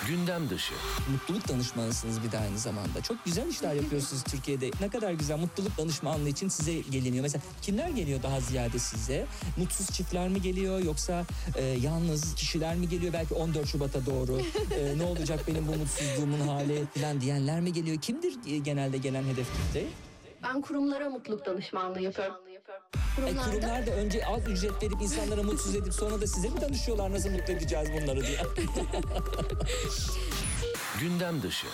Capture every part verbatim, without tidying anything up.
Gündem dışı. Mutluluk danışmanısınız bir de aynı zamanda. Çok güzel işler yapıyorsunuz Türkiye'de. Ne kadar güzel, mutluluk danışmanlığı için size geliniyor. Mesela kimler geliyor daha ziyade size? Mutsuz çiftler mi geliyor yoksa e, yalnız kişiler mi geliyor? Belki on dört Şubat'a doğru e, ne olacak benim bu mutsuzluğumun hali falan diyenler mi geliyor? Kimdir e, genelde gelen hedef kitle? Ben kurumlara mutluluk danışmanlığı yapıyorum. E, kurumlar da önce az ücret verip insanlara mutsuz edip sonra da size mi danışıyorlar nasıl mutlu edeceğiz bunları diye? Gündem dışı.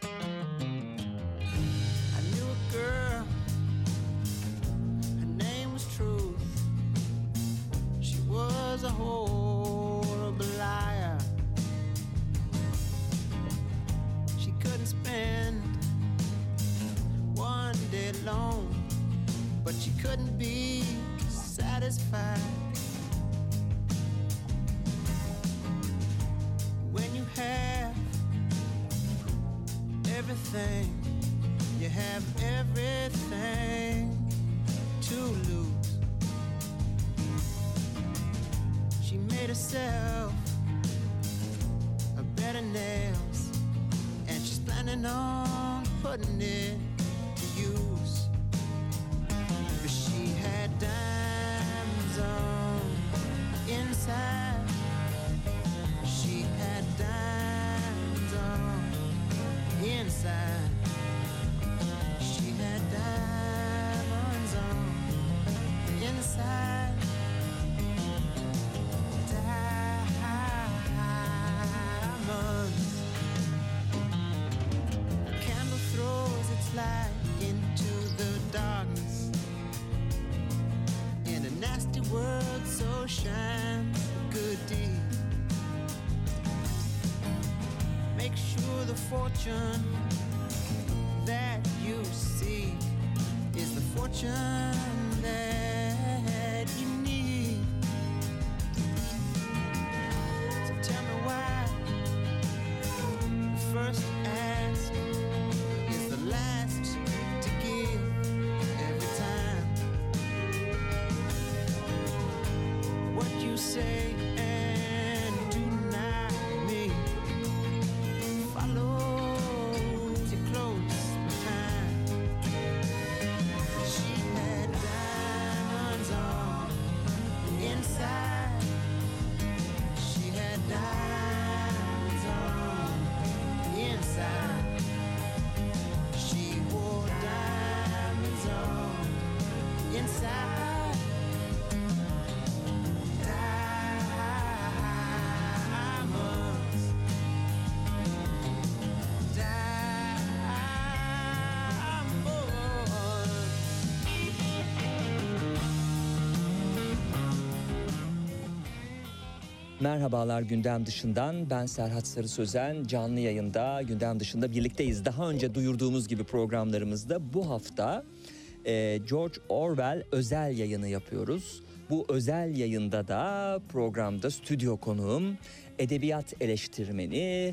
But she couldn't be satisfied. When you have everything, you have everything to lose. She made herself a bed of nails, and she's planning on putting it to use. Had diamonds on inside. She had diamonds on inside. She had diamonds on inside. Diamonds. A candle throws its light into the darkness. Nasty word so shines a good deed. Make sure the fortune that you see is the fortune that you need. So tell me why the first ask is the last to give every time. What you say and do not mean follows you close behind. She had diamonds on inside. She had diamonds on inside. She wore diamonds on inside. Merhabalar Gündem Dışı'ndan, ben Serhat Sarı Sözen. Canlı yayında Gündem Dışı'nda birlikteyiz. Daha önce duyurduğumuz gibi programlarımızda bu hafta e, George Orwell özel yayını yapıyoruz. Bu özel yayında da programda stüdyo konuğum, edebiyat eleştirmeni,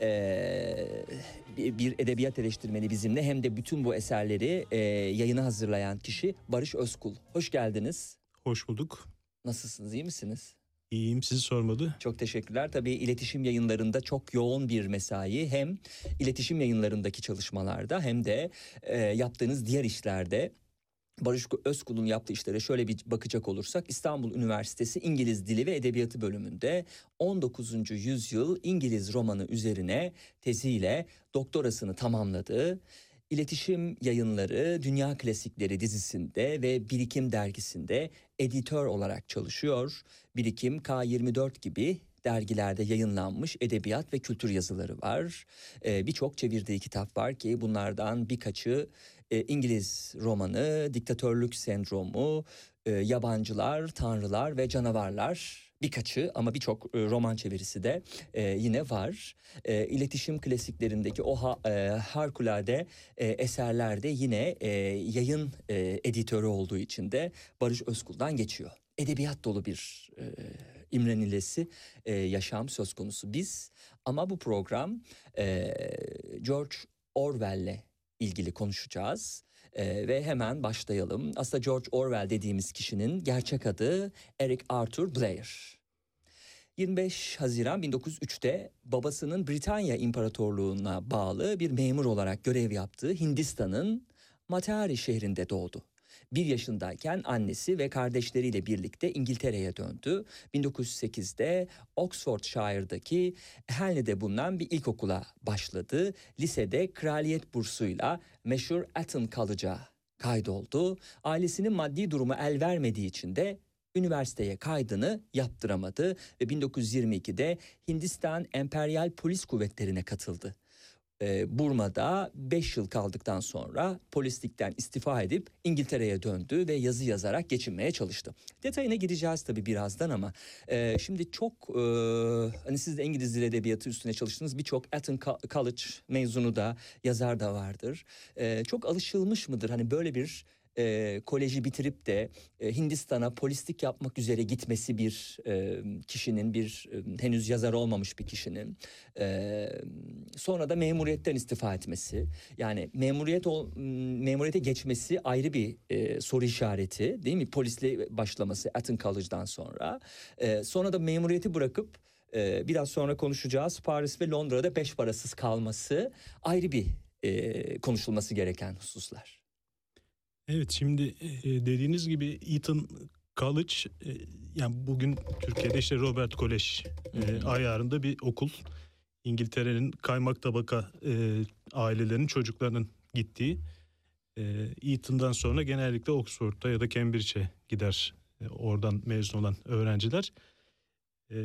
e, bir edebiyat eleştirmeni bizimle, hem de bütün bu eserleri e, yayına hazırlayan kişi Barış Özkul. Hoş geldiniz. Hoş bulduk. Nasılsınız, iyi misiniz? İyiyim, sizi sormalı. Çok teşekkürler. Tabii iletişim yayınlarında çok yoğun bir mesai. Hem iletişim yayınlarındaki çalışmalarda hem de e, yaptığınız diğer işlerde. Barış Özkul'un yaptığı işlere şöyle bir bakacak olursak, İstanbul Üniversitesi İngiliz Dili ve Edebiyatı bölümünde on dokuzuncu yüzyıl İngiliz romanı üzerine teziyle doktorasını tamamladı. İletişim Yayınları Dünya Klasikleri dizisinde ve Birikim dergisinde editör olarak çalışıyor. Birikim, K yirmi dört gibi dergilerde yayınlanmış edebiyat ve kültür yazıları var. Ee, Birçok çevirdiği kitap var ki bunlardan birkaçı e, İngiliz romanı, Diktatörlük Sendromu, e, Yabancılar, Tanrılar ve Canavarlar. Birkaçı ama birçok e, roman çevirisi de e, yine var. E, iletişim klasiklerindeki o ha, e, harikulade e, eserlerde yine e, yayın e, editörü olduğu için de Barış Özkul'dan geçiyor. Edebiyat dolu bir e, imrenilesi e, yaşam söz konusu. Biz ama bu program e, George Orwell'le ilgili konuşacağız. Ee, ve hemen başlayalım. Aslında George Orwell dediğimiz kişinin gerçek adı Eric Arthur Blair. yirmi beş Haziran bin dokuz yüz üçte babasının Britanya İmparatorluğu'na bağlı bir memur olarak görev yaptığı Hindistan'ın Matari şehrinde doğdu. Bir yaşındayken annesi ve kardeşleriyle birlikte İngiltere'ye döndü. bin dokuz yüz sekizde Oxfordshire'daki Henley'de bulunan bir ilkokula başladı. Lisede kraliyet bursuyla meşhur Eton College'a kaydoldu. Ailesinin maddi durumu el vermediği için de üniversiteye kaydını yaptıramadı ve bin dokuz yüz yirmi ikide Hindistan Emperyal Polis Kuvvetleri'ne katıldı. Ee, Burma'da beş yıl kaldıktan sonra polislikten istifa edip İngiltere'ye döndü ve yazı yazarak geçinmeye çalıştı. Detayına gireceğiz tabii birazdan ama e, şimdi çok e, hani siz de İngiliz Dil Edebiyatı üstüne çalıştınız, birçok Eton College mezunu da yazar da vardır. E, çok alışılmış mıdır hani böyle bir e, koleji bitirip de e, Hindistan'a polislik yapmak üzere gitmesi bir e, kişinin, bir e, henüz yazar olmamış bir kişinin e, sonra da memuriyetten istifa etmesi, yani memuriyet ol, memuriyete geçmesi ayrı bir e, soru işareti değil mi? Polisle başlaması Eton College'dan sonra e, sonra da memuriyeti bırakıp e, biraz sonra konuşacağız Paris ve Londra'da beş parasız kalması ayrı bir e, konuşulması gereken hususlar. Evet, şimdi e, dediğiniz gibi Eton College, e, yani bugün Türkiye'de işte Robert College e, ayarında bir okul. İngiltere'nin kaymak tabaka e, ailelerinin çocuklarının gittiği. E, Eton'dan sonra genellikle Oxford'a ya da Cambridge'e gider e, oradan mezun olan öğrenciler. E,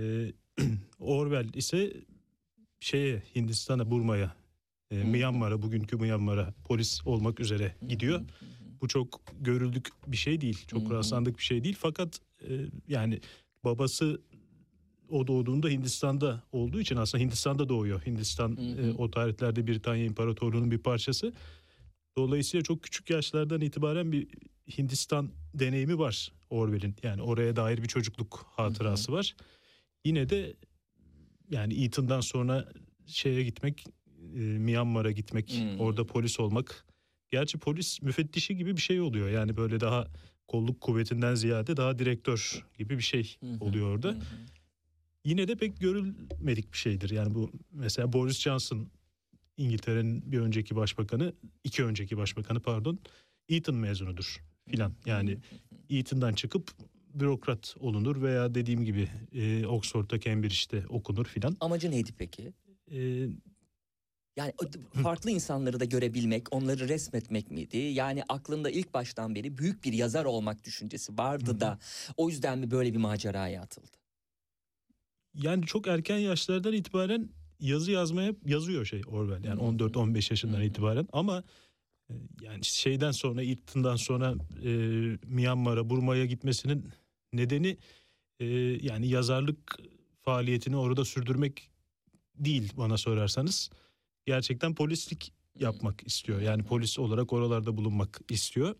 Orwell ise şeye, Hindistan'a, Burma'ya, e, Myanmar'a, bugünkü Myanmar'a polis olmak üzere gidiyor. Bu çok görüldük bir şey değil, çok rastlandık bir şey değil. Fakat e, yani babası o doğduğunda Hindistan'da olduğu için aslında Hindistan'da doğuyor. Hindistan Hı hı. e, o tarihlerde Britanya İmparatorluğu'nun bir parçası. Dolayısıyla çok küçük yaşlardan itibaren bir Hindistan deneyimi var Orwell'in. Yani oraya dair bir çocukluk hatırası hı hı. var. Yine de yani Eton'dan sonra şeye gitmek, e, Myanmar'a gitmek, hı. orada polis olmak. Gerçi polis müfettişi gibi bir şey oluyor. Yani böyle daha kolluk kuvvetinden ziyade daha direktör gibi bir şey oluyor orada. Hı hı. Yine de pek görülmedik bir şeydir. Yani bu mesela Boris Johnson, İngiltere'nin bir önceki başbakanı, iki önceki başbakanı pardon, Eton mezunudur filan. Yani Eton'dan çıkıp bürokrat olunur veya dediğim gibi e, Oxford'da, Cambridge'de okunur filan. Amacı neydi peki? E, Yani farklı insanları da görebilmek, onları resmetmek miydi? Yani aklında ilk baştan beri büyük bir yazar olmak düşüncesi vardı da o yüzden mi böyle bir maceraya atıldı? Yani çok erken yaşlardan itibaren yazı yazmaya yazıyor şey Orwell. Yani on dört on beş yaşından itibaren ama yani şeyden sonra, Eton'dan sonra e, Myanmar'a, Burma'ya gitmesinin nedeni e, yani yazarlık faaliyetini orada sürdürmek değil bana sorarsanız. Gerçekten polislik yapmak istiyor. Yani polis olarak oralarda bulunmak istiyor.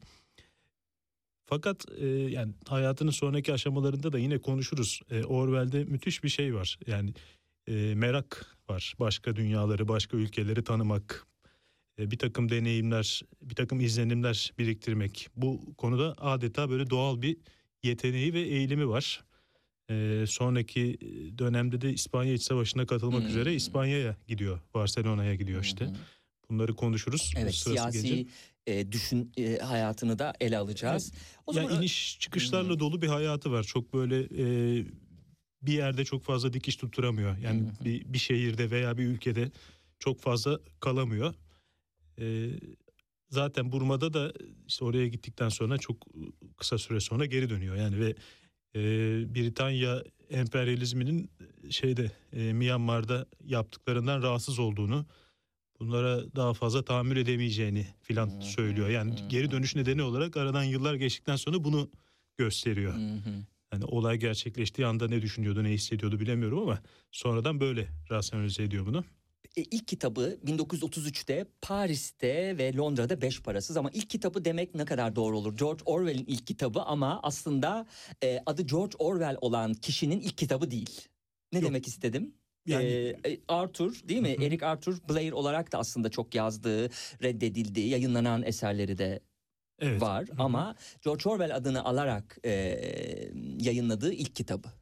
Fakat e, yani hayatının sonraki aşamalarında da yine konuşuruz. E, Orwell'de müthiş bir şey var. Yani e, merak var. Başka dünyaları, başka ülkeleri tanımak, e, bir takım deneyimler, bir takım izlenimler biriktirmek. Bu konuda adeta böyle doğal bir yeteneği ve eğilimi var. E, sonraki dönemde de İspanya İç Savaşı'na katılmak hmm. üzere İspanya'ya gidiyor. Barcelona'ya gidiyor işte. Hmm. Bunları konuşuruz. Evet, siyasi e, düşün e, hayatını da ele alacağız. Evet. O zaman yani iniş çıkışlarla hmm. dolu bir hayatı var. Çok böyle e, bir yerde çok fazla dikiş tutturamıyor. Yani hmm. bir, bir şehirde veya bir ülkede çok fazla kalamıyor. E, zaten Burma'da da işte oraya gittikten sonra çok kısa süre sonra geri dönüyor. Yani ve e, Britanya emperyalizminin şeyde e, Myanmar'da yaptıklarından rahatsız olduğunu, bunlara daha fazla tahammül edemeyeceğini filan hmm. söylüyor. Yani hmm. geri dönüş nedeni olarak aradan yıllar geçtikten sonra bunu gösteriyor. Hmm. Yani olay gerçekleştiği anda ne düşünüyordu, ne hissediyordu bilemiyorum ama sonradan böyle rasyonalize ediyor bunu. E, ilk kitabı bin dokuz yüz otuz üçte Paris'te ve Londra'da beş parasız, ama ilk kitabı demek ne kadar doğru olur? George Orwell'in ilk kitabı ama aslında e, adı George Orwell olan kişinin ilk kitabı değil. Ne Yok. demek istedim? Yani ee, Arthur değil mi? Hı-hı. Eric Arthur Blair olarak da aslında çok yazdığı, reddedildiği, yayınlanan eserleri de evet. var. Hı-hı. Ama George Orwell adını alarak e, yayınladığı ilk kitabı.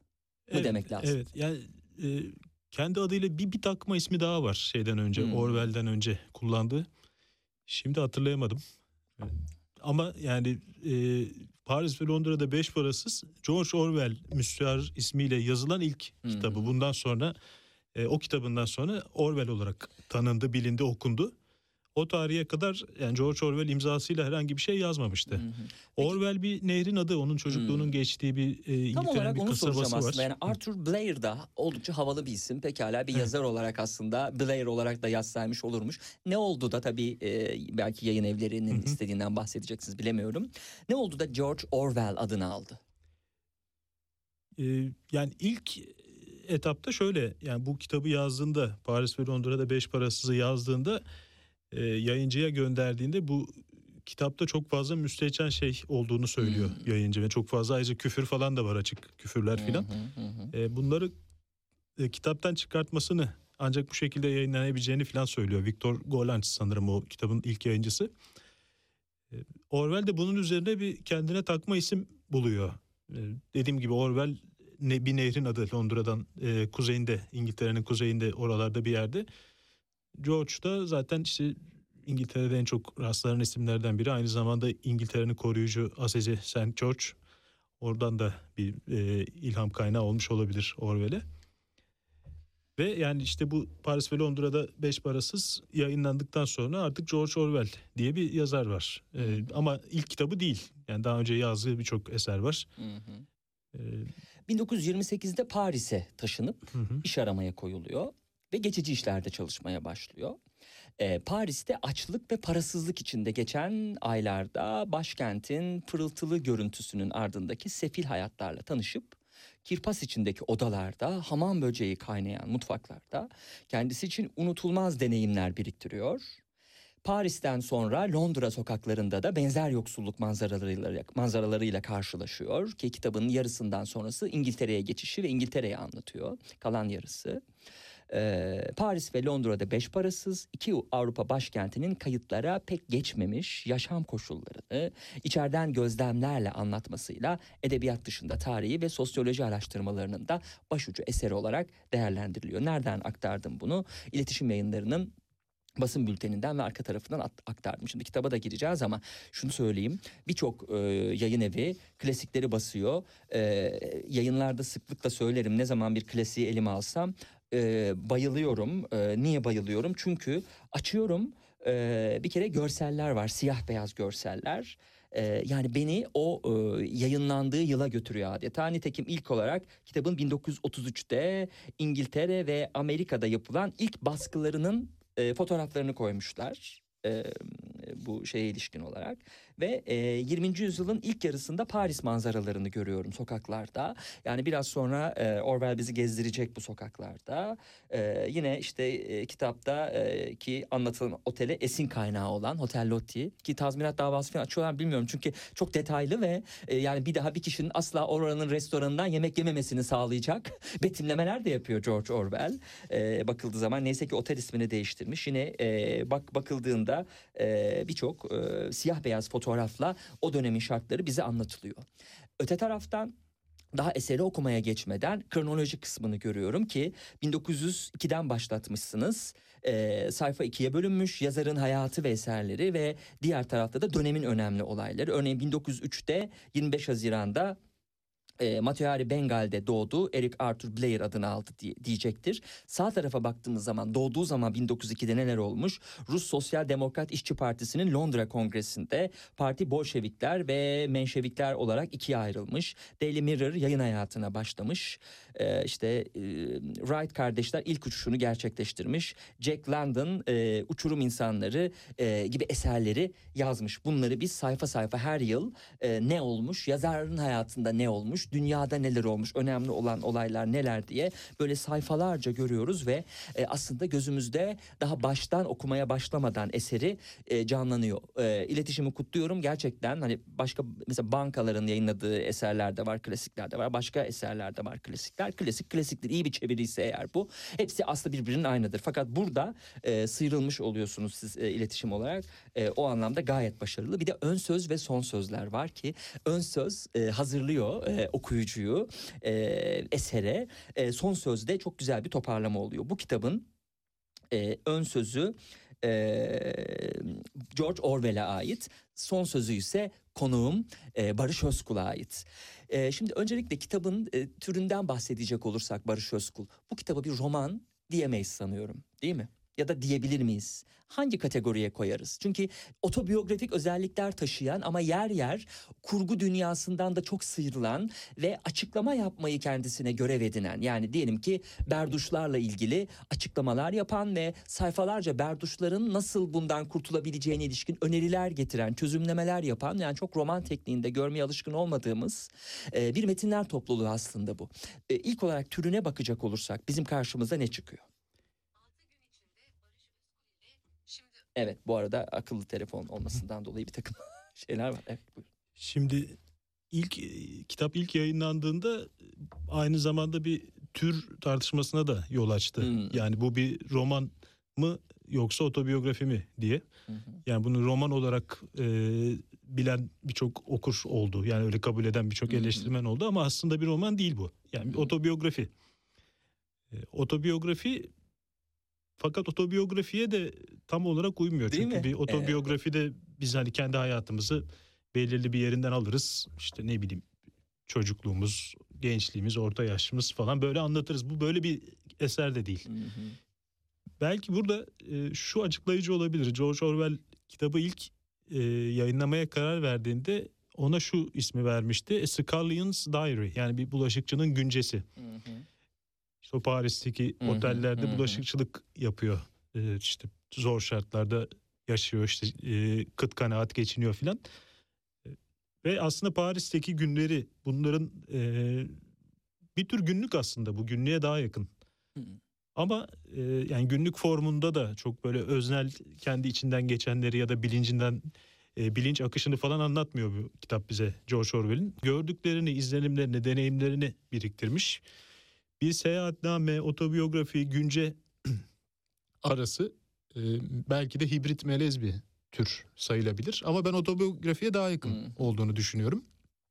mı demek lazım? Evet yani e, kendi adıyla bir, bir takma ismi daha var şeyden önce, Hmm. Orwell'den önce kullandığı. Şimdi hatırlayamadım. Ama yani e, Paris ve Londra'da Beş Parasız George Orwell müstehar ismiyle yazılan ilk Hmm. kitabı. Bundan sonra e, o kitabından sonra Orwell olarak tanındı, bilindi, okundu. O tarihe kadar yani George Orwell imzasıyla herhangi bir şey yazmamıştı. Hı hı. Orwell bir nehrin adı, onun çocukluğunun Hmm. geçtiği bir e, Tam İngiltere'nin olarak bir onu soracağım kasabası var. aslında. Yani Arthur Blair da oldukça havalı bir isim. Pekala bir yazar olarak aslında Blair olarak da yazsaymış olurmuş. Ne oldu da tabii e, belki yayın evlerinin istediğinden bahsedeceksiniz, bilemiyorum. Ne oldu da George Orwell adını aldı? E, yani ilk etapta şöyle, yani bu kitabı yazdığında, Paris ve Londra'da Beş Parasız'ı yazdığında e, yayıncıya gönderdiğinde bu kitapta çok fazla müstehcen şey olduğunu söylüyor Hmm. yayıncı ve çok fazla ayrıca küfür falan da var, açık küfürler filan. Hı hı hı. E, bunları e, kitaptan çıkartmasını, ancak bu şekilde yayınlanabileceğini filan söylüyor. Victor Gollancz sanırım o kitabın ilk yayıncısı. E, Orwell de bunun üzerine bir kendine takma isim buluyor. E, dediğim gibi Orwell ne, bir nehrin adı, Londra'dan e, kuzeyinde, İngiltere'nin kuzeyinde, oralarda bir yerde. George da zaten işte İngiltere'de en çok rastlanan isimlerden biri. Aynı zamanda İngiltere'nin koruyucu Asesi Saint George. Oradan da bir e, ilham kaynağı olmuş olabilir Orwell'e. Ve yani işte bu Paris ve Londra'da Beş Parasız yayınlandıktan sonra artık George Orwell diye bir yazar var. E, ama ilk kitabı değil. Yani daha önce yazdığı birçok eser var. Hı hı. E, bin dokuz yüz yirmi sekizde Paris'e taşınıp hı hı. iş aramaya koyuluyor ve geçici işlerde çalışmaya başlıyor. Ee, Paris'te açlık ve parasızlık içinde geçen aylarda başkentin pırıltılı görüntüsünün ardındaki sefil hayatlarla tanışıp kirpas içindeki odalarda, hamam böceği kaynayan mutfaklarda kendisi için unutulmaz deneyimler biriktiriyor. Paris'ten sonra Londra sokaklarında da benzer yoksulluk manzaralarıyla, manzaralarıyla karşılaşıyor ki kitabın yarısından sonrası İngiltere'ye geçişi ve İngiltere'yi anlatıyor. Kalan yarısı. Ee, Paris ve Londra'da Beş Parasız, iki Avrupa başkentinin kayıtlara pek geçmemiş yaşam koşullarını içeriden gözlemlerle anlatmasıyla edebiyat dışında tarihi ve sosyoloji araştırmalarının da başucu eseri olarak değerlendiriliyor. Nereden aktardım bunu? İletişim Yayınları'nın basın bülteninden ve arka tarafından aktardım. Şimdi kitaba da gireceğiz ama şunu söyleyeyim. Birçok e, yayın evi klasikleri basıyor. E, yayınlarda sıklıkla söylerim, ne zaman bir klasiği elime alsam e, bayılıyorum. E, niye bayılıyorum? Çünkü açıyorum, e, bir kere görseller var. Siyah beyaz görseller. Ee, yani beni o e, yayınlandığı yıla götürüyor adeta. Nitekim ilk olarak kitabın bin dokuz yüz otuz üçte İngiltere ve Amerika'da yapılan ilk baskılarının e, fotoğraflarını koymuşlar. E, bu şeye ilişkin olarak ve e, yirminci yüzyılın ilk yarısında Paris manzaralarını görüyorum sokaklarda. Yani biraz sonra e, Orwell bizi gezdirecek bu sokaklarda. E, yine işte e, kitapta e, ki anlatılan otele esin kaynağı olan Hotel Lottie, ki tazminat davası falan açıyorlar bilmiyorum çünkü çok detaylı ve e, yani bir daha bir kişinin asla oranın restoranından yemek yememesini sağlayacak betimlemeler de yapıyor George Orwell. E, bakıldığı zaman neyse ki otel ismini değiştirmiş. Yine e, bak bakıldığında e, birçok e, siyah beyaz fotoğrafla o dönemin şartları bize anlatılıyor. Öte taraftan daha eseri okumaya geçmeden kronoloji kısmını görüyorum ki bin dokuz yüz ikiden başlatmışsınız. E, sayfa ikiye bölünmüş, yazarın hayatı ve eserleri ve diğer tarafta da dönemin önemli olayları. Örneğin bin dokuz yüz üçte yirmi beş Haziran'da E, Matahari Bengal'de doğdu. Eric Arthur Blair adını aldı diye, diyecektir. Sağ tarafa baktığımız zaman doğduğu zaman bin dokuz yüz ikide neler olmuş? Rus Sosyal Demokrat İşçi Partisi'nin Londra Kongresi'nde parti Bolşevikler ve Menşevikler olarak ikiye ayrılmış. Daily Mirror yayın hayatına başlamış. Ee, işte e, Wright kardeşler ilk uçuşunu gerçekleştirmiş. Jack London e, Uçurum İnsanları e, gibi eserleri yazmış. Bunları biz sayfa sayfa her yıl e, ne olmuş, yazarın hayatında ne olmuş, dünyada neler olmuş, önemli olan olaylar neler diye böyle sayfalarca görüyoruz ve e, aslında gözümüzde daha baştan okumaya başlamadan eseri e, canlanıyor. E, iletişimi kutluyorum gerçekten, hani başka mesela bankaların yayınladığı eserler de var, klasikler de var, başka eserler de var, klasikler. Klasik klasiktir, iyi bir çeviriyse eğer bu. Hepsi aslında birbirinin aynıdır. Fakat burada e, sıyrılmış oluyorsunuz siz e, iletişim olarak. E, o anlamda gayet başarılı. Bir de ön söz ve son sözler var ki ön söz e, hazırlıyor e, okuyucuyu e, esere. E, son sözde çok güzel bir toparlama oluyor. Bu kitabın e, ön sözü e, George Orwell'e ait. Son sözü ise konuğum e, Barış Özkul'a ait. E, şimdi öncelikle kitabın e, türünden bahsedecek olursak Barış Özkul, bu kitaba bir roman diyemeyiz sanıyorum, değil mi? Ya da diyebilir miyiz? Hangi kategoriye koyarız? Çünkü otobiyografik özellikler taşıyan ama yer yer kurgu dünyasından da çok sıyrılan ve açıklama yapmayı kendisine görev edinen, yani diyelim ki berduşlarla ilgili açıklamalar yapan ve sayfalarca berduşların nasıl bundan kurtulabileceğine ilişkin öneriler getiren, çözümlemeler yapan, yani çok roman tekniğinde görmeye alışkın olmadığımız e, bir metinler topluluğu aslında bu. E, ilk olarak türüne bakacak olursak bizim karşımıza ne çıkıyor? Evet, bu arada akıllı telefon olmasından dolayı bir takım şeyler var. Evet, buyurun. Şimdi ilk kitap ilk yayınlandığında aynı zamanda bir tür tartışmasına da yol açtı. Hmm. Yani bu bir roman mı yoksa otobiyografi mi diye. Hmm. Yani bunu roman olarak e, bilen birçok okur oldu. Yani öyle kabul eden birçok eleştirmen hmm. oldu ama aslında bir roman değil bu. Yani hmm. otobiyografi. E, otobiyografi Fakat otobiyografiye de tam olarak uymuyor. Değil Çünkü mi? bir otobiyografide evet. biz hani kendi hayatımızı belirli bir yerinden alırız. İşte ne bileyim, çocukluğumuz, gençliğimiz, orta yaşımız falan böyle anlatırız. Bu böyle bir eser de değil. Hı hı. Belki burada e, şu açıklayıcı olabilir. George Orwell kitabı ilk e, yayınlamaya karar verdiğinde ona şu ismi vermişti: A Scullion's Diary, yani bir bulaşıkçının güncesi. Hı hı. İşte o Paris'teki hı hı, otellerde hı. bulaşıkçılık yapıyor. Ee, işte zor şartlarda yaşıyor, işte e, kıt kanaat geçiniyor filan. E, ve aslında Paris'teki günleri, bunların e, bir tür günlük aslında, bu günlüğe daha yakın. Hı. Ama e, yani günlük formunda da çok böyle öznel, kendi içinden geçenleri ya da bilincinden e, bilinç akışını falan anlatmıyor bu kitap bize, George Orwell'in. Gördüklerini, izlenimlerini, deneyimlerini biriktirmiş. Bir seyahatname, otobiyografi, günce arası e, belki de hibrit melez bir tür sayılabilir. Ama ben otobiyografiye daha yakın hmm. olduğunu düşünüyorum.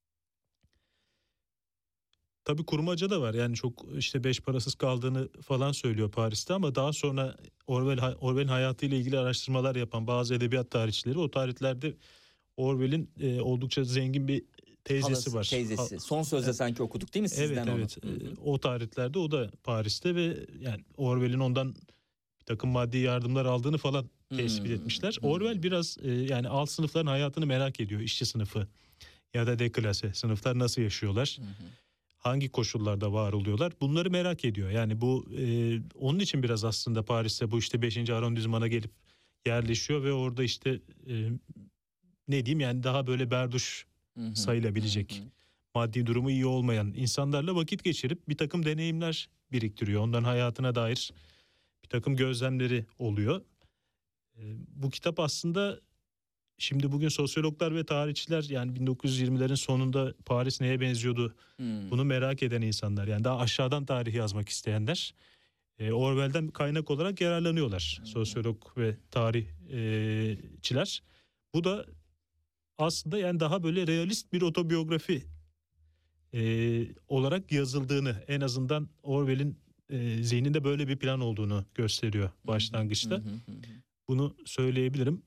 Tabii kurmaca da var. Yani çok işte beş parasız kaldığını falan söylüyor Paris'te ama daha sonra Orwell, Orwell'in hayatıyla ilgili araştırmalar yapan bazı edebiyat tarihçileri, o tarihlerde Orwell'in e, oldukça zengin bir teyzesi Halası, var. Teyzesi. Ha, Son sözde evet. sanki okuduk değil mi sizden? Evet onu? evet. O tarihlerde o da Paris'te ve yani Orwell'in ondan bir takım maddi yardımlar aldığını falan tespit hmm. etmişler. Hmm. Orwell biraz e, yani alt sınıfların hayatını merak ediyor. İşçi sınıfı ya da deklase sınıflar nasıl yaşıyorlar? Hmm. Hangi koşullarda var oluyorlar? Bunları merak ediyor. Yani bu e, onun için biraz aslında Paris'te bu işte beşinci arrondismana gelip yerleşiyor ve orada işte e, ne diyeyim, yani daha böyle berduş Hı-hı, sayılabilecek, hı-hı. maddi durumu iyi olmayan insanlarla vakit geçirip bir takım deneyimler biriktiriyor. Onların hayatına dair bir takım gözlemleri oluyor. Ee, bu kitap aslında şimdi bugün sosyologlar ve tarihçiler, yani bin dokuz yüz yirmilerin sonunda Paris neye benziyordu hmm. bunu merak eden insanlar, yani daha aşağıdan tarih yazmak isteyenler e, Orwell'den kaynak olarak yararlanıyorlar. Hmm. Sosyolog ve tarihçiler. Bu da aslında yani daha böyle realist bir otobiyografi e, olarak yazıldığını, en azından Orwell'in e, zihninde böyle bir plan olduğunu gösteriyor başlangıçta. Hı hı hı. Bunu söyleyebilirim.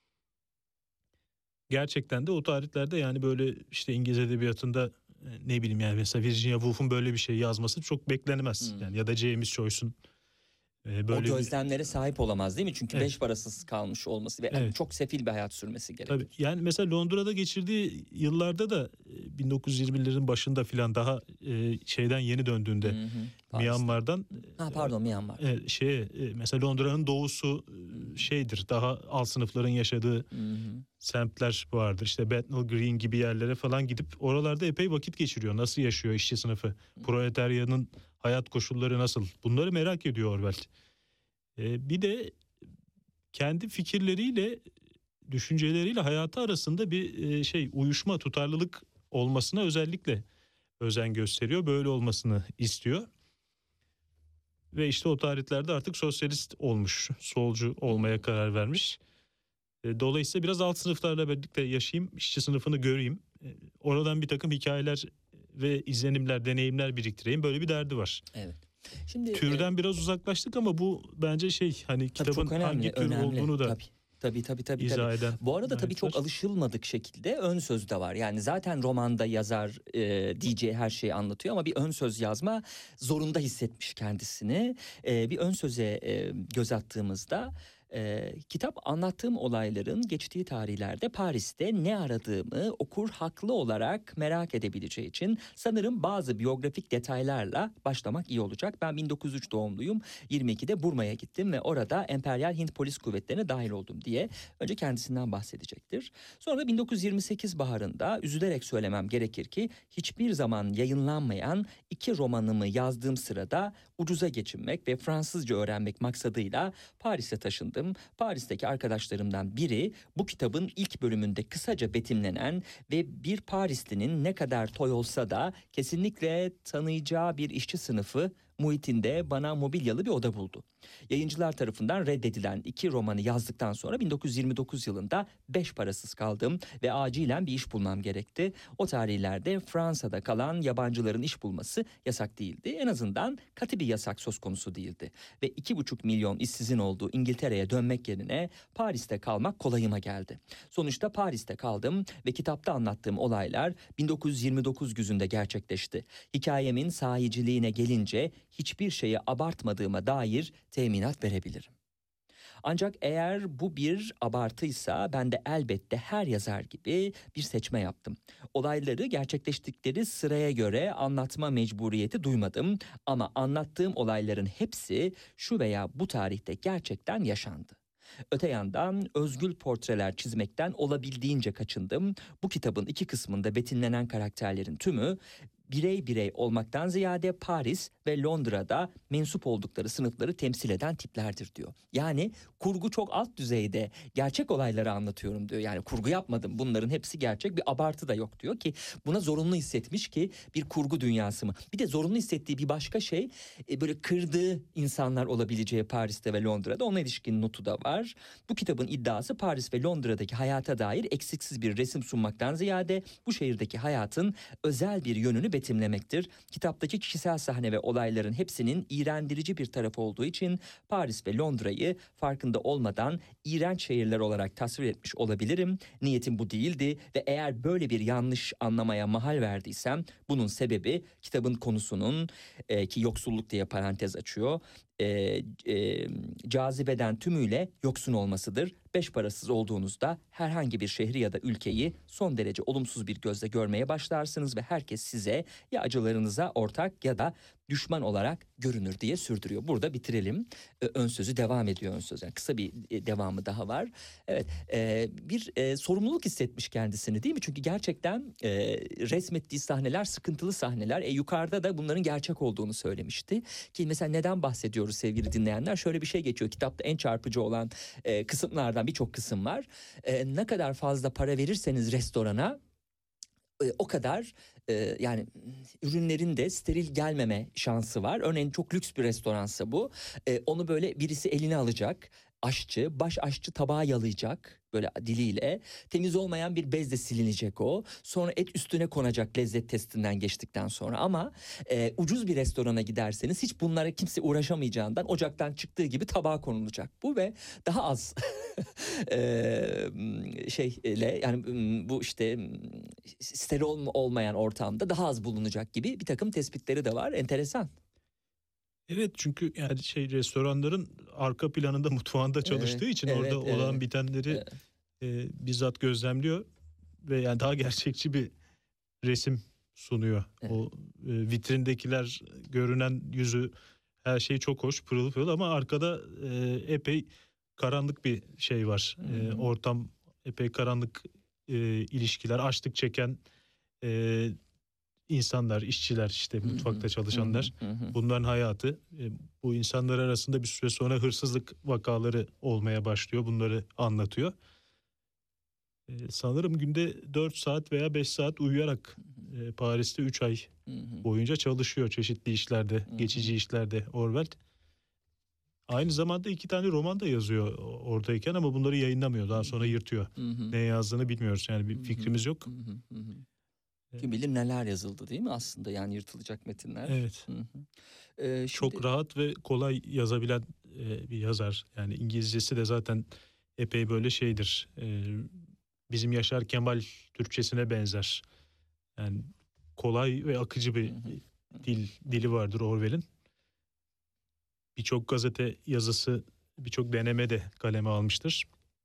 Gerçekten de o tarihlerde yani böyle işte İngiliz edebiyatında ne bileyim, yani mesela Virginia Woolf'un böyle bir şey yazması çok beklenemez. Hı. Yani ya da James Joyce'un Böyle o gözlemlere bir... sahip olamaz değil mi? Çünkü evet. beş parasız kalmış olması ve evet. çok sefil bir hayat sürmesi gerekiyor. Tabii. Yani mesela Londra'da geçirdiği yıllarda da bin dokuz yüz yirmilerin başında filan, daha şeyden yeni döndüğünde, hı hı. Myanmar'dan. Ha pardon Myanmar. E, şey mesela Londra'nın doğusu şeydir, daha alt sınıfların yaşadığı hı hı. semtler vardır. İşte Bethnal Green gibi yerlere falan gidip oralarda epey vakit geçiriyor. Nasıl yaşıyor işçi sınıfı? Hı. Proletaryanın hayat koşulları nasıl? Bunları merak ediyor Orwell. Ee, bir de kendi fikirleriyle, düşünceleriyle hayatı arasında bir e, şey, uyuşma, tutarlılık olmasına özellikle özen gösteriyor. Böyle olmasını istiyor. Ve işte o tarihlerde artık sosyalist olmuş, solcu olmaya karar vermiş. E, dolayısıyla biraz alt sınıflarla birlikte yaşayayım, işçi sınıfını göreyim. E, oradan bir takım hikayeler ve izlenimler, deneyimler biriktireyim. Böyle bir derdi var. Evet. Şimdi Türden e, biraz uzaklaştık ama bu bence şey hani tabii kitabın çok önemli, hangi tür önemli. olduğunu da Tabii. Tabii tabii tabii. izah tabii. eden. Bu arada tabii ayrıntılar. çok alışılmadık şekilde ön söz de var. Yani zaten romanda yazar e, diyeceği her şeyi anlatıyor ama bir ön söz yazma zorunda hissetmiş kendisini. E, bir ön söze e, göz attığımızda e, kitap anlattığım olayların geçtiği tarihlerde Paris'te ne aradığımı okur haklı olarak merak edebileceği için sanırım bazı biyografik detaylarla başlamak iyi olacak. Ben bin dokuz yüz üç doğumluyum. yirmi ikide Burma'ya gittim ve orada Emperyal Hint Polis Kuvvetleri'ne dahil oldum diye önce kendisinden bahsedecektir. Sonra da bin dokuz yüz yirmi sekiz baharında üzülerek söylemem gerekir ki hiçbir zaman yayınlanmayan iki romanımı yazdığım sırada ucuza geçinmek ve Fransızca öğrenmek maksadıyla Paris'e taşındım. Paris'teki arkadaşlarımdan biri bu kitabın ilk bölümünde kısaca betimlenen ve bir Parislinin ne kadar toy olsa da kesinlikle tanıyacağı bir işçi sınıfı muhitinde bana mobilyalı bir oda buldu. Yayıncılar tarafından reddedilen iki romanı yazdıktan sonra bin dokuz yüz yirmi dokuz yılında beş parasız kaldım ve acilen bir iş bulmam gerekti. O tarihlerde Fransa'da kalan yabancıların iş bulması yasak değildi. En azından katı bir yasak söz konusu değildi. Ve iki buçuk milyon işsizin olduğu İngiltere'ye dönmek yerine Paris'te kalmak kolayıma geldi. Sonuçta Paris'te kaldım ve kitapta anlattığım olaylar bin dokuz yüz yirmi dokuz güzünde gerçekleşti. Hikayemin sahiciliğine gelince hiçbir şeyi abartmadığıma dair teminat verebilirim. Ancak eğer bu bir abartıysa ben de elbette her yazar gibi bir seçme yaptım. Olayları gerçekleştikleri sıraya göre anlatma mecburiyeti duymadım ama anlattığım olayların hepsi şu veya bu tarihte gerçekten yaşandı. Öte yandan özgül portreler çizmekten olabildiğince kaçındım. Bu kitabın iki kısmında betimlenen karakterlerin tümü birey birey olmaktan ziyade Paris ve Londra'da mensup oldukları sınıfları temsil eden tiplerdir diyor. Yani kurgu çok alt düzeyde, gerçek olayları anlatıyorum diyor. Yani kurgu yapmadım, bunların hepsi gerçek, bir abartı da yok diyor ki buna zorunlu hissetmiş ki bir kurgu dünyası mı? Bir de zorunlu hissettiği bir başka şey e, böyle kırdığı insanlar olabileceği Paris'te ve Londra'da, ona ilişkin notu da var. Bu kitabın iddiası Paris ve Londra'daki hayata dair eksiksiz bir resim sunmaktan ziyade bu şehirdeki hayatın özel bir yönünü betimlemektir. Kitaptaki kişisel sahne ve olayların hepsinin iğrendirici bir tarafı olduğu için Paris ve Londra'yı farkında olmadan iğrenç şehirler olarak tasvir etmiş olabilirim. Niyetim bu değildi ve eğer böyle bir yanlış anlamaya mahal verdiysem bunun sebebi kitabın konusunun e, ki yoksulluk diye parantez açıyor. E, e, cazibeden tümüyle yoksun olmasıdır. Beş parasız olduğunuzda herhangi bir şehri ya da ülkeyi son derece olumsuz bir gözle görmeye başlarsınız ve herkes size ya acılarınıza ortak ya da düşman olarak görünür diye sürdürüyor. Burada bitirelim. Ee, ön sözü devam ediyor ön söz. Yani kısa bir e, devamı daha var. Evet, e, bir e, sorumluluk hissetmiş kendisini, değil mi? Çünkü gerçekten e, resmettiği sahneler sıkıntılı sahneler. E, yukarıda da bunların gerçek olduğunu söylemişti. Ki mesela neden bahsediyoruz sevgili dinleyenler? Şöyle bir şey geçiyor. Kitapta en çarpıcı olan e, kısımlardan birçok kısım var. E, ne kadar fazla para verirseniz restorana e, o kadar e, yani ürünlerin de steril gelmeme şansı var. Örneğin çok lüks bir restoransa bu. E, onu böyle birisi eline alacak. Aşçı, baş aşçı tabağı yalayacak böyle diliyle. Temiz olmayan bir bezle silinecek o. Sonra et üstüne konacak lezzet testinden geçtikten sonra. Ama e, ucuz bir restorana giderseniz hiç bunlara kimse uğraşamayacağından ocaktan çıktığı gibi tabağa konulacak. Bu ve daha az e, şeyle yani bu işte steril olmayan ortamda daha az bulunacak gibi bir takım tespitleri de var. Enteresan. Evet, çünkü yani şey restoranların arka planında mutfağında çalıştığı Evet, için evet, orada evet. olan bitenleri Evet. e, bizzat gözlemliyor ve yani daha gerçekçi bir resim sunuyor. Evet. O e, vitrindekiler, görünen yüzü, her şey çok hoş, pırıl pırıl ama arkada e, epey karanlık bir şey var. E, ortam epey karanlık, e, ilişkiler, açlık çeken e, insanlar, işçiler, işte mutfakta çalışanlar. Hı hı hı. Bunların hayatı, e, bu insanlar arasında bir süre sonra hırsızlık vakaları olmaya başlıyor. Bunları anlatıyor. E, sanırım günde dört saat veya beş saat uyuyarak e, Paris'te üç ay Hı hı. boyunca çalışıyor çeşitli işlerde, Hı hı. geçici işlerde Orwell. Aynı zamanda iki tane roman da yazıyor oradayken ama bunları yayınlamıyor. Daha sonra yırtıyor. Hı hı. Ne yazdığını bilmiyoruz, yani bir Hı hı. fikrimiz yok. Hı hı hı hı. Kim bilir neler yazıldı değil mi aslında, yani yırtılacak metinler. Evet. Hı hı. Ee, şimdi, Çok rahat ve kolay yazabilen e, bir yazar. Yani İngilizcesi de zaten epey böyle şeydir. E, bizim Yaşar Kemal Türkçesine benzer. Yani kolay ve akıcı bir Hı hı. dil dili vardır Orwell'in. Birçok gazete yazısı, birçok deneme de kaleme almıştır.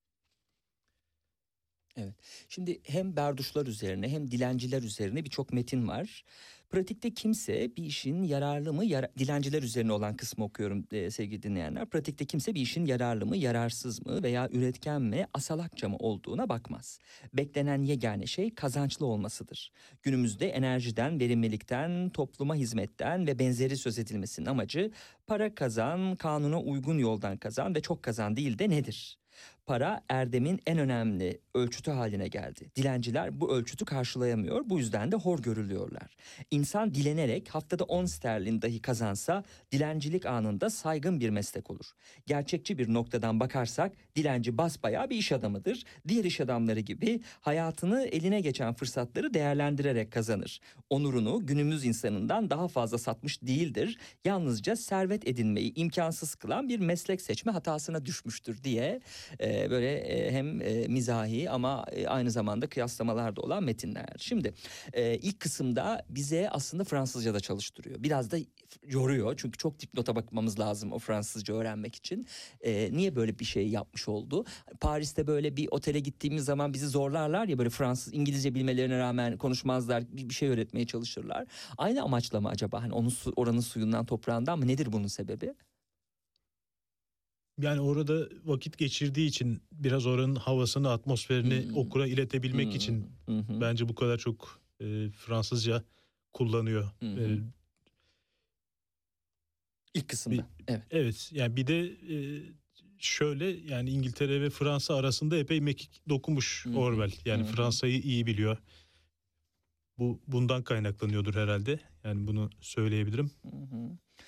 Evet. Şimdi hem berduşlar üzerine hem dilenciler üzerine birçok metin var. Pratikte kimse bir işin yararlı mı, yara- dilenciler üzerine olan kısmı okuyorum e, sevgili dinleyenler. Pratikte kimse bir işin yararlı mı, yararsız mı veya üretken mi, asalakça mı olduğuna bakmaz. Beklenen yegane şey kazançlı olmasıdır. Günümüzde enerjiden, verimlilikten, topluma hizmetten ve benzeri söz edilmesinin amacı para kazan, kanuna uygun yoldan kazan ve çok kazan değil de nedir? Para erdemin en önemli ölçütü haline geldi. Dilenciler bu ölçütü karşılayamıyor, bu yüzden de hor görülüyorlar. İnsan dilenerek haftada on sterlin dahi kazansa dilencilik anında saygın bir meslek olur. Gerçekçi bir noktadan bakarsak dilenci basbayağı bir iş adamıdır. Diğer iş adamları gibi hayatını eline geçen fırsatları değerlendirerek kazanır. Onurunu günümüz insanından daha fazla satmış değildir. Yalnızca servet edinmeyi imkansız kılan bir meslek seçme hatasına düşmüştür diye e, böyle e, hem e, mizahi ama e, aynı zamanda kıyaslamalarda olan metinler. Şimdi e, ilk kısımda bize aslında Fransızca da çalıştırıyor. Biraz da yoruyor çünkü çok dipnota bakmamız lazım o Fransızca öğrenmek için. E, niye böyle bir şey yapmış oldu? Paris'te böyle bir otele gittiğimiz zaman bizi zorlarlar ya, böyle Fransız İngilizce bilmelerine rağmen konuşmazlar, bir, bir şey öğretmeye çalışırlar. Aynı amaçla mı acaba? Hani onun su, oranın suyundan toprağından mı? Nedir bunun sebebi? Yani orada vakit geçirdiği için biraz oranın havasını, atmosferini Hmm. okura iletebilmek Hmm. için Hı hı. bence bu kadar çok e, Fransızca kullanıyor. Hı hı. E, İlk kısımda. Bir- Evet. evet, yani bir de e, şöyle, yani İngiltere ve Fransa arasında epey mekik dokumuş Hı hı. Orwell. Yani Hı hı. Fransa'yı iyi biliyor. Bu bundan kaynaklanıyordur herhalde. Yani bunu söyleyebilirim. Hı hı.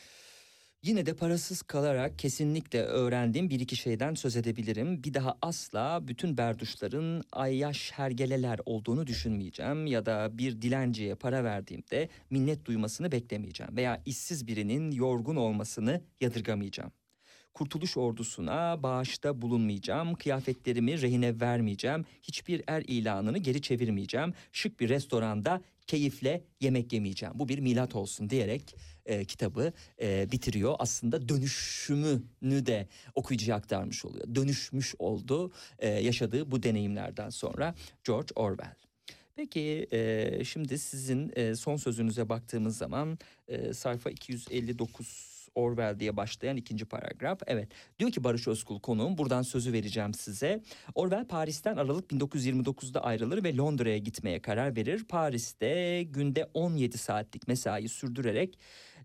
Yine de parasız kalarak kesinlikle öğrendiğim bir iki şeyden söz edebilirim. Bir daha asla bütün berduşların ayyaş hergeleler olduğunu düşünmeyeceğim. Ya da bir dilenciye para verdiğimde minnet duymasını beklemeyeceğim. Veya işsiz birinin yorgun olmasını yadırgamayacağım. Kurtuluş Ordusu'na bağışta bulunmayacağım, kıyafetlerimi rehine vermeyeceğim, hiçbir er ilanını geri çevirmeyeceğim, şık bir restoranda keyifle yemek yemeyeceğim. Bu bir milat olsun diyerek e, kitabı e, bitiriyor. Aslında dönüşümünü de okuyucuya aktarmış oluyor. Dönüşmüş oldu e, yaşadığı bu deneyimlerden sonra George Orwell. Peki e, şimdi sizin e, son sözünüze baktığımız zaman e, sayfa iki yüz elli dokuz Orwell diye başlayan ikinci paragraf. Evet, diyor ki Barış Özkul konuğum, buradan sözü vereceğim size. Orwell Paris'ten Aralık bin dokuz yüz yirmi dokuzda ayrılır ve Londra'ya gitmeye karar verir. Paris'te günde on yedi saatlik mesai sürdürerek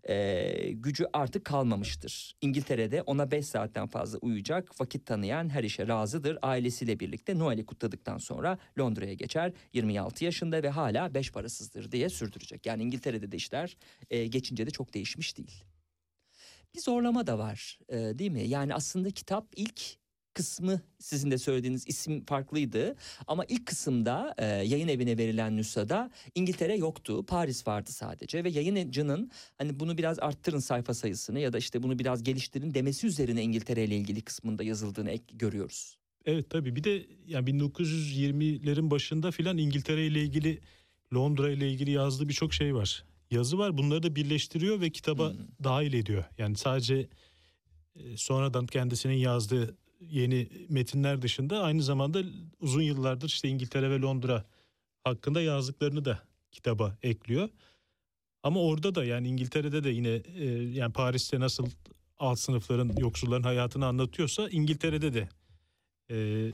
e, gücü artık kalmamıştır. İngiltere'de ona beş saatten fazla uyuyacak, vakit tanıyan her işe razıdır. Ailesiyle birlikte Noel'i kutladıktan sonra Londra'ya geçer. yirmi altı yaşında ve hala beş parasızdır diye sürdürecek. Yani İngiltere'de de işler e, geçince de çok değişmiş değil. Bir zorlama da var e, değil mi? Yani aslında kitap ilk kısmı, sizin de söylediğiniz isim farklıydı. Ama ilk kısımda e, yayın evine verilen nüshada İngiltere yoktu. Paris vardı sadece ve yayıncının hani bunu biraz arttırın sayfa sayısını ya da işte bunu biraz geliştirin demesi üzerine İngiltere ile ilgili kısmında yazıldığını ek görüyoruz. Evet, tabii, bir de yani bin dokuz yüz yirmilerin başında filan İngiltere ile ilgili, Londra ile ilgili yazdığı birçok şey var. Yazı var, bunları da birleştiriyor ve kitaba Hmm. dahil ediyor. Yani sadece e, sonradan kendisinin yazdığı yeni metinler dışında aynı zamanda uzun yıllardır işte İngiltere ve Londra hakkında yazdıklarını da kitaba ekliyor. Ama orada da, yani İngiltere'de de yine e, yani Paris'te nasıl alt sınıfların, yoksulların hayatını anlatıyorsa İngiltere'de de e,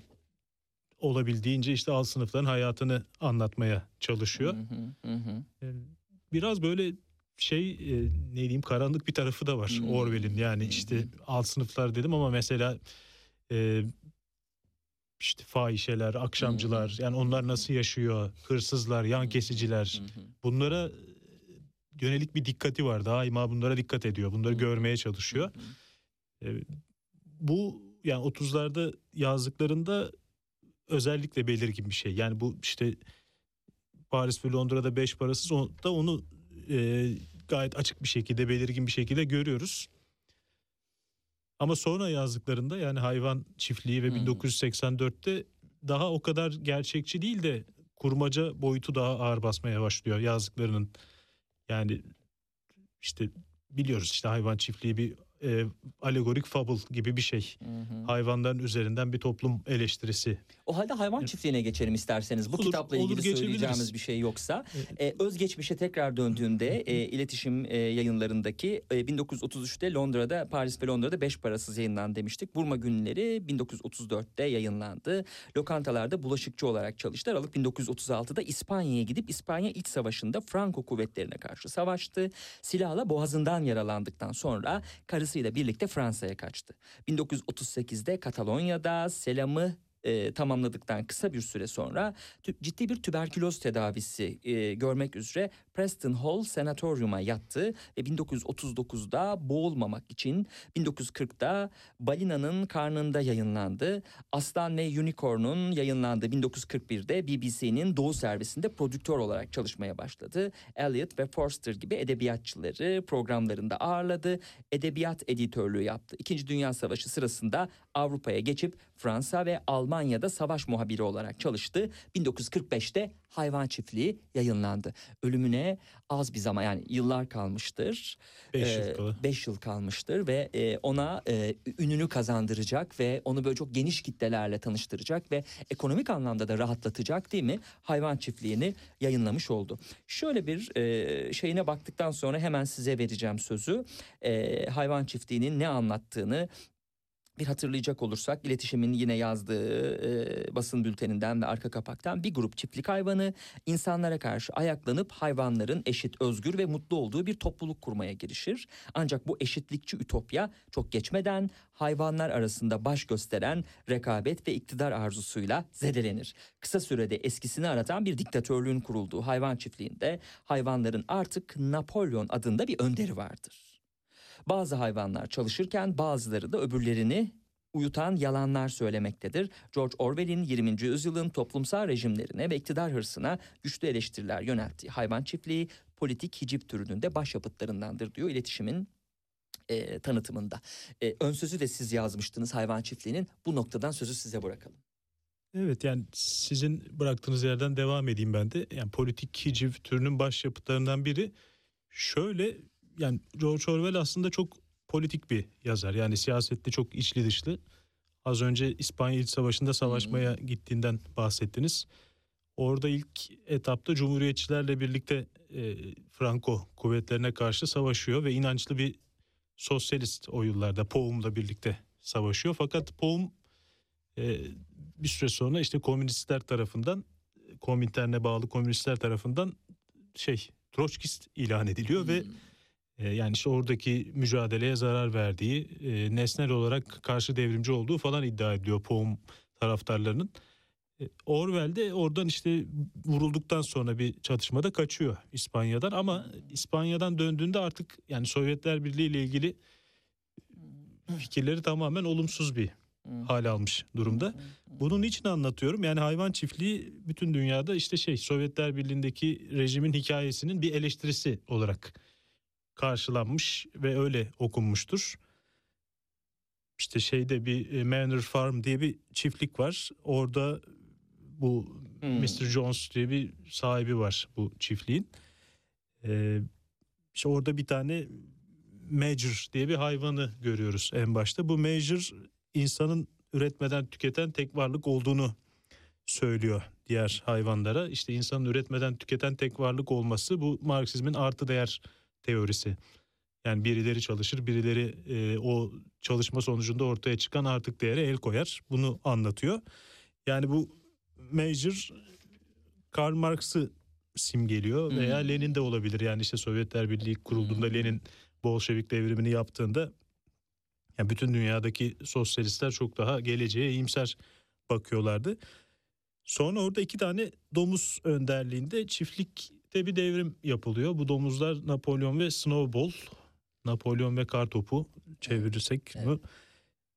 olabildiğince işte alt sınıfların hayatını anlatmaya çalışıyor. Hı hı, hı hı. E, Biraz böyle şey, e, ne diyeyim, karanlık bir tarafı da var Hmm. Orwell'in. Yani Hmm. işte alt sınıflar dedim ama mesela e, işte fahişeler, akşamcılar, Hmm. yani onlar nasıl yaşıyor, hırsızlar, yan Hmm. kesiciler, Hı hı. bunlara yönelik bir dikkati var. Daima bunlara dikkat ediyor. Bunları Hı. görmeye çalışıyor. Hı hı. E, bu yani otuzlarda yazdıklarında özellikle belirgin bir şey. Yani bu işte Paris ve Londra'da beş parasız, o da onu e, gayet açık bir şekilde, belirgin bir şekilde görüyoruz. Ama sonra yazdıklarında, yani Hayvan Çiftliği ve hmm. bin dokuz yüz seksen dörtte daha o kadar gerçekçi değil de kurmaca boyutu daha ağır basmaya başlıyor yazdıklarının. Yani işte biliyoruz, işte Hayvan Çiftliği bir e, alegorik fable gibi bir şey. Hı hı. Hayvanların üzerinden bir toplum eleştirisi. O halde Hayvan evet. Çiftliğine geçelim isterseniz. Bu olur, kitapla ilgili söyleyeceğimiz bir şey yoksa. Evet. E, özgeçmişe tekrar döndüğümde e, iletişim e, yayınlarındaki e, bin dokuz yüz otuz üçte Londra'da, Paris ve Londra'da beş parasız yayınlandı demiştik. Burma Günleri bin dokuz yüz otuz dörtte yayınlandı. Lokantalarda bulaşıkçı olarak çalıştı. Aralık bin dokuz yüz otuz altıda İspanya'ya gidip İspanya İç Savaşı'nda Franco kuvvetlerine karşı savaştı. Silahla boğazından yaralandıktan sonra karısıyla birlikte Fransa'ya kaçtı. bin dokuz yüz otuz sekizde Katalonya'da Selam'ı e, tamamladıktan kısa bir süre sonra tü, ciddi bir tüberküloz tedavisi e, görmek üzere Preston Hall Sanatoryum'a yattı ve bin dokuz yüz otuz dokuzda boğulmamak için bin dokuz yüz kırkta Balinanın Karnında yayınlandı. Aslan ve Unicorn'un yayınlandığı bin dokuz yüz kırk birde B B C'nin Doğu servisinde prodüktör olarak çalışmaya başladı. Eliot ve Forster gibi edebiyatçıları programlarında ağırladı. Edebiyat editörlüğü yaptı. İkinci Dünya Savaşı sırasında Avrupa'ya geçip Fransa ve Almanya'da savaş muhabiri olarak çalıştı. bin dokuz yüz kırk beşte Hayvan Çiftliği yayınlandı. Ölümüne az bir zaman, yani yıllar kalmıştır. Beş ee, yıl Beş yıl kalmıştır ve e, ona e, ününü kazandıracak ve onu böyle çok geniş kitlelerle tanıştıracak ve ekonomik anlamda da rahatlatacak, değil mi? Hayvan Çiftliği'ni yayınlamış oldu. Şöyle bir e, şeyine baktıktan sonra hemen size vereceğim sözü. E, Hayvan Çiftliği'nin ne anlattığını bir hatırlayacak olursak, iletişimin yine yazdığı e, basın bülteninden ve arka kapaktan, bir grup çiftlik hayvanı insanlara karşı ayaklanıp hayvanların eşit, özgür ve mutlu olduğu bir topluluk kurmaya girişir. Ancak bu eşitlikçi ütopya çok geçmeden hayvanlar arasında baş gösteren rekabet ve iktidar arzusuyla zedelenir. Kısa sürede eskisini aratan bir diktatörlüğün kurulduğu Hayvan Çiftliği'nde hayvanların artık Napolyon adında bir önderi vardır. Bazı hayvanlar çalışırken bazıları da öbürlerini uyutan yalanlar söylemektedir. George Orwell'in yirminci yüzyılın toplumsal rejimlerine ve iktidar hırsına güçlü eleştiriler yönelttiği Hayvan Çiftliği, politik hiciv türünün de başyapıtlarındandır diyor iletişimin e, tanıtımında. E, ön sözü de siz yazmıştınız Hayvan Çiftliği'nin. Bu noktadan sözü size bırakalım. Evet, yani sizin bıraktığınız yerden devam edeyim ben de. Yani politik hiciv türünün başyapıtlarından biri şöyle... Yani George Orwell aslında çok politik bir yazar. Yani siyasette çok içli dışlı. Az önce İspanya İç Savaşı'nda savaşmaya hmm. gittiğinden bahsettiniz. Orada ilk etapta Cumhuriyetçilerle birlikte e, Franco kuvvetlerine karşı savaşıyor ve inançlı bir sosyalist o yıllarda Poum'la birlikte savaşıyor. Fakat Poum e, bir süre sonra işte komünistler tarafından, Komintern'e bağlı komünistler tarafından şey Troçkist ilan ediliyor hmm. ve yani işte oradaki mücadeleye zarar verdiği, e, nesnel olarak karşı devrimci olduğu falan iddia ediliyor Poum taraftarlarının. E, Orwell de oradan işte vurulduktan sonra bir çatışmada kaçıyor İspanya'dan, ama İspanya'dan döndüğünde artık yani Sovyetler Birliği ile ilgili fikirleri tamamen olumsuz bir hal almış durumda. Bunun için anlatıyorum. Yani Hayvan Çiftliği bütün dünyada işte şey Sovyetler Birliği'ndeki rejimin hikayesinin bir eleştirisi olarak karşılanmış ve öyle okunmuştur. İşte şeyde bir Manor Farm diye bir çiftlik var. Orada bu hmm. mister Jones diye bir sahibi var bu çiftliğin. Ee, işte orada bir tane Major diye bir hayvanı görüyoruz en başta. Bu Major insanın üretmeden tüketen tek varlık olduğunu söylüyor diğer hayvanlara. İşte insanın üretmeden tüketen tek varlık olması bu Marksizmin artı değer teorisi. Yani birileri çalışır, birileri e, o çalışma sonucunda ortaya çıkan artık değere el koyar. Bunu anlatıyor. Yani bu Major Karl Marx'ı simgeliyor hmm. veya Lenin de olabilir. Yani işte Sovyetler Birliği kurulduğunda hmm. Lenin Bolşevik devrimini yaptığında yani bütün dünyadaki sosyalistler çok daha geleceğe iyimser bakıyorlardı. Sonra orada iki tane domuz önderliğinde çiftlikte bir devrim yapılıyor. Bu domuzlar Napolyon ve Snowball. Napolyon ve Kartopu çevirirsek evet. bunu.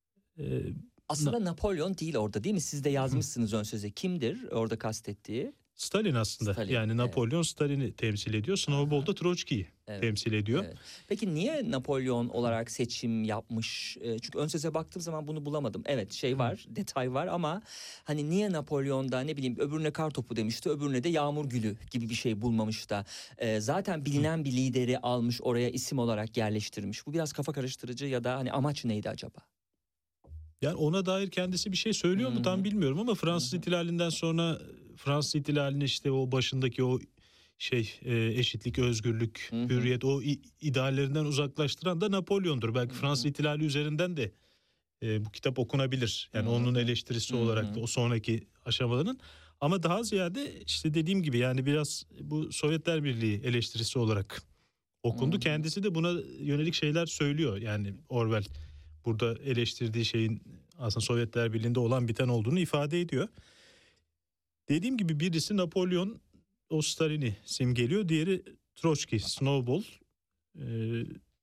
Ee, Aslında Na- Napolyon değil orada, değil mi? Siz de yazmışsınız ön söze. Kimdir orada kastettiği? Stalin aslında. Stalin, yani evet. Napolyon Stalin'i temsil ediyor. Snowball da Troçki'yi Evet, temsil ediyor. Evet. Peki niye Napolyon olarak seçim yapmış? E, Çünkü ön söze baktığım zaman bunu bulamadım. Evet, şey var, detay var ama hani niye Napolyon'da ne bileyim öbürüne kar topu demişti, öbürüne de yağmur gülü gibi bir şey bulmamış da e, zaten bilinen bir lideri almış oraya isim olarak yerleştirmiş. Bu biraz kafa karıştırıcı ya da hani amaç neydi acaba? Yani ona dair kendisi bir şey söylüyor mu Hı hı. tam bilmiyorum ama Fransız Hı hı. ihtilalinden sonra Fransız ihtilalinin işte o başındaki o şey e, eşitlik, özgürlük, Hı hı. hürriyet o i- ideallerinden uzaklaştıran da Napolyon'dur. Belki Hı hı. Fransız ihtilali üzerinden de e, bu kitap okunabilir. Yani Hı onun hı. eleştirisi Hı olarak da hı. o sonraki aşamalarının. Ama daha ziyade işte dediğim gibi yani biraz bu Sovyetler Birliği eleştirisi olarak okundu. Hı hı. Kendisi de buna yönelik şeyler söylüyor. Yani Orwell burada eleştirdiği şeyin aslında Sovyetler Birliği'nde olan biten olduğunu ifade ediyor. Dediğim gibi birisi Napolyon, o Stalin'i simgeliyor. Diğeri Troçki, Snowball. Ee,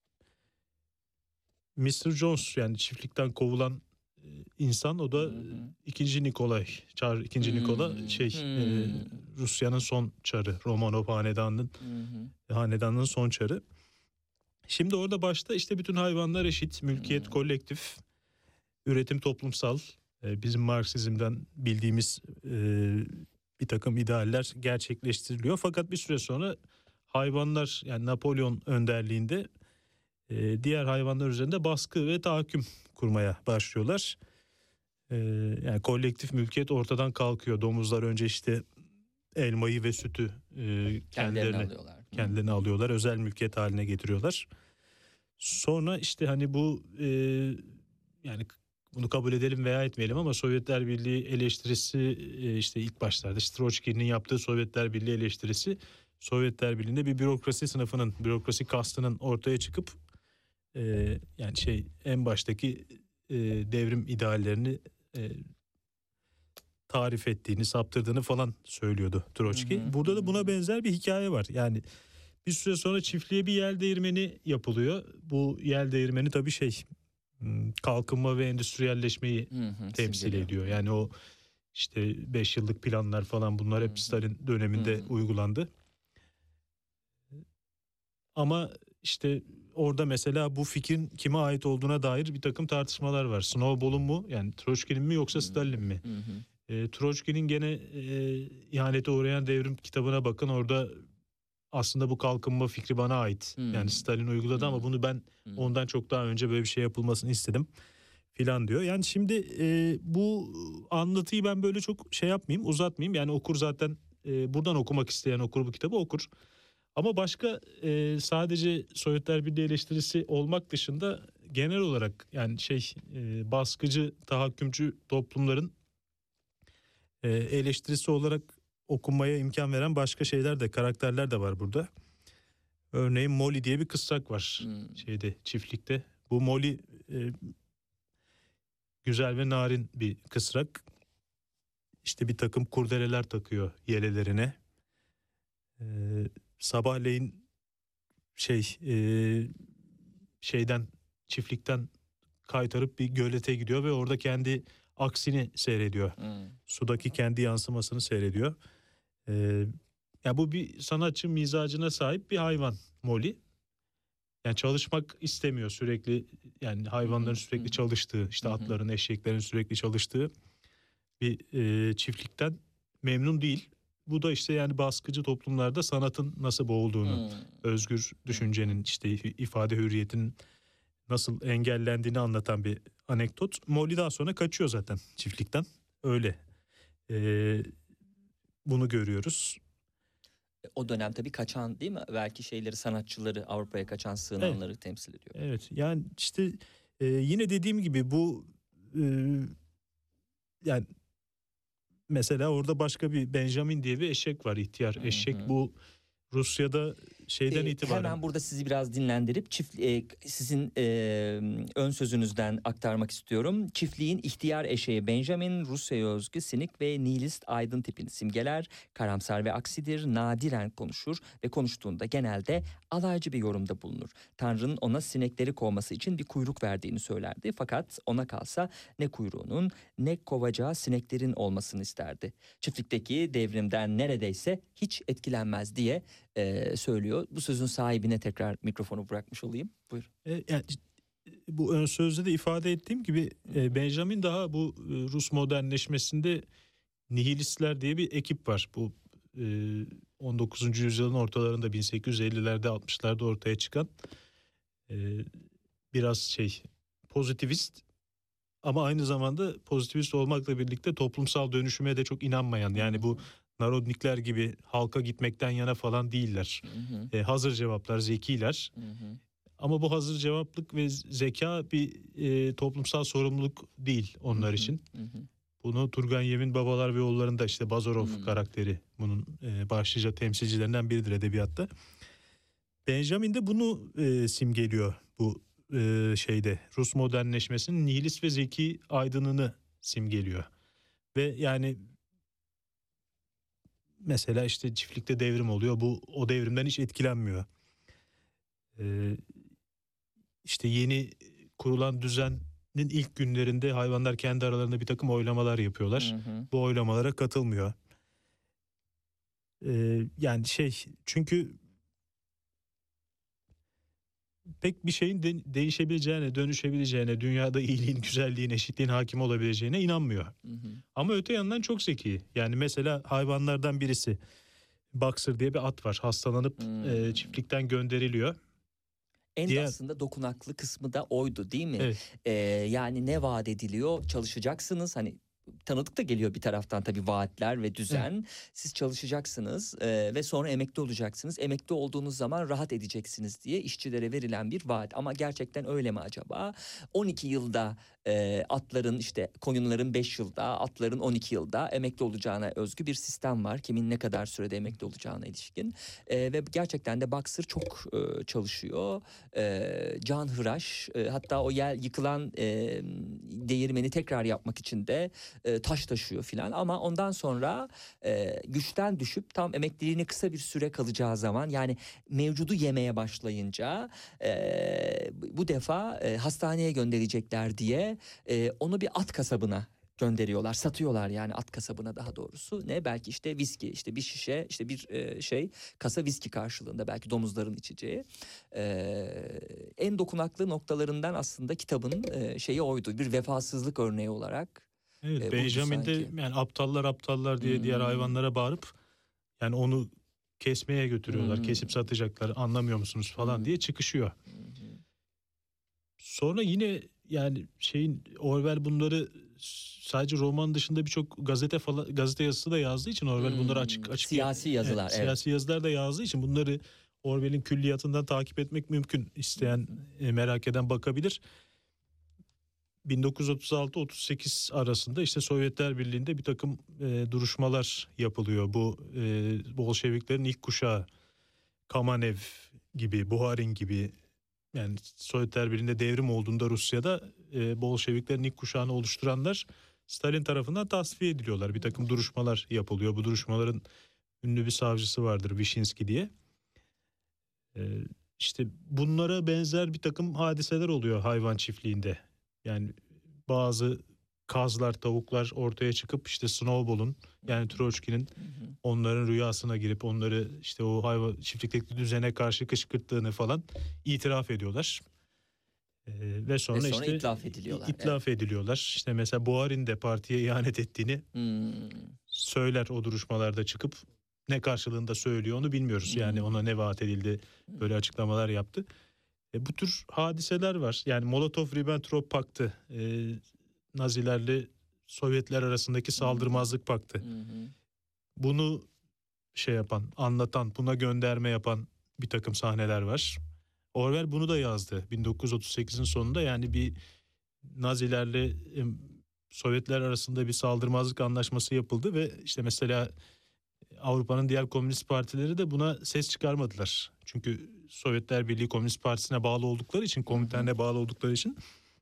mister Jones yani çiftlikten kovulan e, insan o da Hı hı. ikinci Nikolay, Çar ikinci Nikola şey Hmm. e, Rusya'nın son çarı, Romanov hanedanının Hı hı. hanedanının son çarı. Şimdi orada başta işte bütün hayvanlar eşit, mülkiyet Hmm. kolektif, üretim toplumsal, e, bizim Marksizm'den bildiğimiz e, bir takım idealler gerçekleştiriliyor. Fakat bir süre sonra hayvanlar yani Napolyon önderliğinde e, diğer hayvanlar üzerinde baskı ve tahakküm kurmaya başlıyorlar. E, yani kolektif mülkiyet ortadan kalkıyor. Domuzlar önce işte elmayı ve sütü e, Kendilerini kendilerine alıyorlar. Hı. kendilerine alıyorlar, özel mülkiyet haline getiriyorlar. Sonra işte hani bu e, yani bunu kabul edelim veya etmeyelim ama Sovyetler Birliği eleştirisi e, işte ilk başlarda Troçki'nin yaptığı Sovyetler Birliği eleştirisi Sovyetler Birliği'nde bir bürokrasi sınıfının, bürokrasi kastının ortaya çıkıp e, yani şey en baştaki e, devrim ideallerini e, tarif ettiğini, saptırdığını falan söylüyordu Troçki. Hı hı, Burada hı da buna hı. benzer bir hikaye var. Yani bir süre sonra çiftliğe bir yel değirmeni yapılıyor. Bu yel değirmeni tabii şey hmm, kalkınma ve endüstriyelleşmeyi Hı hı, temsil simgeliyor. ediyor. Yani o işte beş yıllık planlar falan bunlar Hı hep hı. Stalin döneminde Hı hı. uygulandı. Ama işte orada mesela bu fikrin kime ait olduğuna dair bir takım tartışmalar var. Snowball'un mu yani Troçki'nin mi yoksa Stalin mi? Hı hı. E, Troçki'nin gene e, ihanete uğrayan devrim kitabına bakın orada aslında bu kalkınma fikri bana ait. Hmm. Yani Stalin uyguladı ama Hmm. bunu ben Hmm. ondan çok daha önce böyle bir şey yapılmasını istedim filan diyor. Yani şimdi e, bu anlatıyı ben böyle çok şey yapmayayım, uzatmayayım. Yani okur zaten e, buradan okumak isteyen okur bu kitabı okur. Ama başka e, sadece Sovyetler Birliği eleştirisi olmak dışında genel olarak yani şey e, baskıcı, tahakkümcü toplumların e, eleştirisi olarak okunmaya imkan veren başka şeyler de karakterler de var burada. Örneğin Molly diye bir kısrak var Hmm. şeyde çiftlikte. Bu Molly e, güzel ve narin bir kısrak. İşte bir takım kurdeleler takıyor yelelerine. E, sabahleyin şey e, şeyden çiftlikten kaytarıp bir gölete gidiyor ve orada kendi aksini seyrediyor. Hmm. Sudaki kendi yansımasını seyrediyor. E, ya bu bir sanatçı mizacına sahip bir hayvan Molly. Yani çalışmak istemiyor sürekli yani hayvanların Hı hı, sürekli hı. çalıştığı işte Hı hı. atların eşeklerin sürekli çalıştığı bir e, çiftlikten memnun değil. Bu da işte yani baskıcı toplumlarda sanatın nasıl boğulduğunu, Hmm. özgür Hı hı. düşüncenin işte ifade hürriyetinin nasıl engellendiğini anlatan bir anekdot. Molly daha sonra kaçıyor zaten çiftlikten. Öyle e, bunu görüyoruz. O dönem tabii kaçan değil mi? Belki şeyleri sanatçıları Avrupa'ya kaçan Evet. sığınanları temsil ediyor. Evet yani işte e, yine dediğim gibi bu e, yani mesela orada başka bir Benjamin diye bir eşek var ihtiyar Hı eşek. hı. Bu Rusya'da şeyden Ee, itibaren. Hemen burada sizi biraz dinlendirip çift e, sizin e, ön sözünüzden aktarmak istiyorum. Çiftliğin ihtiyar eşeği Benjamin, Rusya'ya özgü sinik ve nihilist aydın tipini simgeler. Karamsar ve aksidir, nadiren konuşur ve konuştuğunda genelde alaycı bir yorumda bulunur. Tanrı'nın ona sinekleri kovması için bir kuyruk verdiğini söylerdi. Fakat ona kalsa ne kuyruğunun ne kovacağı sineklerin olmasını isterdi. Çiftlikteki devrimden neredeyse hiç etkilenmez diye e, söylüyor. Bu sözün sahibine tekrar mikrofonu bırakmış olayım. Buyur. E, yani bu ön sözde de ifade ettiğim gibi e, Benjamin daha bu e, Rus modernleşmesinde nihilistler diye bir ekip var. Bu e, on dokuzuncu yüzyılın ortalarında bin sekiz yüz ellilerde altmışlarda ortaya çıkan e, biraz şey pozitivist ama aynı zamanda pozitivist olmakla birlikte toplumsal dönüşüme de çok inanmayan, yani bu narodnikler gibi halka gitmekten yana falan değiller. Hı hı, E, hazır cevaplar, zekiler. hı hı. Ama bu hazır cevaplık ve zeka bir e, toplumsal sorumluluk değil onlar için. Hı hı. Bunu Turgenev'in Babalar ve Oğulları'nda işte Bazarov Hmm. karakteri bunun e, başlıca temsilcilerinden biridir edebiyatta. Benjamin de bunu e, simgeliyor bu e, şeyde. Rus modernleşmesinin nihilist ve zeki aydınını simgeliyor. Ve yani mesela işte çiftlikte devrim oluyor. Bu o devrimden hiç etkilenmiyor. E, işte yeni kurulan düzenin ilk günlerinde hayvanlar kendi aralarında bir takım oylamalar yapıyorlar. Hı hı. Bu oylamalara katılmıyor. Ee, yani şey, çünkü pek bir şeyin de- değişebileceğine, dönüşebileceğine, dünyada iyiliğin, güzelliğin, eşitliğin hakim olabileceğine inanmıyor. Hı hı. Ama öte yandan çok zeki. Yani mesela hayvanlardan birisi, Boxer diye bir at var. Hastalanıp Hmm. e, çiftlikten gönderiliyor. En Diğer- aslında dokunaklı kısmı da oydu değil mi? Evet. Ee, yani ne vaat ediliyor? Çalışacaksınız. Hani tanıdık da geliyor bir taraftan tabii vaatler ve düzen. Siz çalışacaksınız e, ve sonra emekli olacaksınız. Emekli olduğunuz zaman rahat edeceksiniz diye işçilere verilen bir vaat. Ama gerçekten öyle mi acaba? on iki yılda e, atların işte koyunların beş yılda, atların on iki yılda emekli olacağına özgü bir sistem var. Kimin ne kadar sürede emekli olacağına ilişkin. E, ve gerçekten de Boxer çok e, çalışıyor. E, canhıraş, e, hatta o yer yıkılan e, değirmeni tekrar yapmak için de e, taş taşıyor filan. Ama ondan sonra e, güçten düşüp tam emekliliğini kısa bir süre kalacağı zaman, yani mevcudu yemeye başlayınca e, bu defa e, hastaneye gönderecekler diye e, onu bir at kasabına gönderiyorlar, satıyorlar yani at kasabına daha doğrusu. Ne? Belki işte viski, işte bir şişe, işte bir e, şey kasa viski karşılığında, belki domuzların içeceği. E, en dokunaklı noktalarından aslında kitabın e, şeyi oydu. Bir vefasızlık örneği olarak. Evet, E, buydu Benjamin de sanki. yani aptallar aptallar diye diğer Hmm. hayvanlara bağırıp yani onu kesmeye götürüyorlar. Hmm. Kesip satacaklar, anlamıyor musunuz falan Hmm. diye çıkışıyor. Hı hı. Sonra yine yani şeyin, Orwell bunları sadece roman dışında birçok gazete falan, gazete yazısı da yazdığı için Orwell bunları açık Hmm. açık Siyasi yazılar, evet. siyasi yazılar da yazdığı için bunları Orwell'in külliyatından takip etmek mümkün. İsteyen, e, merak eden bakabilir. bin dokuz yüz otuz altı otuz sekiz arasında işte Sovyetler Birliği'nde bir takım e, duruşmalar yapılıyor. Bu e, Bolşeviklerin ilk kuşağı, Kamenev gibi, Buharin gibi, yani Sovyetler Birliği'nde devrim olduğunda Rusya'da e, Bolşeviklerin ilk kuşağını oluşturanlar Stalin tarafından tasfiye ediliyorlar. Bir takım duruşmalar yapılıyor. Bu duruşmaların ünlü bir savcısı vardır, Vyshinsky diye. E, işte bunlara benzer bir takım hadiseler oluyor hayvan çiftliğinde. Yani bazı kazlar, tavuklar ortaya çıkıp işte Snowball'un, yani Troçki'nin Hı hı. onların rüyasına girip onları işte o hayvan çiftlikteki düzene karşı kışkırttığını falan itiraf ediyorlar. Ee, ve sonra, Ve sonra işte itlaf ediliyorlar, itlaf ediliyorlar. İşte mesela Buharin de partiye ihanet ettiğini Hmm. söyler o duruşmalarda çıkıp. Ne karşılığında söylüyor onu bilmiyoruz. Yani Hmm. ona ne vaat edildi, böyle açıklamalar yaptı. E, bu tür hadiseler var. Yani Molotov-Ribbentrop Paktı, e, Nazilerle Sovyetler arasındaki saldırmazlık paktı. Hı hı. Bunu şey yapan, anlatan, buna gönderme yapan bir takım sahneler var. Orwell bunu da yazdı bin dokuz yüz otuz sekizin sonunda. Yani bir Nazilerle e, Sovyetler arasında bir saldırmazlık anlaşması yapıldı ve işte mesela Avrupa'nın diğer komünist partileri de buna ses çıkarmadılar. Çünkü Sovyetler Birliği Komünist Partisi'ne bağlı oldukları için, Komintern'e bağlı oldukları için,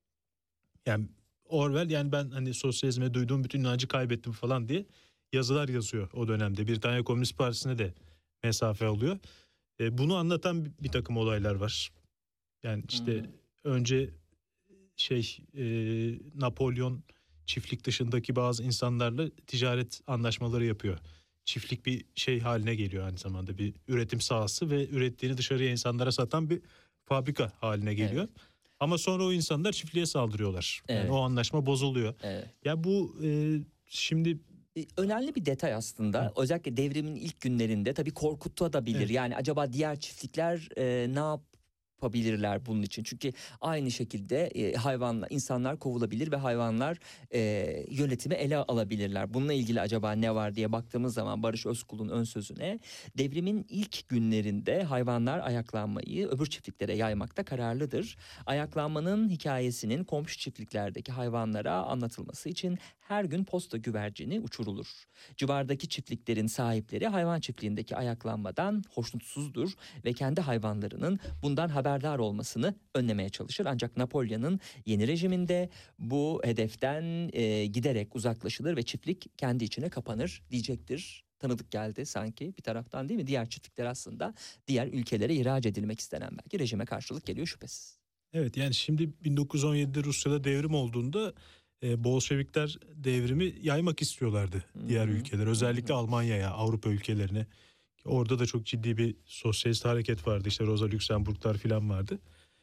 yani Orwell, yani ben hani sosyalizme duyduğum bütün inancı kaybettim falan diye yazılar yazıyor o dönemde. Britanya Komünist Partisi'ne de mesafe alıyor. E, bunu anlatan bir, bir takım olaylar var. Yani işte Hı hı. önce şey e, Napolyon çiftlik dışındaki bazı insanlarla ticaret anlaşmaları yapıyor. Çiftlik bir şey haline geliyor, aynı zamanda bir üretim sahası ve ürettiğini dışarıya insanlara satan bir fabrika haline geliyor. Evet. Ama sonra o insanlar çiftliğe saldırıyorlar. Yani Evet. o anlaşma bozuluyor. Evet. Ya bu e, şimdi E, Önemli bir detay aslında. Hı. Özellikle devrimin ilk günlerinde tabii korkutabilir. Evet. Yani acaba diğer çiftlikler e, ne yapabilirler bunun için? Çünkü aynı şekilde e, hayvanlar, insanlar kovulabilir ve hayvanlar e, yönetimi ele alabilirler. Bununla ilgili acaba ne var diye baktığımız zaman Barış Özkul'un ön sözüne, devrimin ilk günlerinde hayvanlar ayaklanmayı öbür çiftliklere yaymakta kararlıdır. Ayaklanmanın hikayesinin komşu çiftliklerdeki hayvanlara anlatılması için her gün posta güvercini uçurulur. Civardaki çiftliklerin sahipleri hayvan çiftliğindeki ayaklanmadan hoşnutsuzdur ve kendi hayvanlarının bundan haberdar olmasını önlemeye çalışır. Ancak Napolyon'un yeni rejiminde bu hedeften e, giderek uzaklaşılır ve çiftlik kendi içine kapanır diyecektir. Tanıdık geldi sanki bir taraftan, değil mi? Diğer çiftlikler aslında diğer ülkelere ihraç edilmek istenen belki rejime karşılık geliyor şüphesiz. evet, yani şimdi bin dokuz yüz on yedide Rusya'da devrim olduğunda e, Bolşevikler devrimi yaymak istiyorlardı diğer Hı hı. ülkeler. Özellikle Almanya'ya, Avrupa ülkelerine. Orada da çok ciddi bir sosyalist hareket vardı. İşte Rosa Luxemburglar falan vardı.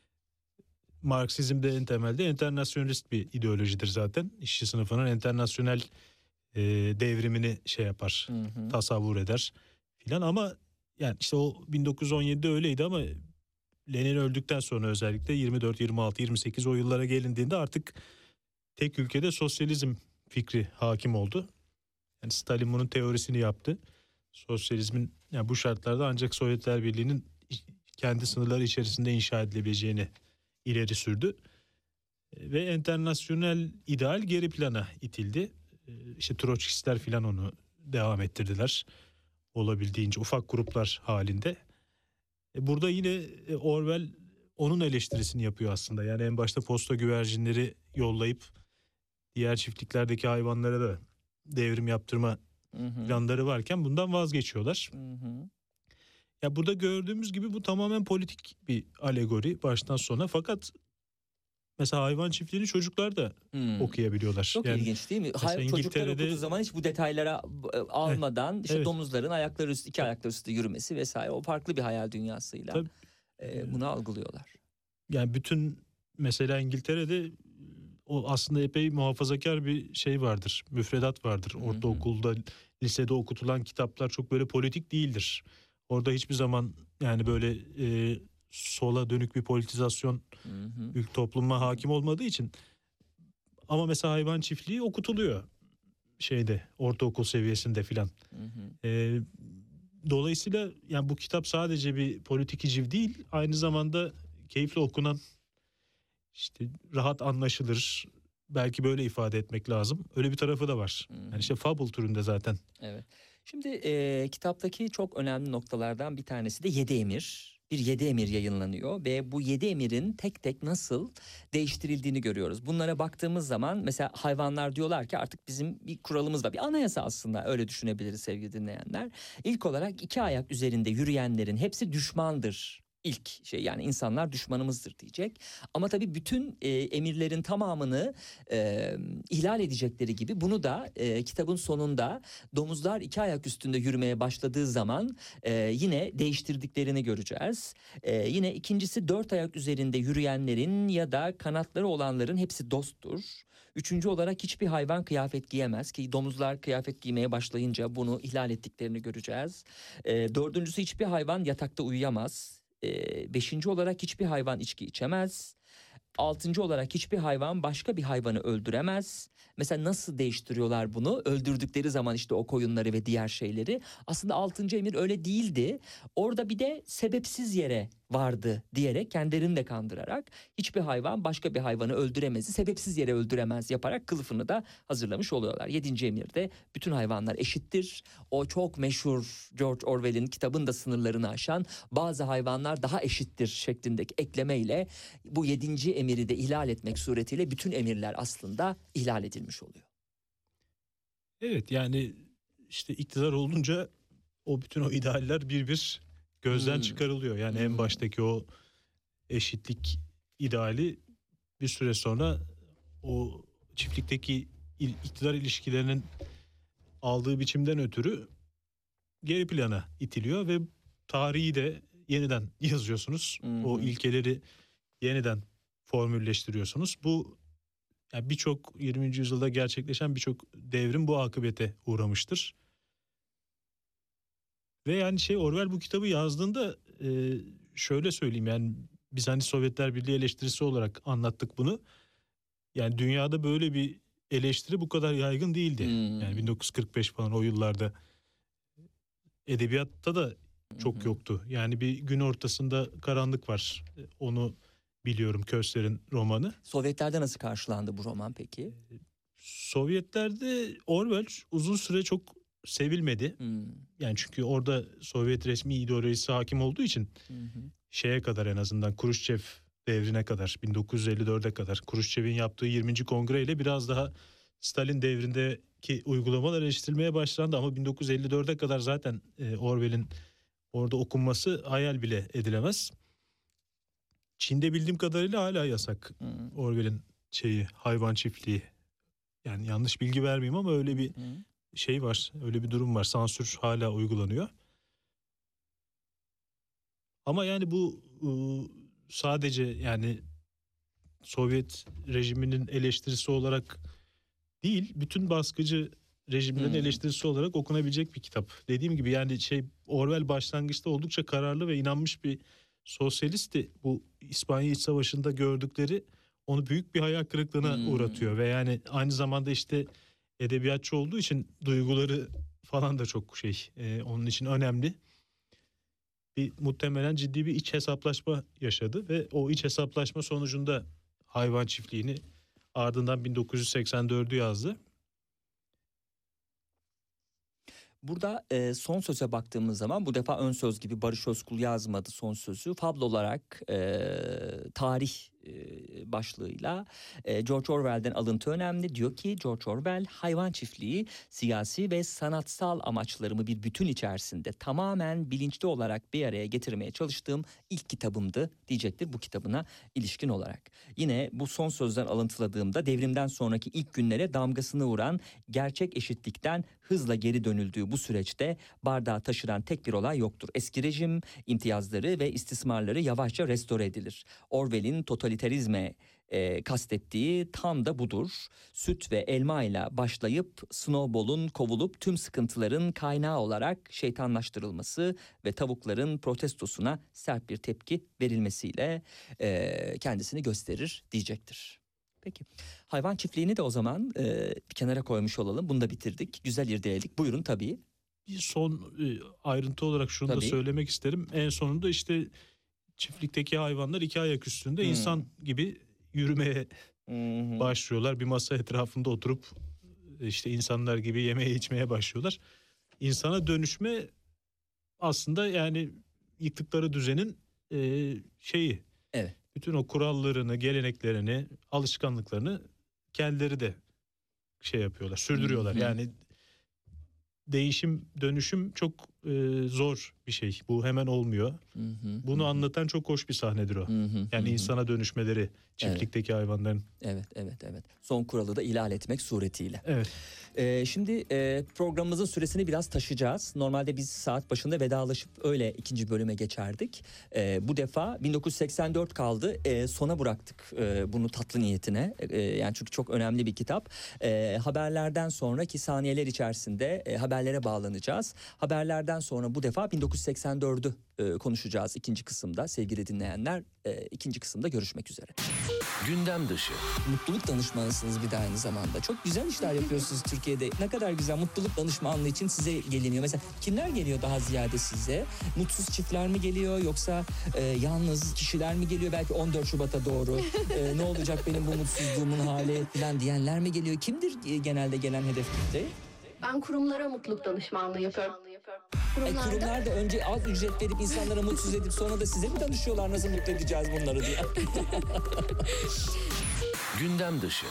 Marksizm de en temelde enternasyonalist bir ideolojidir zaten. İşçi sınıfının enternasyonel e, devrimini şey yapar, Hı hı. tasavvur eder filan. Ama yani işte o bin dokuz yüz on yedide öyleydi ama Lenin öldükten sonra özellikle yirmi dört, yirmi altı, yirmi sekiz o yıllara gelindiğinde artık tek ülkede sosyalizm fikri hakim oldu. Yani Stalin bunun teorisini yaptı. Sosyalizmin yani bu şartlarda ancak Sovyetler Birliği'nin kendi sınırları içerisinde inşa edilebileceğini ileri sürdü. Ve enternasyonel ideal geri plana itildi. İşte Troçkistler filan onu devam ettirdiler. Olabildiğince ufak gruplar halinde. Burada yine Orwell onun eleştirisini yapıyor aslında. Yani en başta posta güvercinleri yollayıp diğer çiftliklerdeki hayvanlara da devrim yaptırma Hı hı. planları varken bundan vazgeçiyorlar. Hı hı. Ya burada gördüğümüz gibi bu tamamen politik bir alegori baştan sona. Fakat mesela hayvan çiftliğini çocuklar da Hmm. okuyabiliyorlar. Çok yani ilginç değil mi? mesela Hayır, çocuklar İngiltere'de- okuduğu zaman hiç bu detaylara e, almadan işte evet. domuzların ayakları üstü, iki ayakları üstü yürümesi vesaire, o farklı bir hayal dünyasıyla Tabii. e, bunu algılıyorlar. Yani bütün mesela İngiltere'de o aslında epey muhafazakar bir şey vardır. Müfredat vardır. Hı hı. Ortaokulda, lisede okutulan kitaplar çok böyle politik değildir. Orada hiçbir zaman yani böyle e, sola dönük bir politizasyon Hı hı. büyük topluma hakim olmadığı için. Ama mesela hayvan çiftliği okutuluyor şeyde, ortaokul seviyesinde filan. Hı hı. E, dolayısıyla yani bu kitap sadece bir politik hiciv değil, aynı zamanda keyifli okunan, işte rahat anlaşılır, belki böyle ifade etmek lazım. Öyle bir tarafı da var. Hı hı. Yani işte fable türünde zaten. Evet. Şimdi e, kitaptaki çok önemli noktalardan bir tanesi de Yedi Emir. Bir Yedi Emir yayınlanıyor ve bu Yedi Emir'in tek tek nasıl değiştirildiğini görüyoruz. Bunlara baktığımız zaman mesela hayvanlar diyorlar ki artık bizim bir kuralımız var. Bir anayasa aslında, öyle düşünebiliriz sevgili dinleyenler. İlk olarak iki ayak üzerinde yürüyenlerin hepsi düşmandır. İlk şey, yani insanlar düşmanımızdır diyecek. Ama tabii bütün e, emirlerin tamamını e, ihlal edecekleri gibi bunu da e, kitabın sonunda domuzlar iki ayak üstünde yürümeye başladığı zaman e, yine değiştirdiklerini göreceğiz. E, yine ikincisi, dört ayak üzerinde yürüyenlerin ya da kanatları olanların hepsi dosttur. Üçüncü olarak hiçbir hayvan kıyafet giyemez ki domuzlar kıyafet giymeye başlayınca bunu ihlal ettiklerini göreceğiz. E, dördüncüsü, hiçbir hayvan yatakta uyuyamaz. E, beşinci olarak hiçbir hayvan içki içemez. Altıncı olarak hiçbir hayvan başka bir hayvanı öldüremez. Mesela nasıl değiştiriyorlar bunu? Öldürdükleri zaman işte o koyunları ve diğer şeyleri. Aslında altıncı emir öyle değildi. Orada bir de sebepsiz yere vardı diyerek kendilerini de kandırarak hiçbir hayvan başka bir hayvanı öldüremezi, sebepsiz yere öldüremez yaparak kılıfını da hazırlamış oluyorlar. Yedinci emirde bütün hayvanlar eşittir. O çok meşhur George Orwell'in kitabında sınırlarını aşan bazı hayvanlar daha eşittir şeklindeki eklemeyle bu yedinci emiri de ihlal etmek suretiyle bütün emirler aslında ihlal edilmiş oluyor. Evet, yani işte iktidar olunca o bütün o idealler bir bir gözden Hmm. çıkarılıyor. Yani Hmm. en baştaki o eşitlik ideali bir süre sonra o çiftlikteki il- iktidar ilişkilerinin aldığı biçimden ötürü geri plana itiliyor ve tarihi de yeniden yazıyorsunuz. Hmm. O ilkeleri yeniden formülleştiriyorsunuz. Bu yani birçok yirminci yüzyılda gerçekleşen birçok devrim bu akıbete uğramıştır. Ve yani şey Orwell bu kitabı yazdığında e, şöyle söyleyeyim, yani biz hani Sovyetler Birliği eleştirisi olarak anlattık bunu. Yani dünyada böyle bir eleştiri bu kadar yaygın değildi. Hmm. Yani bin dokuz yüz kırk beş falan o yıllarda edebiyatta da çok Hı hı. yoktu. Yani bir gün ortasında karanlık var. Onu biliyorum, Köstler'in romanı. Sovyetlerde nasıl karşılandı bu roman peki? Sovyetlerde Orwell uzun süre çok sevilmedi. Hmm. Yani çünkü orada Sovyet resmi ideolojisi hakim olduğu için Hı hı. şeye kadar, en azından Kruşçev devrine kadar, bin dokuz yüz elli dörde kadar Kruşçev'in yaptığı yirminci kongre ile biraz daha Stalin devrindeki uygulamalar eleştirilmeye başlandı ama bin dokuz yüz elli dörde kadar zaten e, Orwell'in orada okunması hayal bile edilemez. Çin'de bildiğim kadarıyla hala yasak Hı. Orwell'in şeyi, hayvan çiftliği. Yani yanlış bilgi vermeyeyim ama öyle bir Hı. şey var, öyle bir durum var. Sansür hala uygulanıyor. Ama yani bu ıı, sadece yani Sovyet rejiminin eleştirisi olarak değil, bütün baskıcı rejimlerin Hmm. eleştirisi olarak okunabilecek bir kitap. Dediğim gibi yani şey Orwell başlangıçta oldukça kararlı ve inanmış bir sosyalisti. Bu İspanya İç Savaşı'nda gördükleri onu büyük bir hayal kırıklığına Hmm. uğratıyor ve yani aynı zamanda işte edebiyatçı olduğu için duyguları falan da çok şey e, onun için önemli. Bir muhtemelen ciddi bir iç hesaplaşma yaşadı ve o iç hesaplaşma sonucunda hayvan çiftliğini, ardından bin dokuz yüz seksen dördü yazdı. Burada e, son söze baktığımız zaman bu defa ön söz gibi Barış Özkul yazmadı son sözü. Fablo olarak e, tarih e, başlığıyla e, George Orwell'den alıntı önemli. Diyor ki George Orwell, hayvan çiftliği siyasi ve sanatsal amaçlarımı bir bütün içerisinde tamamen bilinçli olarak bir araya getirmeye çalıştığım ilk kitabımdı diyecektir bu kitabına ilişkin olarak. Yine bu son sözden alıntıladığımda devrimden sonraki ilk günlere damgasını vuran gerçek eşitlikten hızla geri dönüldüğü bu süreçte bardağı taşıran tek bir olay yoktur. Eski rejim imtiyazları ve istismarları yavaşça restore edilir. Orwell'in totalitarizme e, kastettiği tam da budur. Süt ve elma ile başlayıp snowball'un kovulup tüm sıkıntıların kaynağı olarak şeytanlaştırılması ve tavukların protestosuna sert bir tepki verilmesiyle e, kendisini gösterir diyecektir. Peki hayvan çiftliğini de o zaman e, bir kenara koymuş olalım. Bunu da bitirdik. Güzel irdeledik. Buyurun tabii. Bir son e, ayrıntı olarak şunu Tabii. da söylemek isterim. En sonunda işte çiftlikteki hayvanlar iki ayak üstünde Hmm. insan gibi yürümeye Hı-hı. başlıyorlar. Bir masa etrafında oturup işte insanlar gibi yemeye içmeye başlıyorlar. İnsana dönüşme aslında yani yıktıkları düzenin e, şeyi. Evet. Bütün o kurallarını, geleneklerini, alışkanlıklarını kendileri de şey yapıyorlar, sürdürüyorlar. Hı hı. Yani değişim, dönüşüm çok e, zor bir şey. Bu hemen olmuyor. Hı hı, Bunu hı hı. anlatan çok hoş bir sahnedir o. Hı hı, Yani hı hı. insana dönüşmeleri çiftlikteki hayvanların. Evet, evet, evet. Son kuralı da ihlal etmek suretiyle. Evet. Ee, şimdi e, programımızın süresini biraz taşıyacağız. Normalde biz saat başında vedalaşıp öyle ikinci bölüme geçerdik. Ee, bu defa bin dokuz yüz seksen dört kaldı. Ee, sona bıraktık e, bunu tatlı niyetine. Ee, yani çünkü çok önemli bir kitap. Ee, haberlerden sonraki saniyeler içerisinde e, haberlere bağlanacağız. Haberlerden Haberlerden sonra bu defa bin dokuz yüz seksen dördü e, konuşacağız ikinci kısımda sevgili dinleyenler. E, ikinci kısımda görüşmek üzere. Gündem dışı. Mutluluk danışmanısınız bir de aynı zamanda. Çok güzel işler yapıyorsunuz Türkiye'de. Ne kadar güzel, mutluluk danışmanlığı için size geliniyor. Mesela kimler geliyor daha ziyade size? Mutsuz çiftler mi geliyor yoksa e, yalnız kişiler mi geliyor? Belki on dört Şubat'a doğru e, ne olacak benim bu mutsuzluğumun hali falan diyenler mi geliyor? Kimdir e, genelde gelen hedef kitle? Ben kurumlara mutluluk danışmanlığı yapıyorum. E, Kurumlarda kurumlar da önce az ücret verip insanlara mutsuz edip sonra da size mi danışıyorlar nasıl mutlu edeceğiz bunları diye? Gündem dışı.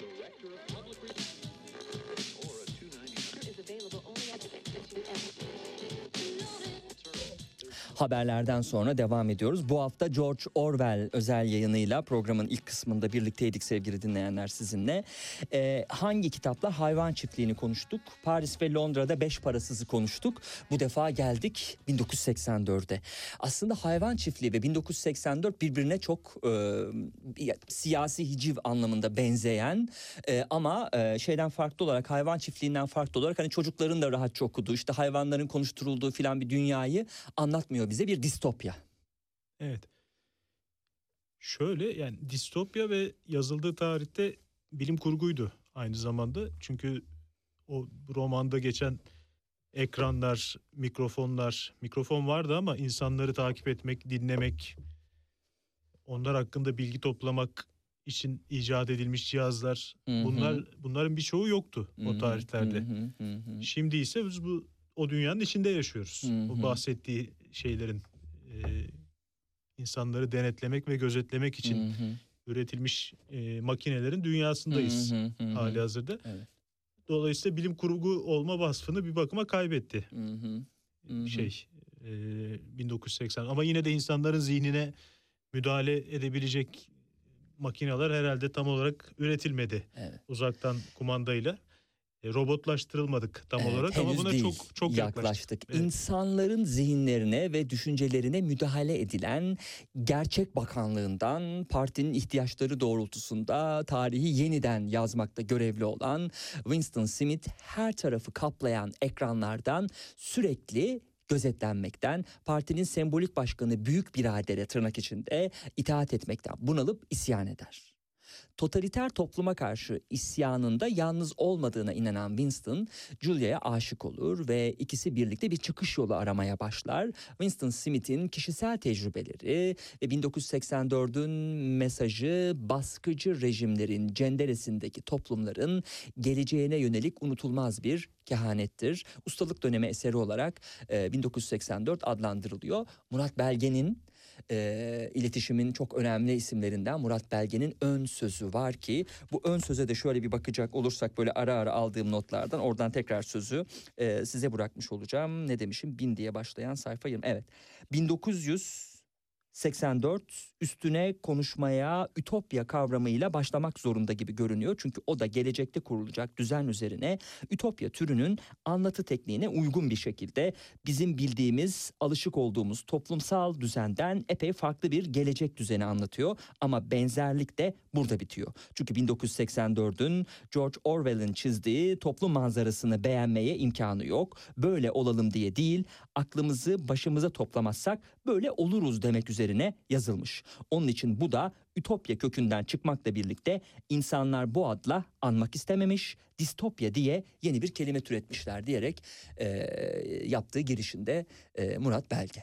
Haberlerden sonra devam ediyoruz. Bu hafta George Orwell özel yayınıyla programın ilk kısmında birlikteydik sevgili dinleyenler sizinle. Ee, hangi kitapla? Hayvan Çiftliği'ni konuştuk. Paris ve Londra'da Beş Parasız'ı konuştuk. Bu defa geldik bin dokuz yüz seksen dörde. Aslında Hayvan Çiftliği ve bin dokuz yüz seksen dört birbirine çok e, siyasi hiciv anlamında benzeyen e, ama e, şeyden farklı olarak, Hayvan Çiftliği'nden farklı olarak hani çocukların da rahatça okuduğu, işte hayvanların konuşturulduğu filan bir dünyayı anlatmıyor bize, bir distopya. Evet. Şöyle, yani distopya ve yazıldığı tarihte bilim kurguydu aynı zamanda. Çünkü o romanda geçen ekranlar, mikrofonlar, mikrofon vardı ama insanları takip etmek, dinlemek, onlar hakkında bilgi toplamak için icat edilmiş cihazlar, Hı hı. bunlar bunların birçoğu yoktu Hı o hı, tarihlerde. hı hı, hı hı. Şimdi ise biz bu o dünyanın içinde yaşıyoruz. Hı hı. Bu bahsettiği şeylerin e, insanları denetlemek ve gözetlemek için Hı hı. üretilmiş e, makinelerin dünyasındayız Hı hı, hı hı. hali hazırda. Evet. Dolayısıyla bilim kurgu olma vasfını bir bakıma kaybetti. Hı hı. Hı hı. Şey e, bin dokuz yüz seksen, ama yine de insanların zihnine müdahale edebilecek makineler herhalde tam olarak üretilmedi. Evet. Uzaktan kumandayla. E, robotlaştırılmadık tam Evet, olarak ama henüz buna değil, çok çok yaklaştık. yaklaştık. Evet. İnsanların zihinlerine ve düşüncelerine müdahale edilen Gerçek Bakanlığından partinin ihtiyaçları doğrultusunda tarihi yeniden yazmakta görevli olan Winston Smith her tarafı kaplayan ekranlardan sürekli gözetlenmekten, partinin sembolik başkanı büyük biradere tırnak içinde itaat etmekten bunalıp isyan eder. Totaliter topluma karşı isyanında yalnız olmadığına inanan Winston, Julia'ya aşık olur ve ikisi birlikte bir çıkış yolu aramaya başlar. Winston Smith'in kişisel tecrübeleri ve bin dokuz yüz seksen dördün mesajı baskıcı rejimlerin cenderesindeki toplumların geleceğine yönelik unutulmaz bir kehanettir. Ustalık dönemi eseri olarak e, bin dokuz yüz seksen dört adlandırılıyor. Murat Belge'nin E, iletişimin çok önemli isimlerinden Murat Belge'nin ön sözü var ki bu ön söze de şöyle bir bakacak olursak böyle ara ara aldığım notlardan oradan tekrar sözü e, size bırakmış olacağım. Ne demişim? Bin diye başlayan sayfa yirmi. Evet. bin dokuz yüz seksen dört üstüne konuşmaya ütopya kavramıyla başlamak zorunda gibi görünüyor. Çünkü o da gelecekte kurulacak düzen üzerine ütopya türünün anlatı tekniğine uygun bir şekilde bizim bildiğimiz, alışık olduğumuz toplumsal düzenden epey farklı bir gelecek düzeni anlatıyor. Ama benzerlik de burada bitiyor. Çünkü bin dokuz yüz seksen dördün George Orwell'in çizdiği toplum manzarasını beğenmeye imkanı yok. Böyle olalım diye değil, aklımızı başımıza toplamazsak böyle oluruz demek üzerine yazılmış. Onun için bu da ütopya kökünden çıkmakla birlikte insanlar bu adla anmak istememiş, distopya diye yeni bir kelime türetmişler diyerek e, yaptığı girişinde e, Murat Belge.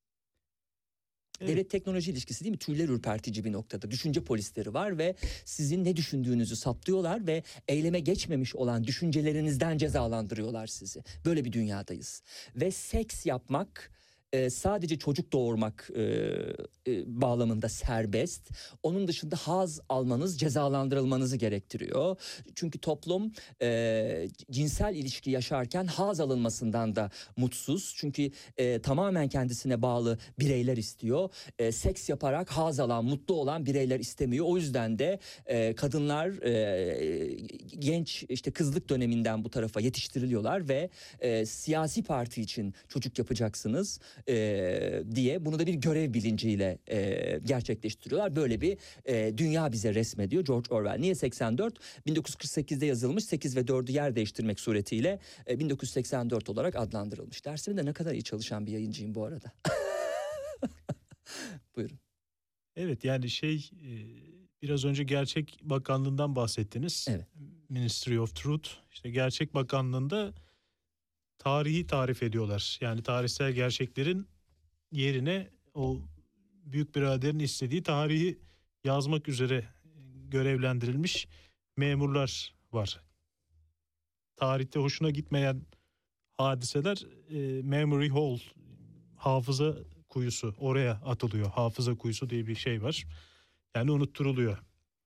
Evet. Devlet teknoloji ilişkisi değil mi? Tüyler ürpertici bir noktada. Düşünce polisleri var ve sizin ne düşündüğünüzü saptıyorlar ve eyleme geçmemiş olan düşüncelerinizden cezalandırıyorlar sizi. Böyle bir dünyadayız. Ve seks yapmak e, sadece çocuk doğurmak e, e, bağlamında serbest. Onun dışında haz almanız cezalandırılmanızı gerektiriyor. Çünkü toplum e, cinsel ilişki yaşarken haz alınmasından da mutsuz. Çünkü e, tamamen kendisine bağlı bireyler istiyor. E, seks yaparak haz alan, mutlu olan bireyler istemiyor. O yüzden de e, kadınlar e, genç işte kızlık döneminden bu tarafa yetiştiriliyorlar ve e, siyasi parti için çocuk yapacaksınız. e, diye bunu da bir görev bilinciyle e, gerçekleştiriyorlar. Böyle bir e, dünya bize resmediyor George Orwell. Niye seksen dört? bin dokuz yüz kırk sekizde yazılmış, sekiz ve dördü yer değiştirmek suretiyle e, bin dokuz yüz seksen dört olarak adlandırılmış. Dersimde ne kadar iyi çalışan bir yayıncıyım bu arada. Buyurun. Evet, yani şey e, biraz önce Gerçek Bakanlığı'ndan bahsettiniz. Evet. Ministry of Truth. İşte Gerçek Bakanlığı'nda tarihi tarif ediyorlar. Yani tarihsel gerçeklerin yerine o büyük biraderin istediği tarihi yazmak üzere görevlendirilmiş memurlar var. Tarihte hoşuna gitmeyen hadiseler e, Memory Hole, hafıza kuyusu, oraya atılıyor. Hafıza kuyusu diye bir şey var. Yani unutturuluyor.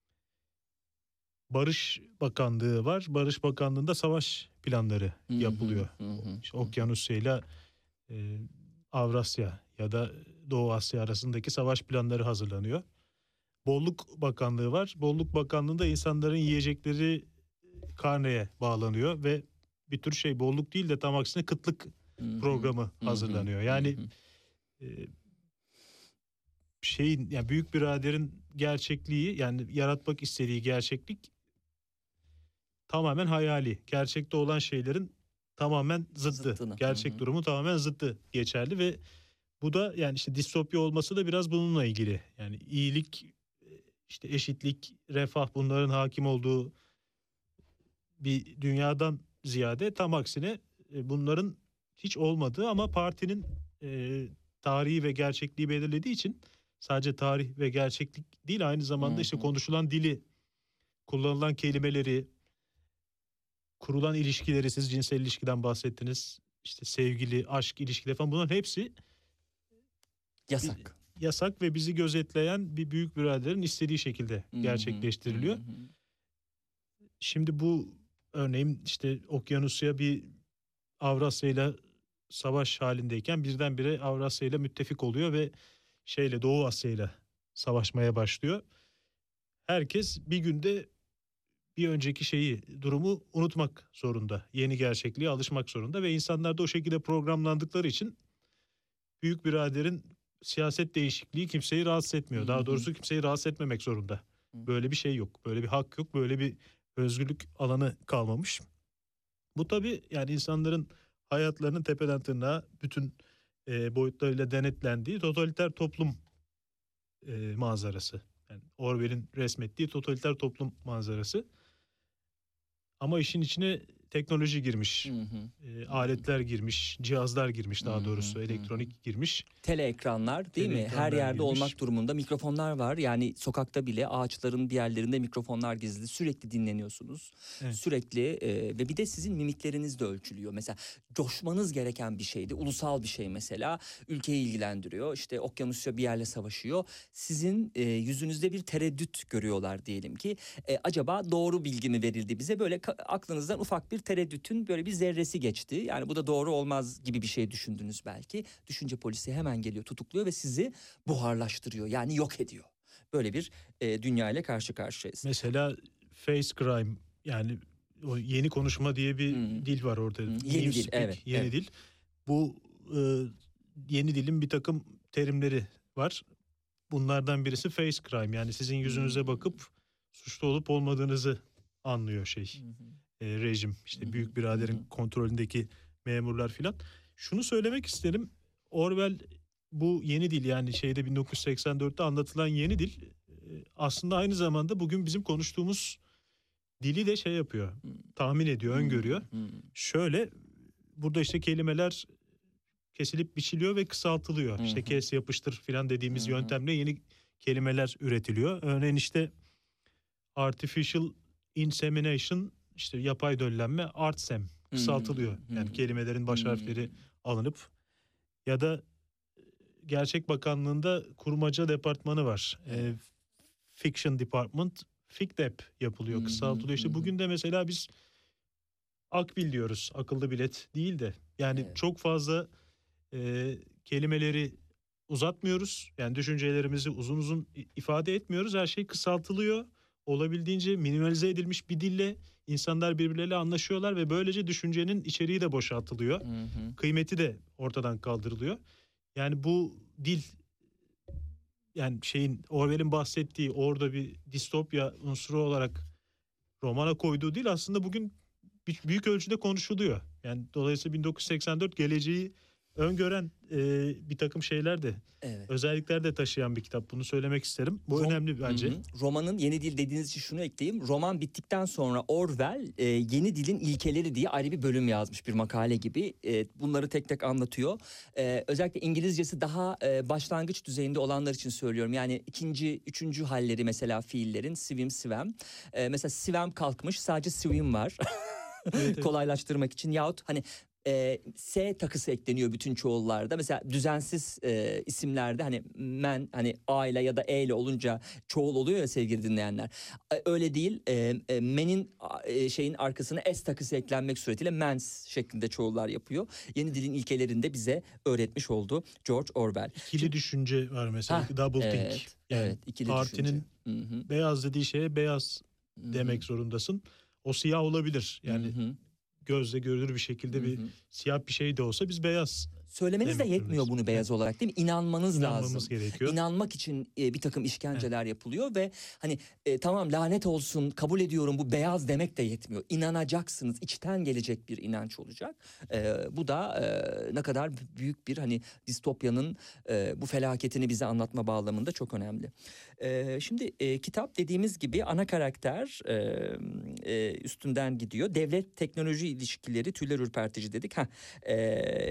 Barış Bakanlığı var. Barış Bakanlığı'nda savaş planları yapılıyor. Hı hı, hı. İşte Okyanusya ile e, Avrasya ya da Doğu Asya arasındaki savaş planları hazırlanıyor. Bolluk Bakanlığı var. Bolluk Bakanlığı'nda insanların yiyecekleri karneye bağlanıyor ve bir tür şey, bolluk değil de tam aksine kıtlık programı hazırlanıyor. Yani e, şeyin, yani büyük biraderin gerçekliği, yani yaratmak istediği gerçeklik tamamen hayali. Gerçekte olan şeylerin tamamen zıttı. Zıttını. Gerçek Hı hı. durumu tamamen zıttı geçerli ve bu da yani işte distopya olması da biraz bununla ilgili. Yani iyilik, işte eşitlik, refah, bunların hakim olduğu bir dünyadan ziyade tam aksine bunların hiç olmadığı ama partinin e, tarihi ve gerçekliği belirlediği için sadece tarih ve gerçeklik değil, aynı zamanda Hı hı. işte konuşulan dili, kullanılan kelimeleri, kurulan ilişkileri, siz cinsel ilişkiden bahsettiniz. İşte sevgili, aşk ilişkileri falan, bunların hepsi Yasak. yasak ve bizi gözetleyen bir büyük biraderin istediği şekilde gerçekleştiriliyor. Hı hı. Şimdi bu örneğin işte Okyanusya bir Avrasya ile savaş halindeyken birdenbire Avrasya ile müttefik oluyor ve şeyle Doğu Asya ile savaşmaya başlıyor. Herkes bir günde bir önceki şeyi, durumu unutmak zorunda. Yeni gerçekliğe alışmak zorunda ve insanlar da o şekilde programlandıkları için büyük biraderin siyaset değişikliği kimseyi rahatsız etmiyor. Daha doğrusu kimseyi rahatsız etmemek zorunda. Böyle bir şey yok. Böyle bir hak yok. Böyle bir özgürlük alanı kalmamış. Bu tabii yani insanların hayatlarının tepeden tırnağa bütün e, boyutlarıyla denetlendiği totaliter toplum e, manzarası. Yani Orwell'in resmettiği totaliter toplum manzarası. Ama işin içine teknoloji girmiş, Hı hı. e, aletler girmiş, cihazlar girmiş, daha Hı hı, doğrusu hı elektronik girmiş. Tele ekranlar değil mi? Her Teleekranlar yerde girmiş. olmak durumunda mikrofonlar var. Yani sokakta bile ağaçların bir yerlerinde mikrofonlar gizli. Sürekli dinleniyorsunuz. Evet. Sürekli e, ve bir de sizin mimikleriniz de ölçülüyor. Mesela coşmanız gereken bir şeydi. Ulusal bir şey mesela. Ülkeyi ilgilendiriyor. İşte Okyanusya bir yerle savaşıyor. Sizin e, yüzünüzde bir tereddüt görüyorlar diyelim ki. E, acaba doğru bilgi mi verildi bize? Böyle ka- aklınızdan ufak bir tereddütün böyle bir zerresi geçti. Yani bu da doğru olmaz gibi bir şey düşündünüz belki. Düşünce polisi hemen geliyor, tutukluyor ve sizi buharlaştırıyor. Yani yok ediyor. Böyle bir e, dünya ile karşı karşıyayız. Mesela face crime, yani o yeni konuşma diye bir Hmm. dil var orada. Hmm, New yeni dil, speak, evet, Yeni evet. dil. Bu e, yeni dilin bir takım terimleri var. Bunlardan birisi face crime. Yani sizin yüzünüze Hmm. bakıp suçlu olup olmadığınızı anlıyor şey. E, rejim, işte Hı hı, büyük biraderin hı hı. kontrolündeki memurlar filan. Şunu söylemek isterim. Orwell bu yeni dil, yani şeyde bin dokuz yüz seksen dörtte anlatılan yeni dil e, aslında aynı zamanda bugün bizim konuştuğumuz dili de şey yapıyor. Tahmin ediyor, öngörüyor. Hmm. Şöyle, burada işte kelimeler kesilip biçiliyor ve kısaltılıyor. Hı İşte hı. kes, yapıştır filan dediğimiz Hı hı. yöntemle yeni kelimeler üretiliyor. Örneğin işte artificial insemination, işte yapay döllenme, artsem kısaltılıyor. Hı hı. Yani kelimelerin baş Hı. harfleri alınıp, ya da Gerçek Bakanlığı'nda kurmaca departmanı var. Evet. E, Fiction Department, FICDEP yapılıyor, Hı hı, kısaltılıyor. İşte hı hı. bugün de mesela biz akbil diyoruz, akıllı bilet değil de. Yani Evet. çok fazla e, kelimeleri uzatmıyoruz. Yani düşüncelerimizi uzun uzun ifade etmiyoruz. Her şey kısaltılıyor. Olabildiğince minimalize edilmiş bir dille insanlar birbirleriyle anlaşıyorlar ve böylece düşüncenin içeriği de boşaltılıyor. Hı hı. Kıymeti de ortadan kaldırılıyor. Yani bu dil, yani şeyin, Orwell'in bahsettiği orada bir distopya unsuru olarak romana koyduğu dil aslında bugün büyük ölçüde konuşuluyor. Yani dolayısıyla bin dokuz yüz seksen dört geleceği öngören e, bir takım şeyler de, Evet. özellikler de taşıyan bir kitap. Bunu söylemek isterim. Bu Rom- önemli bence. Hı hı. Romanın yeni dil dediğiniz için şunu ekleyeyim. Roman bittikten sonra Orwell e, yeni dilin ilkeleri diye ayrı bir bölüm yazmış, bir makale gibi. E, bunları tek tek anlatıyor. E, özellikle İngilizcesi daha e, başlangıç düzeyinde olanlar için söylüyorum. Yani ikinci, üçüncü halleri mesela fiillerin swim, swam. E, mesela swam kalkmış, sadece swim var. Evet, evet. Kolaylaştırmak için, yahut hani e, S takısı ekleniyor bütün çoğullarda. Mesela düzensiz e, isimlerde hani men, hani A ile ya da E ile olunca çoğul oluyor ya sevgili dinleyenler. E, öyle değil. E, e, men'in e, şeyin arkasına S takısı eklenmek suretiyle mens şeklinde çoğullar yapıyor. Yeni dilin ilkelerinde bize öğretmiş oldu George Orwell. İkili Şimdi- düşünce var mesela. Hah, Double evet, think. Yani evet, ikili partinin düşünce. Hı hı, beyaz dediği şeye beyaz hı hı, demek zorundasın. O siyah olabilir. Yani hı hı, gözle görülür bir şekilde hı bir hı. siyah bir şey de olsa biz beyaz Söylemeniz de demek yetmiyor zorundayız. bunu beyaz olarak, değil mi? İnanmanız inanmamız lazım. gerekiyor. İnanmak için e, bir takım işkenceler yapılıyor ve hani e, tamam lanet olsun, kabul ediyorum, bu beyaz demek de yetmiyor. İnanacaksınız, içten gelecek bir inanç olacak. E, bu da e, ne kadar büyük bir hani distopyanın e, bu felaketini bize anlatma bağlamında çok önemli. E, şimdi e, kitap dediğimiz gibi ana karakter e, e, üstünden gidiyor. Devlet teknoloji ilişkileri tüyler ürpertici dedik. Ha. E,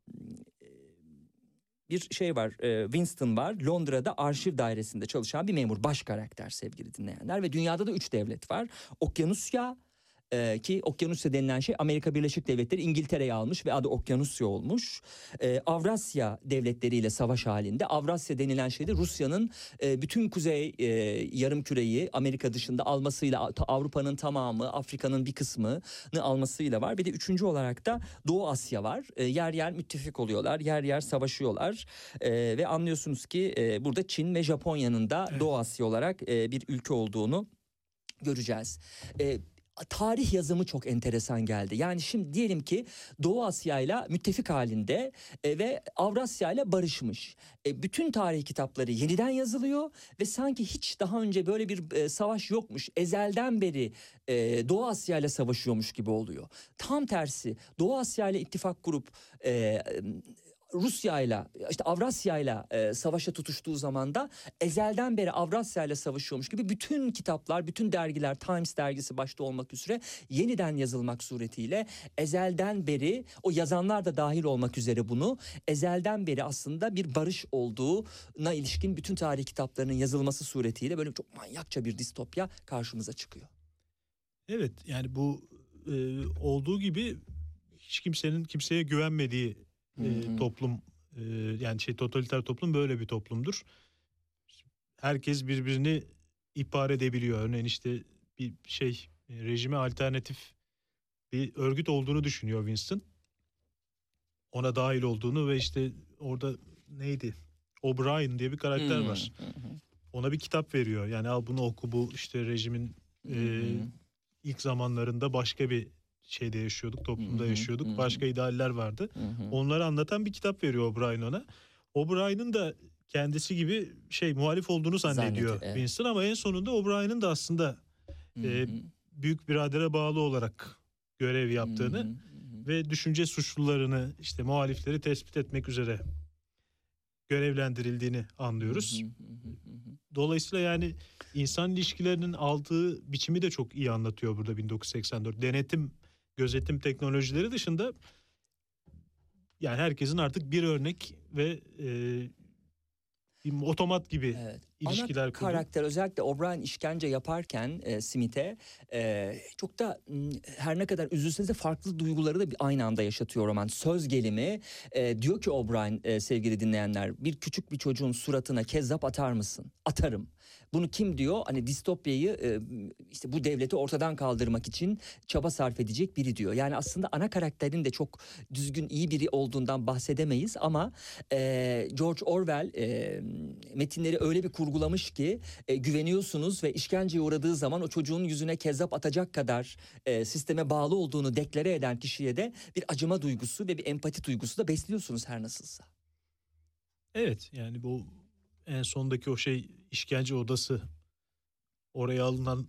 bir şey var, e, Winston var, Londra'da arşiv dairesinde çalışan bir memur, baş karakter sevgili dinleyenler. Ve dünyada da üç devlet var. Okyanusya, e, ki Okyanusya denilen şey Amerika Birleşik Devletleri İngiltere'yi almış ve adı Okyanusya olmuş. E, Avrasya devletleriyle savaş halinde. Avrasya denilen şey de Rusya'nın e, bütün kuzey e, yarımküreyi Amerika dışında almasıyla, Avrupa'nın tamamı, Afrika'nın bir kısmını almasıyla var. Bir de üçüncü olarak da Doğu Asya var. E, yer yer müttefik oluyorlar, yer yer savaşıyorlar. E, ve anlıyorsunuz ki e, burada Çin ve Japonya'nın da Evet. Doğu Asya olarak e, bir ülke olduğunu göreceğiz. E, tarih yazımı çok enteresan geldi. Yani şimdi diyelim ki Doğu Asya ile müttefik halinde e, ve Avrasya ile barışmış. E, bütün tarih kitapları yeniden yazılıyor ve sanki hiç daha önce böyle bir e, savaş yokmuş, ezelden beri e, Doğu Asya ile savaşıyormuş gibi oluyor. Tam tersi, Doğu Asya ile ittifak kurup e, Rusya ile, işte Avrasya ile savaşa tutuştuğu zaman da ezelden beri Avrasya ile savaşıyormuş gibi bütün kitaplar, bütün dergiler, Times dergisi başta olmak üzere yeniden yazılmak suretiyle ezelden beri, o yazanlar da dahil olmak üzere, bunu ezelden beri aslında bir barış olduğuna ilişkin bütün tarih kitaplarının yazılması suretiyle böyle çok manyakça bir distopya karşımıza çıkıyor. Evet, yani bu e, olduğu gibi hiç kimsenin kimseye güvenmediği e, Hı hı. toplum, e, yani şey totaliter toplum böyle bir toplumdur. Herkes birbirini ihbar edebiliyor. Örneğin işte bir şey, e, rejime alternatif bir örgüt olduğunu düşünüyor Winston. Ona dahil olduğunu ve işte orada neydi? O'Brien diye bir karakter Hı var. hı hı. Ona bir kitap veriyor. Yani al bunu oku, bu işte rejimin Hı e, hı. ilk zamanlarında başka bir şeyde yaşıyorduk, toplumda Hı hı, yaşıyorduk. hı hı. Başka idealler vardı. Hı hı. Onları anlatan bir kitap veriyor O'Brien ona. O'Brien'in de kendisi gibi şey muhalif olduğunu zannediyor Zannediyor, evet. Winston, ama en sonunda O'Brien'in de aslında Hı e, hı. büyük biradere bağlı olarak görev yaptığını Hı hı, hı hı. ve düşünce suçlularını, işte muhalifleri tespit etmek üzere görevlendirildiğini anlıyoruz. Hı hı, hı hı, hı hı. Dolayısıyla yani insan ilişkilerinin aldığı biçimi de çok iyi anlatıyor burada bin dokuz yüz seksen dört. Denetim, gözetim teknolojileri dışında yani herkesin artık bir örnek ve e, bir otomat gibi Evet. ilişkiler Ana kurdu. karakter, özellikle O'Brien işkence yaparken e, Smith'e e, çok da m, her ne kadar üzülse de farklı duyguları da bir aynı anda yaşatıyor roman. Söz gelimi e, diyor ki O'Brien, e, sevgili dinleyenler, bir küçük bir çocuğun suratına kezzap atar mısın? Atarım. Bunu kim diyor? Hani distopyayı, e, işte bu devleti ortadan kaldırmak için çaba sarf edecek biri diyor. Yani aslında ana karakterin de çok düzgün, iyi biri olduğundan bahsedemeyiz ama e, George Orwell e, metinleri öyle bir kurgulamış ki e, güveniyorsunuz ve işkenceye uğradığı zaman o çocuğun yüzüne kezzap atacak kadar e, sisteme bağlı olduğunu deklare eden kişiye de bir acıma duygusu ve bir empati duygusu da besliyorsunuz her nasılsa. Evet, yani bu en sondaki o şey işkence odası, oraya alınan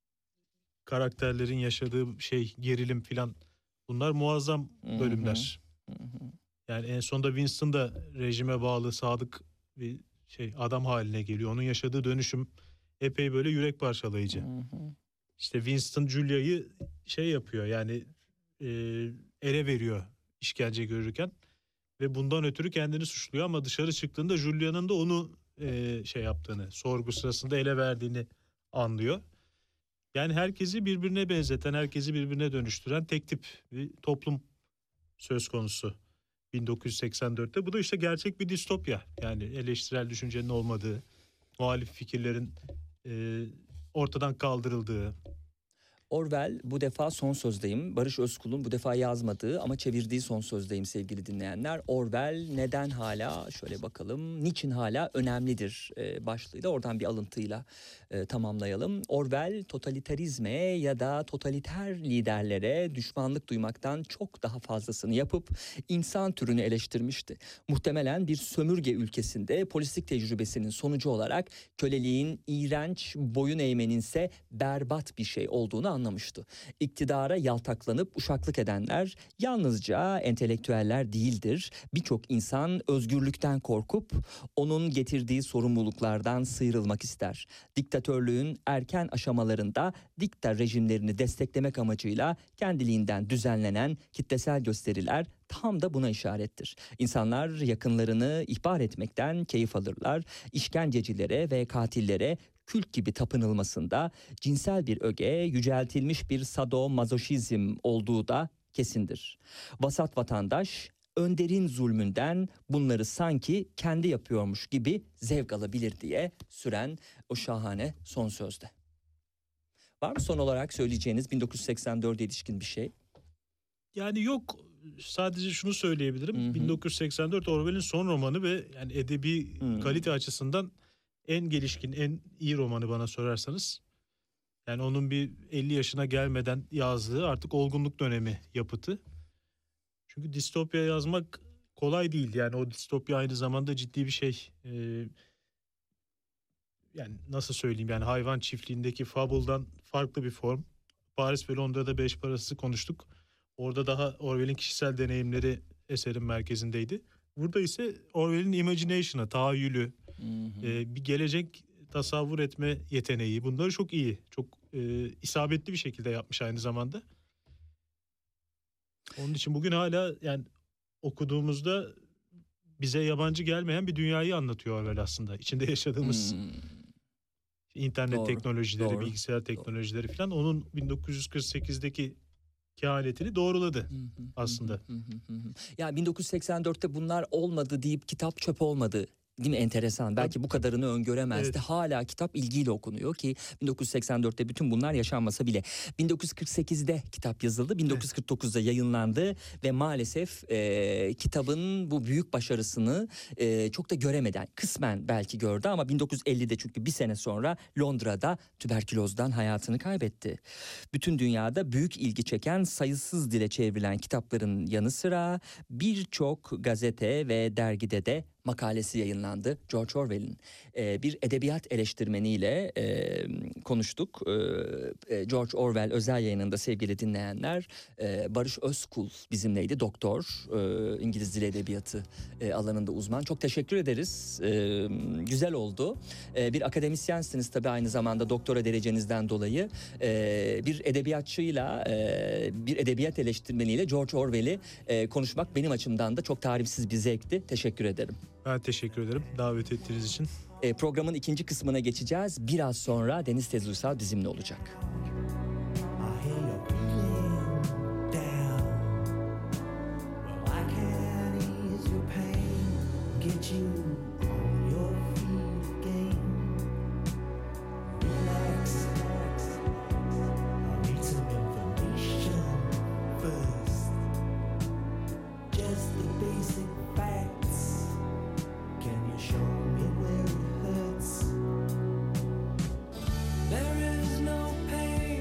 karakterlerin yaşadığı şey, gerilim filan, bunlar muazzam bölümler. Hı hı. Yani en sonunda Winston da rejime bağlı sadık bir şey adam haline geliyor. Onun yaşadığı dönüşüm epey böyle yürek parçalayıcı. Hı hı. İşte Winston Julia'yı şey yapıyor, yani e, ele veriyor işkence görürken ve bundan ötürü kendini suçluyor, ama dışarı çıktığında Julia'nın da onu e, şey yaptığını, sorgu sırasında ele verdiğini anlıyor. Yani herkesi birbirine benzeten, herkesi birbirine dönüştüren tek tip bir toplum söz konusu bin dokuz yüz seksen dörtte. Bu da işte gerçek bir distopya. Yani eleştirel düşüncenin olmadığı, muhalif fikirlerin e, ortadan kaldırıldığı. Orwell bu defa Son Sözdeyim. Barış Özkul'un bu defa yazmadığı ama çevirdiği Son Sözdeyim sevgili dinleyenler. Orwell neden hala, şöyle bakalım, niçin hala önemlidir e, başlığıyla, oradan bir alıntıyla e, tamamlayalım. Orwell totalitarizme ya da totaliter liderlere düşmanlık duymaktan çok daha fazlasını yapıp insan türünü eleştirmişti. Muhtemelen bir sömürge ülkesinde polislik tecrübesinin sonucu olarak köleliğin iğrenç, boyun eğmeninse berbat bir şey olduğunu anlamıştı. İktidara yaltaklanıp uşaklık edenler yalnızca entelektüeller değildir. Birçok insan özgürlükten korkup onun getirdiği sorumluluklardan sıyrılmak ister. Diktatörlüğün erken aşamalarında dikta rejimlerini desteklemek amacıyla kendiliğinden düzenlenen kitlesel gösteriler tam da buna işarettir. İnsanlar yakınlarını ihbar etmekten keyif alırlar. İşkencecilere ve katillere kült gibi tapınılmasında cinsel bir öge, yüceltilmiş bir sadomazoşizm olduğu da kesindir. Vasat vatandaş önderin zulmünden bunları sanki kendi yapıyormuş gibi zevk alabilir diye süren o şahane son sözde. Var mı son olarak söyleyeceğiniz bin dokuz yüz seksen dörde ilişkin bir şey? Yani yok, sadece şunu söyleyebilirim. Hı hı. bin dokuz yüz seksen dört Orwell'in son romanı ve yani edebi Hı. kalite açısından en gelişkin, en iyi romanı bana sorarsanız. Yani onun bir elli yaşına gelmeden yazdığı artık olgunluk dönemi yapıtı. Çünkü distopya yazmak kolay değil. Yani o distopya aynı zamanda ciddi bir şey. Ee, yani nasıl söyleyeyim, yani hayvan çiftliğindeki Fable'dan farklı bir form. Paris ve Londra'da beş parası konuştuk. Orada daha Orwell'in kişisel deneyimleri eserin merkezindeydi. Burada ise Orwell'in imagination'ı, tahayyülü, e, bir gelecek tasavvur etme yeteneği, bunları çok iyi, çok e, isabetli bir şekilde yapmış aynı zamanda. Onun için bugün hala yani okuduğumuzda bize yabancı gelmeyen bir dünyayı anlatıyor Orwell aslında. İçinde yaşadığımız Hmm. internet Doğru, teknolojileri, doğru. bilgisayar teknolojileri falan onun bin dokuz yüz kırk sekizdeki kehanetini doğruladı aslında. Ya bin dokuz yüz seksen dörtte bunlar olmadı deyip kitap çöp olmadı. Değil mi? Enteresan. Belki bu kadarını öngöremezdi. Evet. Hala kitap ilgiyle okunuyor ki bin dokuz yüz seksen dörtte bütün bunlar yaşanmasa bile. bin dokuz yüz kırk sekizde kitap yazıldı. bin dokuz yüz kırk dokuzda yayınlandı ve maalesef e, kitabın bu büyük başarısını e, çok da göremeden, kısmen belki gördü ama bin dokuz yüz ellide, çünkü bir sene sonra Londra'da tüberkülozdan hayatını kaybetti. Bütün dünyada büyük ilgi çeken, sayısız dile çevrilen kitapların yanı sıra birçok gazete ve dergide de makalesi yayınlandı George Orwell'in. Ee, bir edebiyat eleştirmeniyle e, konuştuk. Ee, George Orwell özel yayınında sevgili dinleyenler. E, Barış Özkul bizimleydi. Doktor, e, İngiliz Dil Edebiyatı e, alanında uzman. Çok teşekkür ederiz. E, güzel oldu. E, bir akademisyensiniz tabii aynı zamanda doktora derecenizden dolayı. E, bir edebiyatçıyla, e, bir edebiyat eleştirmeniyle George Orwell'i e, konuşmak benim açımdan da çok tarifsiz bir zevkti. Teşekkür ederim. Ben teşekkür ederim davet ettiğiniz için. E, programın ikinci kısmına geçeceğiz. Biraz sonra Deniz Tez Uysal bizimle olacak. I hear you feeling down. Well, I can ease your pain, get you on your feet again. Relax, relax. I need some information first. Just the basic facts. Can you show me where it hurts? There is no pain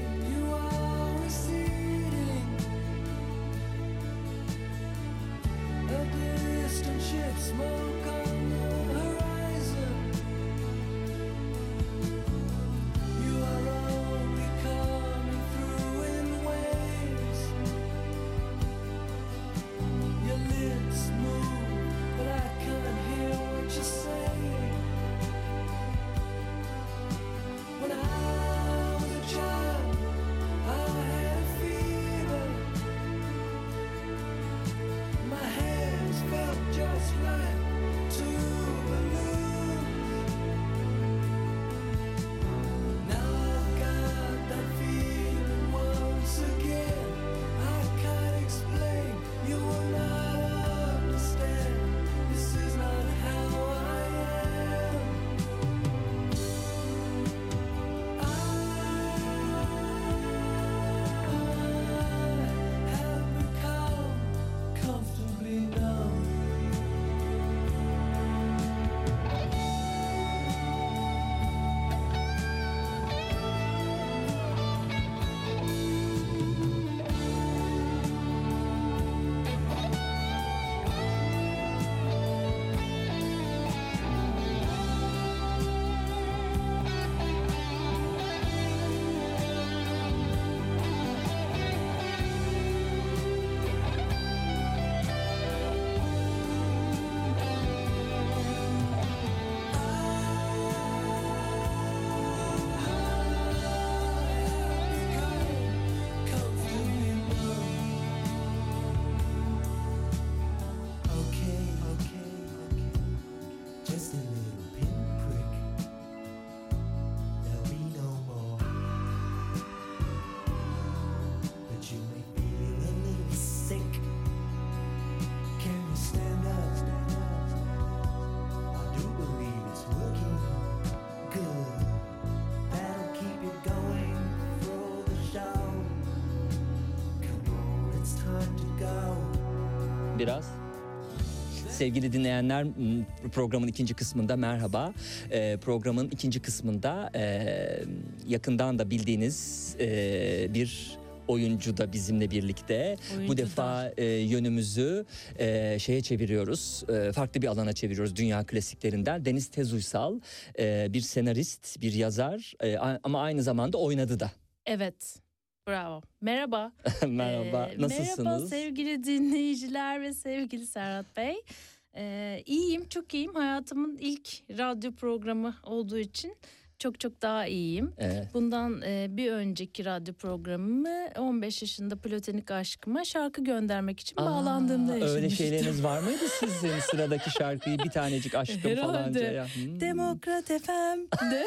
biraz. Sevgili dinleyenler, programın ikinci kısmında merhaba. Ee, programın ikinci kısmında e, yakından da bildiğiniz e, bir oyuncu da bizimle birlikte. Oyuncu Bu defa e, yönümüzü e, şeye çeviriyoruz, e, farklı bir alana çeviriyoruz, dünya klasiklerinden. Deniz Tezuysal e, bir senarist, bir yazar e, ama aynı zamanda oynadı da. Evet. Bravo. Merhaba. Merhaba. Ee, Nasılsınız? Merhaba sevgili dinleyiciler ve sevgili Serhat Bey. Ee, iyiyim, çok iyiyim. Hayatımın ilk radyo programı olduğu için çok çok daha iyiyim. Evet. Bundan e, bir önceki radyo programımı on beş yaşında platonik aşkıma şarkı göndermek için Aa, bağlandığımda yaşamıştım. öyle şeyleriniz var mıydı sizin sıradaki şarkıyı bir tanecik aşkım Herhalde. falancaya? Hmm. Demokrat F M'de.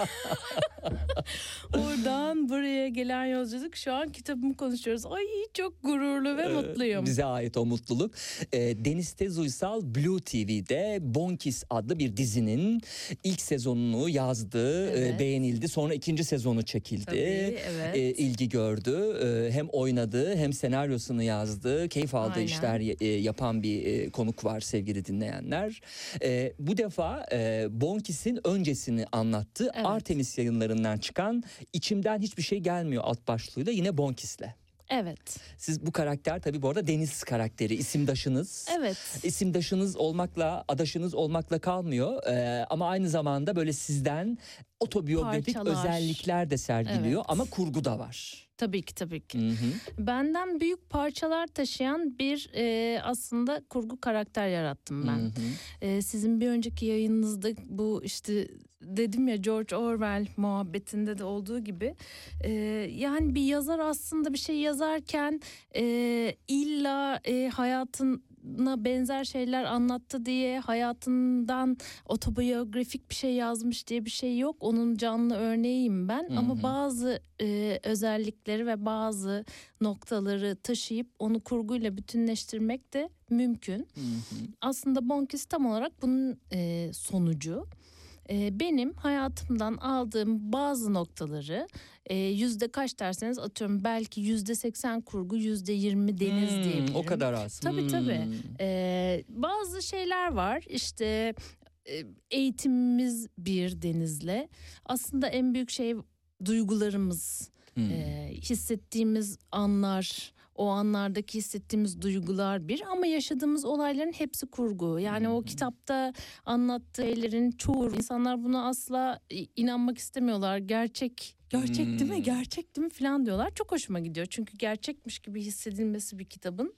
Oradan buraya gelen yolculuk, şu an kitabımı konuşuyoruz. Ay çok gururlu ve Ee, mutluyum. Bize ait o mutluluk. Ee, Deniz Tezuysal Blue T V'de Bonkis adlı bir dizinin ilk sezonunu yazdı, Evet. e, beğenildi. Sonra ikinci sezonu çekildi. Tabii, evet. E, ilgi gördü. E, hem oynadı hem senaryosunu yazdı. Keyif aldığı Aynen. işler e, yapan bir e, konuk var sevgili dinleyenler. E, bu defa e, Bonkis'in öncesini anlattı. Evet. Artemis yayınlarından çıkan İçimden Hiçbir Şey Gelmiyor alt başlığıyla yine Bonkis'le. Evet. Siz bu karakter tabii bu arada Deniz karakteri, isimdaşınız. Evet. İsimdaşınız olmakla, adaşınız olmakla kalmıyor. Ee, ama aynı zamanda böyle sizden otobiyografik Parçalar. özellikler de sergiliyor. Evet. ama kurgu da var. Tabii ki tabii ki. Hı hı. Benden büyük parçalar taşıyan bir e, aslında kurgu karakter yarattım ben. Hı hı. E, sizin bir önceki yayınınızda bu işte dedim ya, George Orwell muhabbetinde de olduğu gibi e, yani bir yazar aslında bir şey yazarken e, illa e, hayatına benzer şeyler anlattı diye hayatından otobiyografik bir şey yazmış diye bir şey yok. Onun canlı örneğiyim ben. Hı hı. Ama bazı e, özellikleri ve bazı noktaları taşıyıp onu kurguyla bütünleştirmek de mümkün. Hı hı. Aslında Bonkis tam olarak bunun e, sonucu. E, benim hayatımdan aldığım bazı noktaları e, yüzde kaç derseniz atıyorum, belki yüzde seksen kurgu, yüzde yirmi deniz Hmm, diyebilirim. o kadar az. Tabii Hmm. tabii. E, bazı şeyler var işte, e, eğitimimiz bir Deniz'le. Aslında en büyük şey duygularımız, Hmm. e, hissettiğimiz anlar. O anlardaki hissettiğimiz duygular bir, ama yaşadığımız olayların hepsi kurgu. Yani o kitapta anlattığı şeylerin çoğu, insanlar buna asla inanmak istemiyorlar. Gerçek, gerçek değil mi? Hmm. Gerçek değil mi falan diyorlar. Çok hoşuma gidiyor. Çünkü gerçekmiş gibi hissedilmesi bir kitabın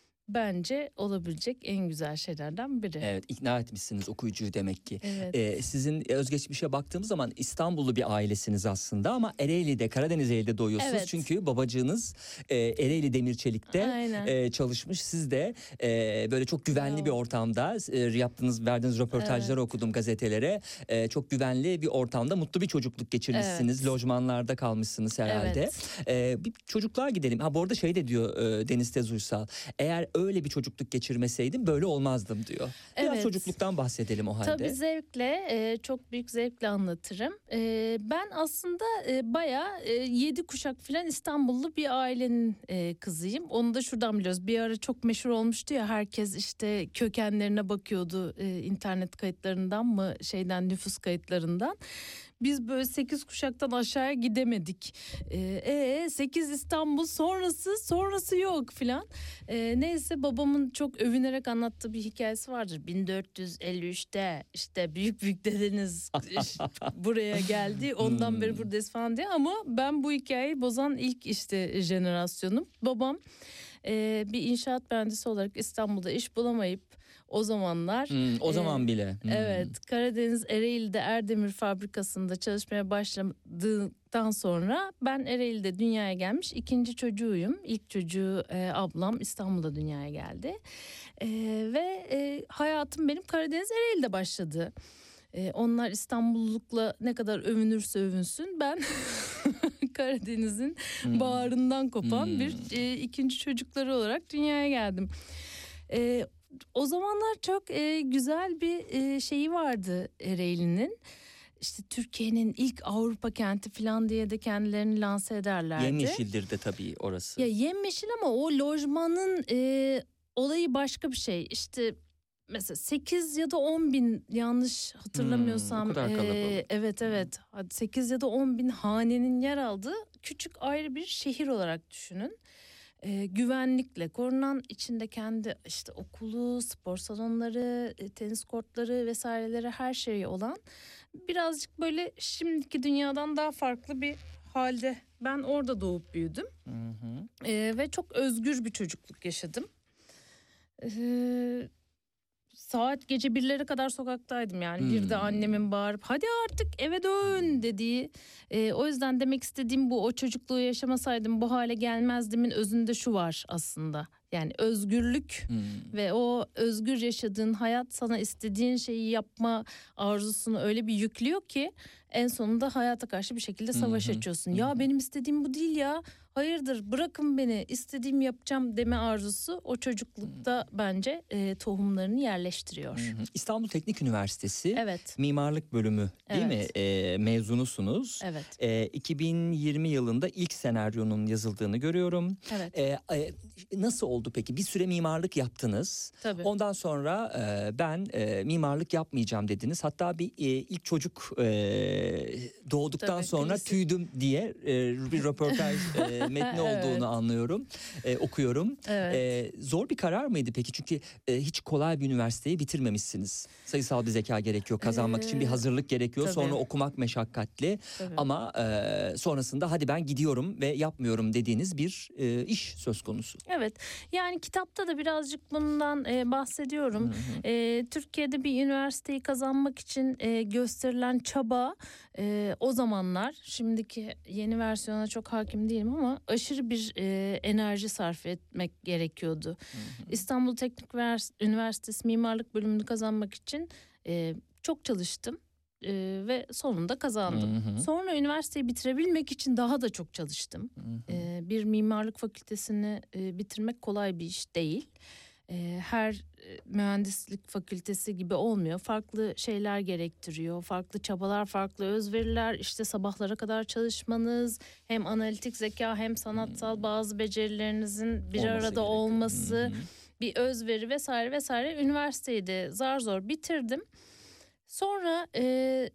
bence olabilecek en güzel şeylerden biri. Evet, ikna etmişsiniz okuyucuyu demek ki. Evet. Ee, sizin özgeçmişe baktığımız zaman İstanbullu bir ailesiniz aslında ama Ereğli'de, Karadeniz Ereğli'de doğuyorsunuz. Evet. Çünkü babacığınız e, Ereğli Demirçelik'te Aynen. e, çalışmış. Siz de e, böyle çok güvenli Bravo. bir ortamda e, yaptığınız, verdiğiniz röportajları Evet. okudum gazetelere. E, çok güvenli bir ortamda mutlu bir çocukluk geçirmişsiniz. Evet. Lojmanlarda kalmışsınız herhalde. Evet. E, bir çocukluğa gidelim. Ha bu arada şey de diyor e, Deniz Tezuysal. Eğer öyle bir çocukluk geçirmeseydim böyle olmazdım diyor. Biraz Evet. çocukluktan bahsedelim o halde. Tabii zevkle, e, çok büyük zevkle anlatırım. E, ben aslında e, bayağı e, yedi kuşak falan İstanbullu bir ailenin e, kızıyım. Onu da şuradan biliyoruz. Bir ara çok meşhur olmuştu ya, herkes işte kökenlerine bakıyordu e, internet kayıtlarından mı, şeyden, nüfus kayıtlarından. Biz böyle sekiz kuşaktan aşağıya gidemedik. Ee, sekiz İstanbul sonrası sonrası yok filan. Ee, neyse, babamın çok övünerek anlattığı bir hikayesi vardır. bin dört yüz elli üçte işte büyük büyük dedeniz buraya geldi. Ondan Hmm. beri buradayız falan diye. Ama ben bu hikayeyi bozan ilk işte jenerasyonum. Babam e, bir inşaat mühendisi olarak İstanbul'da iş bulamayıp o zamanlar... Hmm, o zaman e, bile. Hmm. Evet, Karadeniz Ereğli'de Erdemir fabrikasında çalışmaya başladıktan sonra ben Ereğli'de dünyaya gelmiş ikinci çocuğuyum. İlk çocuğu e, ablam İstanbul'da dünyaya geldi. E, ve e, hayatım benim Karadeniz Ereğli'de başladı. E, onlar İstanbullulukla ne kadar övünürse övünsün, ben Karadeniz'in Hmm. bağrından kopan Hmm. bir e, ikinci çocukları olarak dünyaya geldim. E, O zamanlar çok e, güzel bir e, şeyi vardı Ereğli'nin. İşte Türkiye'nin ilk Avrupa kenti falan diye de kendilerini lanse ederlerdi. Yemyeşildir de tabii orası. Ya yemyeşil, ama o lojmanın e, olayı başka bir şey. İşte mesela sekiz ya da on bin yanlış hatırlamıyorsam. Hmm, o kadar kalabalık. e, evet evet sekiz ya da on bin hanenin yer aldığı küçük ayrı bir şehir olarak düşünün. E, güvenlikle korunan, içinde kendi işte okulu, spor salonları, e, tenis kortları vesaireleri, her şeyi olan, birazcık böyle şimdiki dünyadan daha farklı bir halde. Ben orada doğup büyüdüm. Hı hı. E, ve çok özgür bir çocukluk yaşadım. E, saat gece birlere kadar sokaktaydım yani. Hmm. Bir de annemin bağırıp hadi artık eve dön dediği. E, o yüzden demek istediğim bu, o çocukluğu yaşamasaydım bu hale gelmezdimin özünde şu var aslında. Yani özgürlük Hmm. ve o özgür yaşadığın hayat sana istediğin şeyi yapma arzusunu öyle bir yüklüyor ki en sonunda hayata karşı bir şekilde savaş Hı hı. açıyorsun. Hı hı. Ya benim istediğim bu değil ya. Hayırdır, bırakın beni, istediğimi yapacağım deme arzusu o çocuklukta bence e, tohumlarını yerleştiriyor. Hı hı. İstanbul Teknik Üniversitesi Evet. Mimarlık Bölümü değil Evet. mi? E, mezunusunuz. Evet. E, iki bin yirmi yılında ilk senaryonun yazıldığını görüyorum. Evet. E, e, nasıl oldu peki? Bir süre mimarlık yaptınız. Tabii. Ondan sonra e, ben e, mimarlık yapmayacağım dediniz. Hatta bir e, ilk çocuk e, doğduktan Tabii, sonra klasik. tüydüm diye e, bir röportaj e, metni Evet. olduğunu anlıyorum. E, okuyorum. Evet. E, zor bir karar mıydı peki? Çünkü e, hiç kolay bir üniversiteyi bitirmemişsiniz. Sayısal bir zeka gerekiyor. Kazanmak için bir Ee, hazırlık gerekiyor. tabii. Sonra okumak meşakkatli. Tabii. Ama e, sonrasında hadi ben gidiyorum ve yapmıyorum dediğiniz bir e, iş söz konusu. Evet, yani kitapta da birazcık bundan e, bahsediyorum. Hı hı. E, Türkiye'de bir üniversiteyi kazanmak için e, gösterilen çaba e, o zamanlar, şimdiki yeni versiyona çok hakim değilim ama aşırı bir e, enerji sarf etmek gerekiyordu. Hı hı. İstanbul Teknik Üniversitesi Mimarlık Bölümünü kazanmak için e, çok çalıştım. Ee, ve sonunda kazandım. Hı hı. Sonra üniversiteyi bitirebilmek için daha da çok çalıştım. Hı hı. Ee, bir mimarlık fakültesini e, bitirmek kolay bir iş değil. Ee, her e, mühendislik fakültesi gibi olmuyor. Farklı şeyler gerektiriyor. Farklı çabalar, farklı özveriler. İşte sabahlara kadar çalışmanız, hem analitik zeka hem sanatsal bazı becerilerinizin bir Olması arada gerekiyor. olması, Hı hı. bir özveri vesaire vesaire. Üniversiteyi de zar zor bitirdim. Sonra e,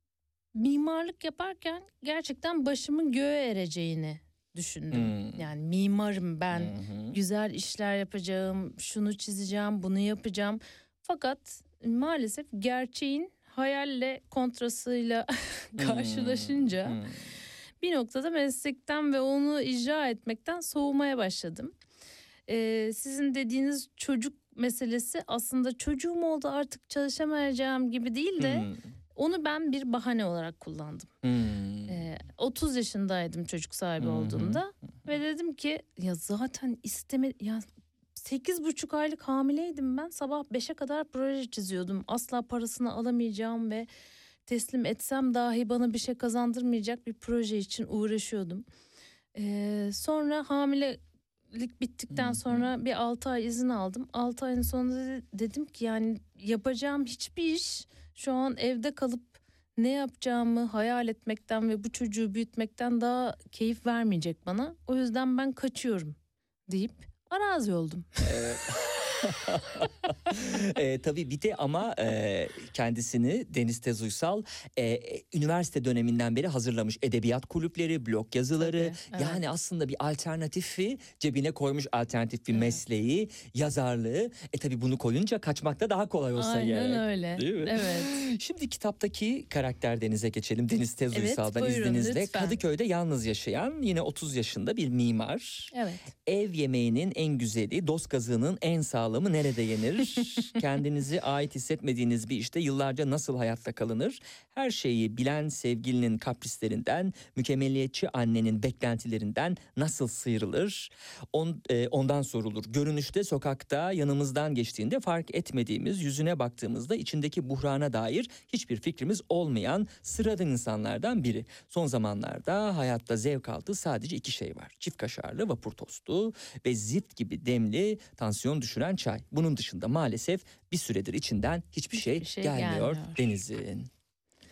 mimarlık yaparken gerçekten başımın göğe ereceğini düşündüm. Hmm. Yani mimarım ben, Hı hı. güzel işler yapacağım, şunu çizeceğim, bunu yapacağım. Fakat maalesef gerçeğin hayalle kontrasıyla karşılaşınca Hmm. bir noktada meslekten ve onu icra etmekten soğumaya başladım. Ee, sizin dediğiniz çocuk meselesi aslında çocuğum oldu artık çalışamayacağım gibi değil de Hmm. onu ben bir bahane olarak kullandım. Hmm. Ee, otuz yaşındaydım çocuk sahibi Hı hı. olduğumda ve dedim ki ya zaten isteme ya sekiz buçuk aylık hamileydim ben, sabah beşe kadar proje çiziyordum. Asla parasını alamayacağım ve teslim etsem dahi bana bir şey kazandırmayacak bir proje için uğraşıyordum. Ee, sonra hamilelik bittikten Hı hı. sonra bir altı ay izin aldım. altı ayın sonunda de- dedim ki yani yapacağım hiçbir iş şu an evde kalıp ne yapacağımı hayal etmekten ve bu çocuğu büyütmekten daha keyif vermeyecek bana. O yüzden ben kaçıyorum deyip arazi oldum. e, tabii bir de ama e, kendisini Deniz Tez Uysal e, üniversite döneminden beri hazırlamış edebiyat kulüpleri, blog yazıları. Tabii, evet. Yani aslında bir alternatifi cebine koymuş, alternatif bir Evet. mesleği, yazarlığı. E tabii bunu koyunca kaçmak da daha kolay olsa Aynen gerek. öyle. Değil mi? Evet. Şimdi kitaptaki karakter Deniz'e geçelim. Deniz Tez Evet, Uysal'dan buyurun, izninizle. lütfen. Kadıköy'de yalnız yaşayan yine otuz yaşında bir mimar. Evet. Ev yemeğinin en güzeli, dost kazığının en sağlamı nerede yenir? Kendinizi ait hissetmediğiniz bir işte yıllarca nasıl hayatta kalınır? Her şeyi bilen sevgilinin kaprislerinden, mükemmeliyetçi annenin beklentilerinden nasıl sıyrılır? On, e, ondan sorulur. Görünüşte sokakta yanımızdan geçtiğinde fark etmediğimiz, yüzüne baktığımızda içindeki buhrana dair hiçbir fikrimiz olmayan sıradan insanlardan biri. Son zamanlarda hayatta zevk aldığı sadece iki şey var. Çift kaşarlı vapur tostu ve zift gibi demli, tansiyon düşüren çay. Bunun dışında maalesef bir süredir içinden hiçbir, Hiçbir şey, şey gelmiyor gelmiyor. Deniz'in.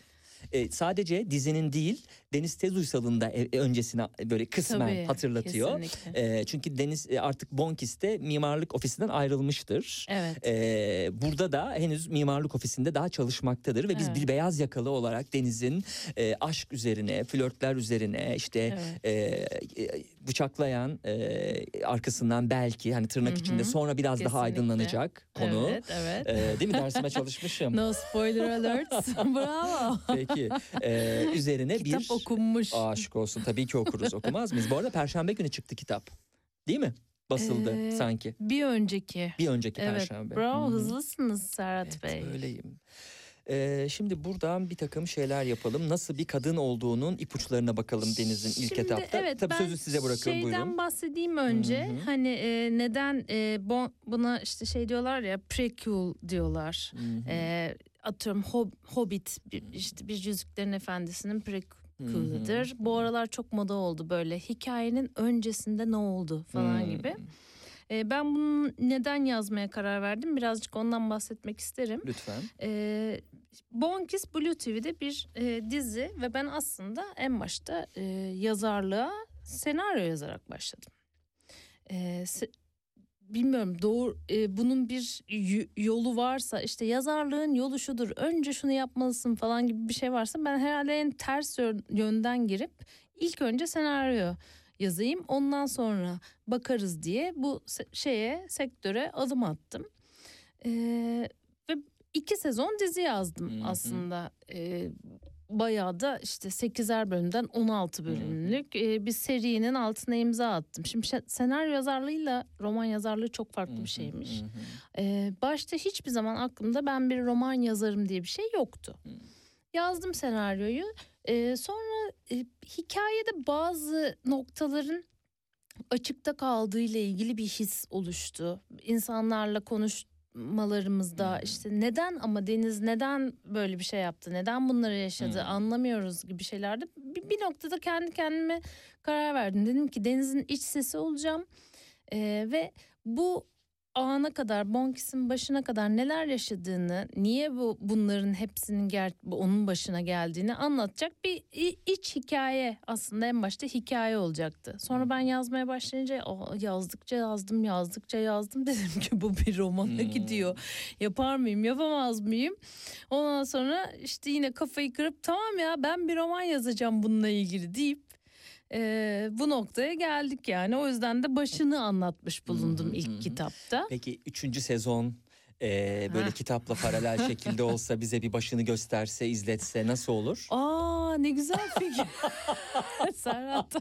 e, sadece dizinin değil Deniz Tez Uysal'ın da e, öncesine böyle kısmen Tabii, hatırlatıyor. kesinlikle. E, çünkü Deniz e, artık Bonkis'te mimarlık ofisinden ayrılmıştır. Evet. E, burada da henüz mimarlık ofisinde daha çalışmaktadır ve biz Evet. bir beyaz yakalı olarak Deniz'in e, aşk üzerine, flörtler üzerine işte Evet. e, e, bıçaklayan e, arkasından belki hani tırnak Hı hı. içinde sonra biraz Kesinlikle. daha aydınlanacak konu. Evet, evet. E, değil mi? Dersime çalışmışım. No spoiler alerts. Bravo. Peki. E, üzerine Kitap bir okunmuş. aşık olsun. Tabii ki okuruz. Okumaz mıyız? Bu arada Perşembe günü çıktı kitap. Değil mi? Basıldı Ee, sanki. Bir önceki. Bir önceki Evet. Perşembe. Bravo, Hı hı. hızlısınız Serhat Evet, Bey. öyleyim. Ee, şimdi buradan bir takım şeyler yapalım. Nasıl bir kadın olduğunun ipuçlarına bakalım Deniz'in ilk Şimdi etapta. evet, Tabii ben sözü size bırakıyorum. şeyden Buyurun. bahsedeyim önce. Hı hı. Hani e, neden e, bo- buna işte şey diyorlar ya, prequel diyorlar. Hı hı. E, atıyorum Hob- Hobbit bir, işte bir Yüzüklerin Efendisi'nin prequel'ıdır. Bu aralar çok moda oldu böyle hikayenin öncesinde ne oldu falan Hmm. gibi. E, ben bunu neden yazmaya karar verdim? Birazcık ondan bahsetmek isterim. Lütfen. E, Bonkis Blue T V'de bir e, dizi ve ben aslında en başta e, yazarlığa senaryo yazarak başladım. E, se- bilmiyorum doğru e, bunun bir y- yolu varsa işte yazarlığın yolu şudur, önce şunu yapmalısın falan gibi bir şey varsa ben herhalde en ters yö- yönden girip ilk önce senaryo yazayım, ondan sonra bakarız diye bu se- şeye sektöre adım attım. E, ve iki sezon dizi yazdım Hı hı. aslında. E, bayağı da işte sekizer bölümden on altı bölümlük e, bir serinin altına imza attım. Şimdi şe- senaryo yazarlığıyla roman yazarlığı çok farklı bir şeymiş. Hı hı. E, başta hiçbir zaman aklımda ben bir roman yazarım diye bir şey yoktu. Hı. Yazdım senaryoyu. E, sonra e, hikayede bazı noktaların açıkta kaldığı ile ilgili bir his oluştu. İnsanlarla konuşmalarımızda Hmm. işte neden ama Deniz neden böyle bir şey yaptı? Neden bunları yaşadı? Hmm. Anlamıyoruz gibi şeylerde. Bir, bir noktada kendi kendime karar verdim. Dedim ki Deniz'in iç sesi olacağım. Ee, ve bu ana kadar, Bonkis'in başına kadar neler yaşadığını, niye bu bunların hepsinin ger onun başına geldiğini anlatacak bir i- iç hikaye, aslında en başta hikaye olacaktı. Sonra ben yazmaya başlayınca "Aa, yazdıkça yazdım, yazdıkça yazdım dedim ki bu bir romana Hmm. gidiyor. Yapar mıyım, yapamaz mıyım? Ondan sonra işte yine kafayı kırıp tamam ya ben bir roman yazacağım bununla ilgili deyip Ee, bu noktaya geldik yani. O yüzden de başını anlatmış bulundum Hı hı, ilk hı hı. kitapta. Peki üçüncü sezon e, böyle Ha. kitapla paralel şekilde olsa bize bir başını gösterse, izletse nasıl olur? Aa ne güzel fikir. Serhat.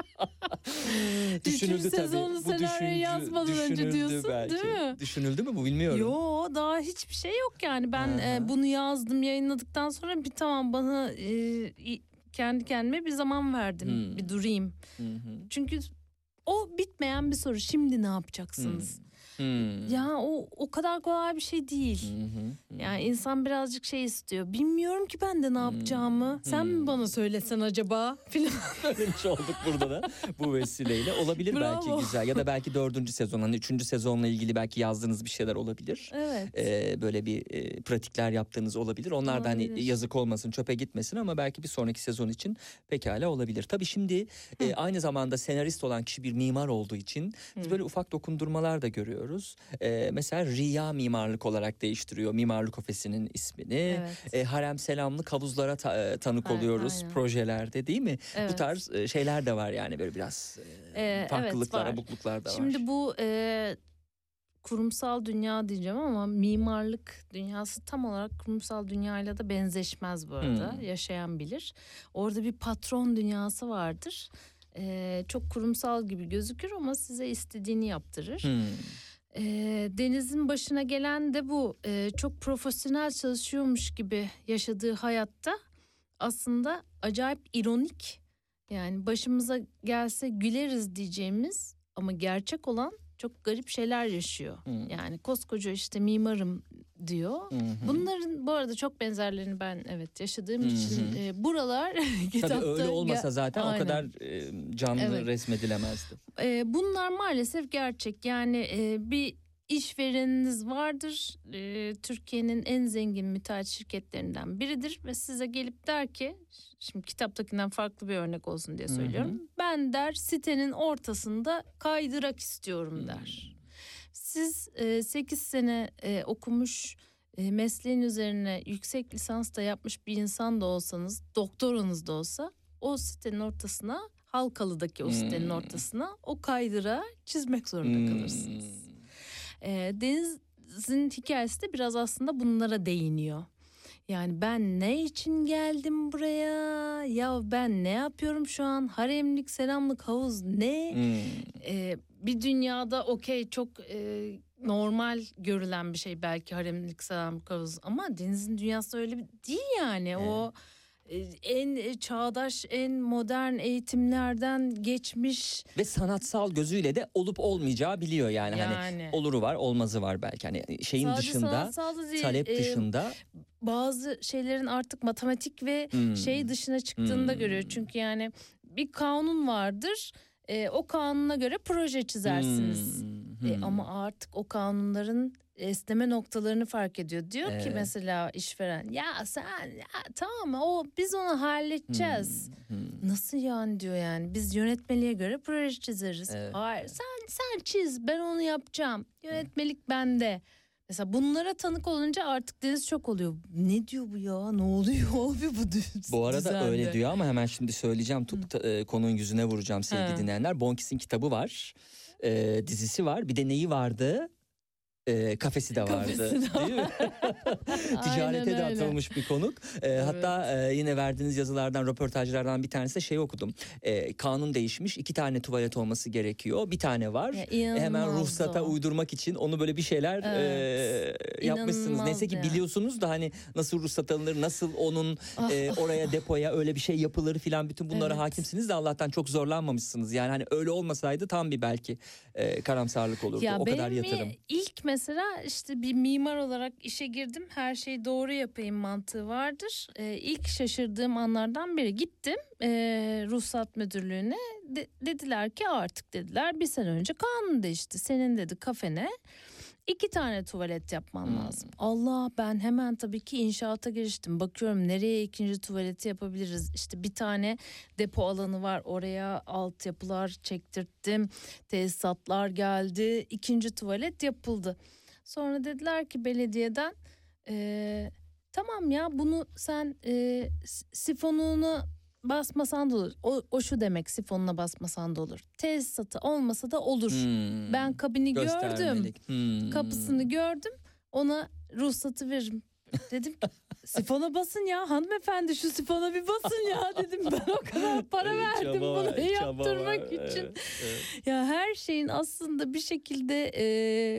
Üçüncü sezonun senaryoyu yazmadan önce düşünüldü diyorsun, belki. değil mi? Düşünüldü mü bu bilmiyorum. Yo daha hiçbir şey yok yani. Ben Aha. e, bunu yazdım, yayınladıktan sonra bir tamam bana e, i- kendi kendime bir zaman verdim. Hmm. Bir durayım. Hı hı. Çünkü o bitmeyen bir soru. Şimdi ne yapacaksınız? Hmm. Ya o o kadar kolay bir şey değil. Hı hı, hı. Yani insan birazcık şey istiyor. Bilmiyorum ki ben de ne yapacağımı. Sen Hmm. mi bana söylesen acaba filan. Öğrenmiş olduk burada da bu vesileyle. Olabilir belki Bravo. güzel. Ya da belki dördüncü sezon, hani üçüncü sezonla ilgili belki yazdığınız bir şeyler olabilir. Evet. Ee, böyle bir e, pratikler yaptığınız olabilir. Onlar da hani Olabilir. yazık olmasın, çöpe gitmesin ama belki bir sonraki sezon için pekala olabilir. Tabii şimdi e, aynı zamanda senarist olan kişi bir mimar olduğu için biz Hı. böyle ufak dokundurmalar da görüyoruz. E, mesela Riya Mimarlık olarak değiştiriyor mimarlık ofisinin ismini. Evet. E, harem selamlık havuzlara ta- e, tanık Aynen, oluyoruz aynen. projelerde, değil mi? Bu Evet. tarz e, şeyler de var yani, böyle biraz e, Ee, farklılıklar, evet, var. abukluklar da var. Şimdi bu e, kurumsal dünya diyeceğim ama mimarlık dünyası tam olarak kurumsal dünyayla da benzeşmez bu arada. Hmm. Yaşayan bilir. Orada bir patron dünyası vardır. E, çok kurumsal gibi gözükür ama size istediğini yaptırır. Hmm. E, Deniz'in başına gelen de bu. E, çok profesyonel çalışıyormuş gibi yaşadığı hayatta aslında acayip ironik, yani başımıza gelse güleriz diyeceğimiz ama gerçek olan çok garip şeyler yaşıyor. Hmm. Yani koskoca işte mimarım diyor. Hı hı. Bunların bu arada çok benzerlerini ben evet yaşadığım Hı hı. için e, buralar kitapta Tabii öyle olmasa ge- zaten Aynen. o kadar e, canlı Evet. resmedilemezdi. E, bunlar maalesef gerçek. Yani e, bir işvereniniz vardır. Ee, Türkiye'nin en zengin müteahhit şirketlerinden biridir ve size gelip der ki, şimdi kitaptakinden farklı bir örnek olsun diye söylüyorum. Hı hı. Ben der sitenin ortasında kaydırak istiyorum der. Hı. Siz e, sekiz sene e, okumuş, e, mesleğin üzerine yüksek lisans da yapmış bir insan da olsanız, doktoranız da olsa o sitenin ortasına, Halkalı'daki o sitenin hmm. ortasına o kaydırağı çizmek zorunda hmm. kalırsınız. E, Deniz'in hikayesi de biraz aslında bunlara değiniyor. Yani ben ne için geldim buraya? Ya ben ne yapıyorum şu an? Haremlik, selamlık, havuz ne? Hmm. Ee, bir dünyada okey çok e, normal görülen bir şey belki haremlik, selamlık, havuz. Ama denizin dünyası öyle bir değil yani. Evet. O e, en çağdaş, en modern eğitimlerden geçmiş. Ve sanatsal gözüyle de olup olmayacağı biliyor yani. yani. Hani oluru var, olmazı var belki. Hani şeyin sadece dışında, değil, talep e, dışında... Bazı şeylerin artık matematik ve hmm. şey dışına çıktığını hmm. da görüyor. Çünkü yani bir kanun vardır. E, o kanuna göre proje çizersiniz. Hmm. E, ama artık o kanunların esneme noktalarını fark ediyor. Diyor evet. ki mesela işveren, ya sen ya, tamam o biz onu halledeceğiz. Hmm. Hmm. Nasıl yani diyor yani. Biz yönetmeliğe göre proje çizeriz. Evet. Hayır sen sen çiz, ben onu yapacağım. Yönetmelik hmm. bende. Mesela bunlara tanık olunca artık Deniz şok oluyor. Ne diyor bu ya? Ne oluyor abi bu düzende? Bu arada öyle diyor ama hemen şimdi söyleyeceğim. Tuk, e, konunun yüzüne vuracağım sevgili He. dinleyenler. Bonkis'in kitabı var. E, dizisi var. Bir de neyi vardı? E, kafesi de vardı. Kafesi de değil mi? Ticarete de atılmış bir konuk. E, evet. Hatta e, yine verdiğiniz yazılardan, röportajlardan bir tanesi de şey okudum. E, kanun değişmiş. iki tane tuvalet olması gerekiyor. Bir tane var. Ya, e, hemen ruhsata o. uydurmak için onu böyle bir şeyler evet. e, yapmışsınız. Neyse ki ya. biliyorsunuz da hani nasıl ruhsat alınır, nasıl onun e, oraya depoya öyle bir şey yapılır filan, bütün bunlara evet. hakimsiniz de Allah'tan çok zorlanmamışsınız. Yani hani öyle olmasaydı tam bir belki e, karamsarlık olurdu. Ya o kadar yatırım. İlk mesela Mesela işte bir mimar olarak işe girdim, her şeyi doğru yapayım mantığı vardır. Ee, ilk şaşırdığım anlardan biri, gittim e, ruhsat müdürlüğüne, De- dediler ki artık dediler bir sene önce kanun değişti. Senin dedi kafene iki tane tuvalet yapman hmm. lazım. Allah, ben hemen tabii ki inşaata giriştim. Bakıyorum nereye ikinci tuvaleti yapabiliriz. İşte bir tane depo alanı var, oraya altyapılar çektirttim. Tesisatlar geldi. İkinci tuvalet yapıldı. Sonra dediler ki belediyeden e, tamam ya bunu sen e, sifonunu basmasan da olur. O, o şu demek, sifonuna basmasan da olur. Tesisatı olmasa da olur. Hmm. Ben kabini gördüm. Hmm. Kapısını gördüm. Ona ruhsatı veririm. Dedim ki sifona basın ya hanımefendi, şu sifona bir basın ya dedim. Ben o kadar para verdim çaba bunu var, yaptırmak var. için. Evet, evet. Ya her şeyin aslında bir şekilde e,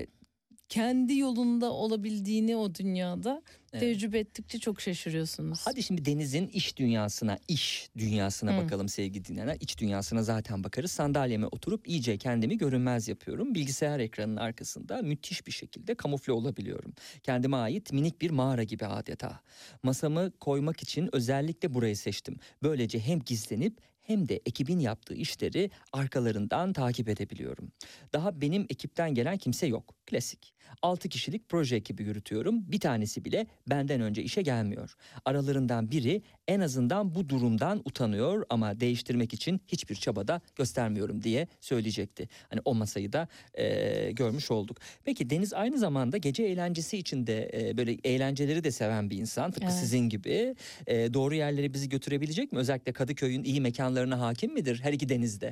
kendi yolunda olabildiğini o dünyada evet. tecrübe ettikçe çok şaşırıyorsunuz. Hadi şimdi Deniz'in iş dünyasına, iş dünyasına hmm. bakalım sevgili dinleyenler. İç dünyasına zaten bakarız. Sandalyeme oturup iyice kendimi görünmez yapıyorum. Bilgisayar ekranının arkasında müthiş bir şekilde kamufle olabiliyorum. Kendime ait minik bir mağara gibi adeta. Masamı koymak için özellikle burayı seçtim. Böylece hem gizlenip hem de ekibin yaptığı işleri arkalarından takip edebiliyorum. Daha benim ekipten gelen kimse yok. Klasik. altı kişilik proje ekibi yürütüyorum. Bir tanesi bile benden önce işe gelmiyor. Aralarından biri en azından bu durumdan utanıyor ama değiştirmek için hiçbir çaba da göstermiyorum diye söyleyecekti. Hani o masayı da e, görmüş olduk. Peki Deniz aynı zamanda gece eğlencesi içinde e, böyle eğlenceleri de seven bir insan. Tıpkı evet. sizin gibi. E, doğru yerlere bizi götürebilecek mi? Özellikle Kadıköy'ün iyi mekanlarına hakim midir her iki denizde?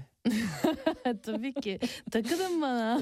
Tabii ki. Takılın bana.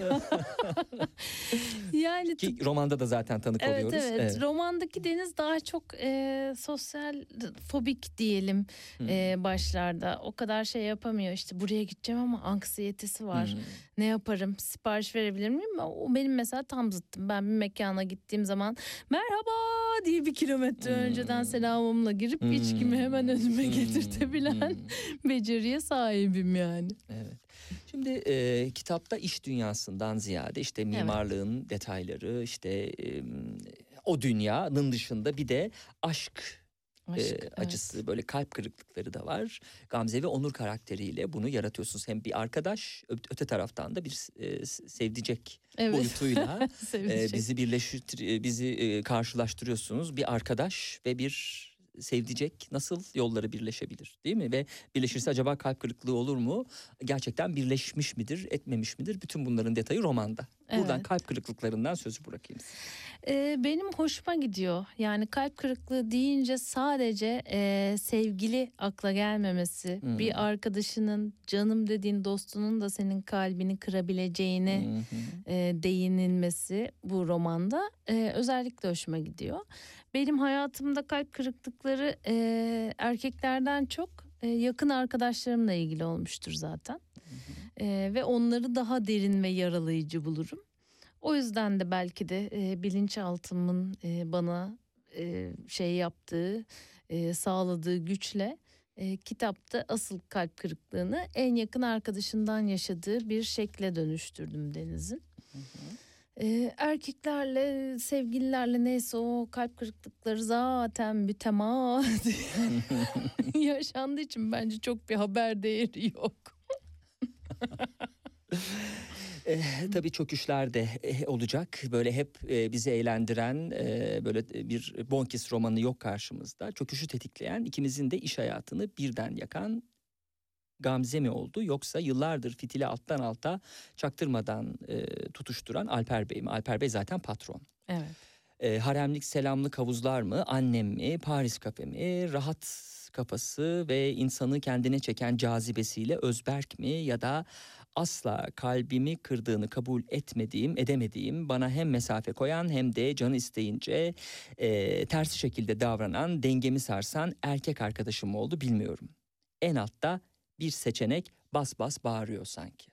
Yani ki romanda da zaten tanık evet, oluyoruz. Evet, evet. Romandaki Deniz daha çok e, sosyal fobik diyelim hmm. e, başlarda. O kadar şey yapamıyor. İşte buraya gideceğim ama anksiyetesi var. Hmm. Ne yaparım? Sipariş verebilir miyim? O benim mesela tam zıttım. Ben bir mekana gittiğim zaman merhaba diye bir kilometre hmm. önceden selamımla girip hmm. içkimi hemen önüme hmm. getirtebilen hmm. beceriye sahibim yani. Evet. Şimdi e, kitapta iş dünyasından ziyade işte mimarlığın evet. detayları, işte e, o dünyanın dışında bir de aşk Aşk, e, evet. acısı, böyle kalp kırıklıkları da var. Gamze ve Onur karakteriyle bunu yaratıyorsunuz. Hem bir arkadaş, ö- öte taraftan da bir e, sevdicek Evet. boyutuyla e, Sevecek. bizi birleştir bizi e, karşılaştırıyorsunuz. Bir arkadaş ve bir sevdicek nasıl yolları birleşebilir, değil mi? Ve birleşirse acaba kalp kırıklığı olur mu? Gerçekten birleşmiş midir, etmemiş midir? Bütün bunların detayı romanda. Buradan Evet. kalp kırıklıklarından sözü bırakayım size. Ee, benim hoşuma gidiyor. Yani kalp kırıklığı deyince sadece e, sevgili akla gelmemesi, Hmm. bir arkadaşının, canım dediğin dostunun da senin kalbini kırabileceğine Hı hı. e, değinilmesi bu romanda e, özellikle hoşuma gidiyor. Benim hayatımda kalp kırıklıkları e, erkeklerden çok e, yakın arkadaşlarımla ilgili olmuştur zaten. E, ve onları daha derin ve yaralayıcı bulurum. O yüzden de belki de e, bilinçaltımın e, bana e, şey yaptığı, e, sağladığı güçle e, kitapta asıl kalp kırıklığını en yakın arkadaşından yaşadığı bir şekle dönüştürdüm Deniz'in. E, erkeklerle, sevgililerle neyse o kalp kırıklıkları zaten mütemadiyen yaşandığı için bence çok bir haber değeri yok. E, tabii çöküşler de e, olacak. Böyle hep e, bizi eğlendiren e, böyle bir Bonkis romanı yok karşımızda. Çöküşü tetikleyen, ikimizin de iş hayatını birden yakan Gamze mi oldu, yoksa yıllardır fitili alttan alta çaktırmadan e, tutuşturan Alper Bey mi? Alper Bey zaten patron. Evet. E, haremlik selamlık havuzlar mı? Annem mi? Paris kafe mi? Rahat kafası ve insanı kendine çeken cazibesiyle Özberk mi? Ya da asla kalbimi kırdığını kabul etmediğim, edemediğim, bana hem mesafe koyan hem de canı isteyince e, ters şekilde davranan, dengemi sarsan erkek arkadaşım mı oldu bilmiyorum. En altta bir seçenek bas bas bağırıyor sanki.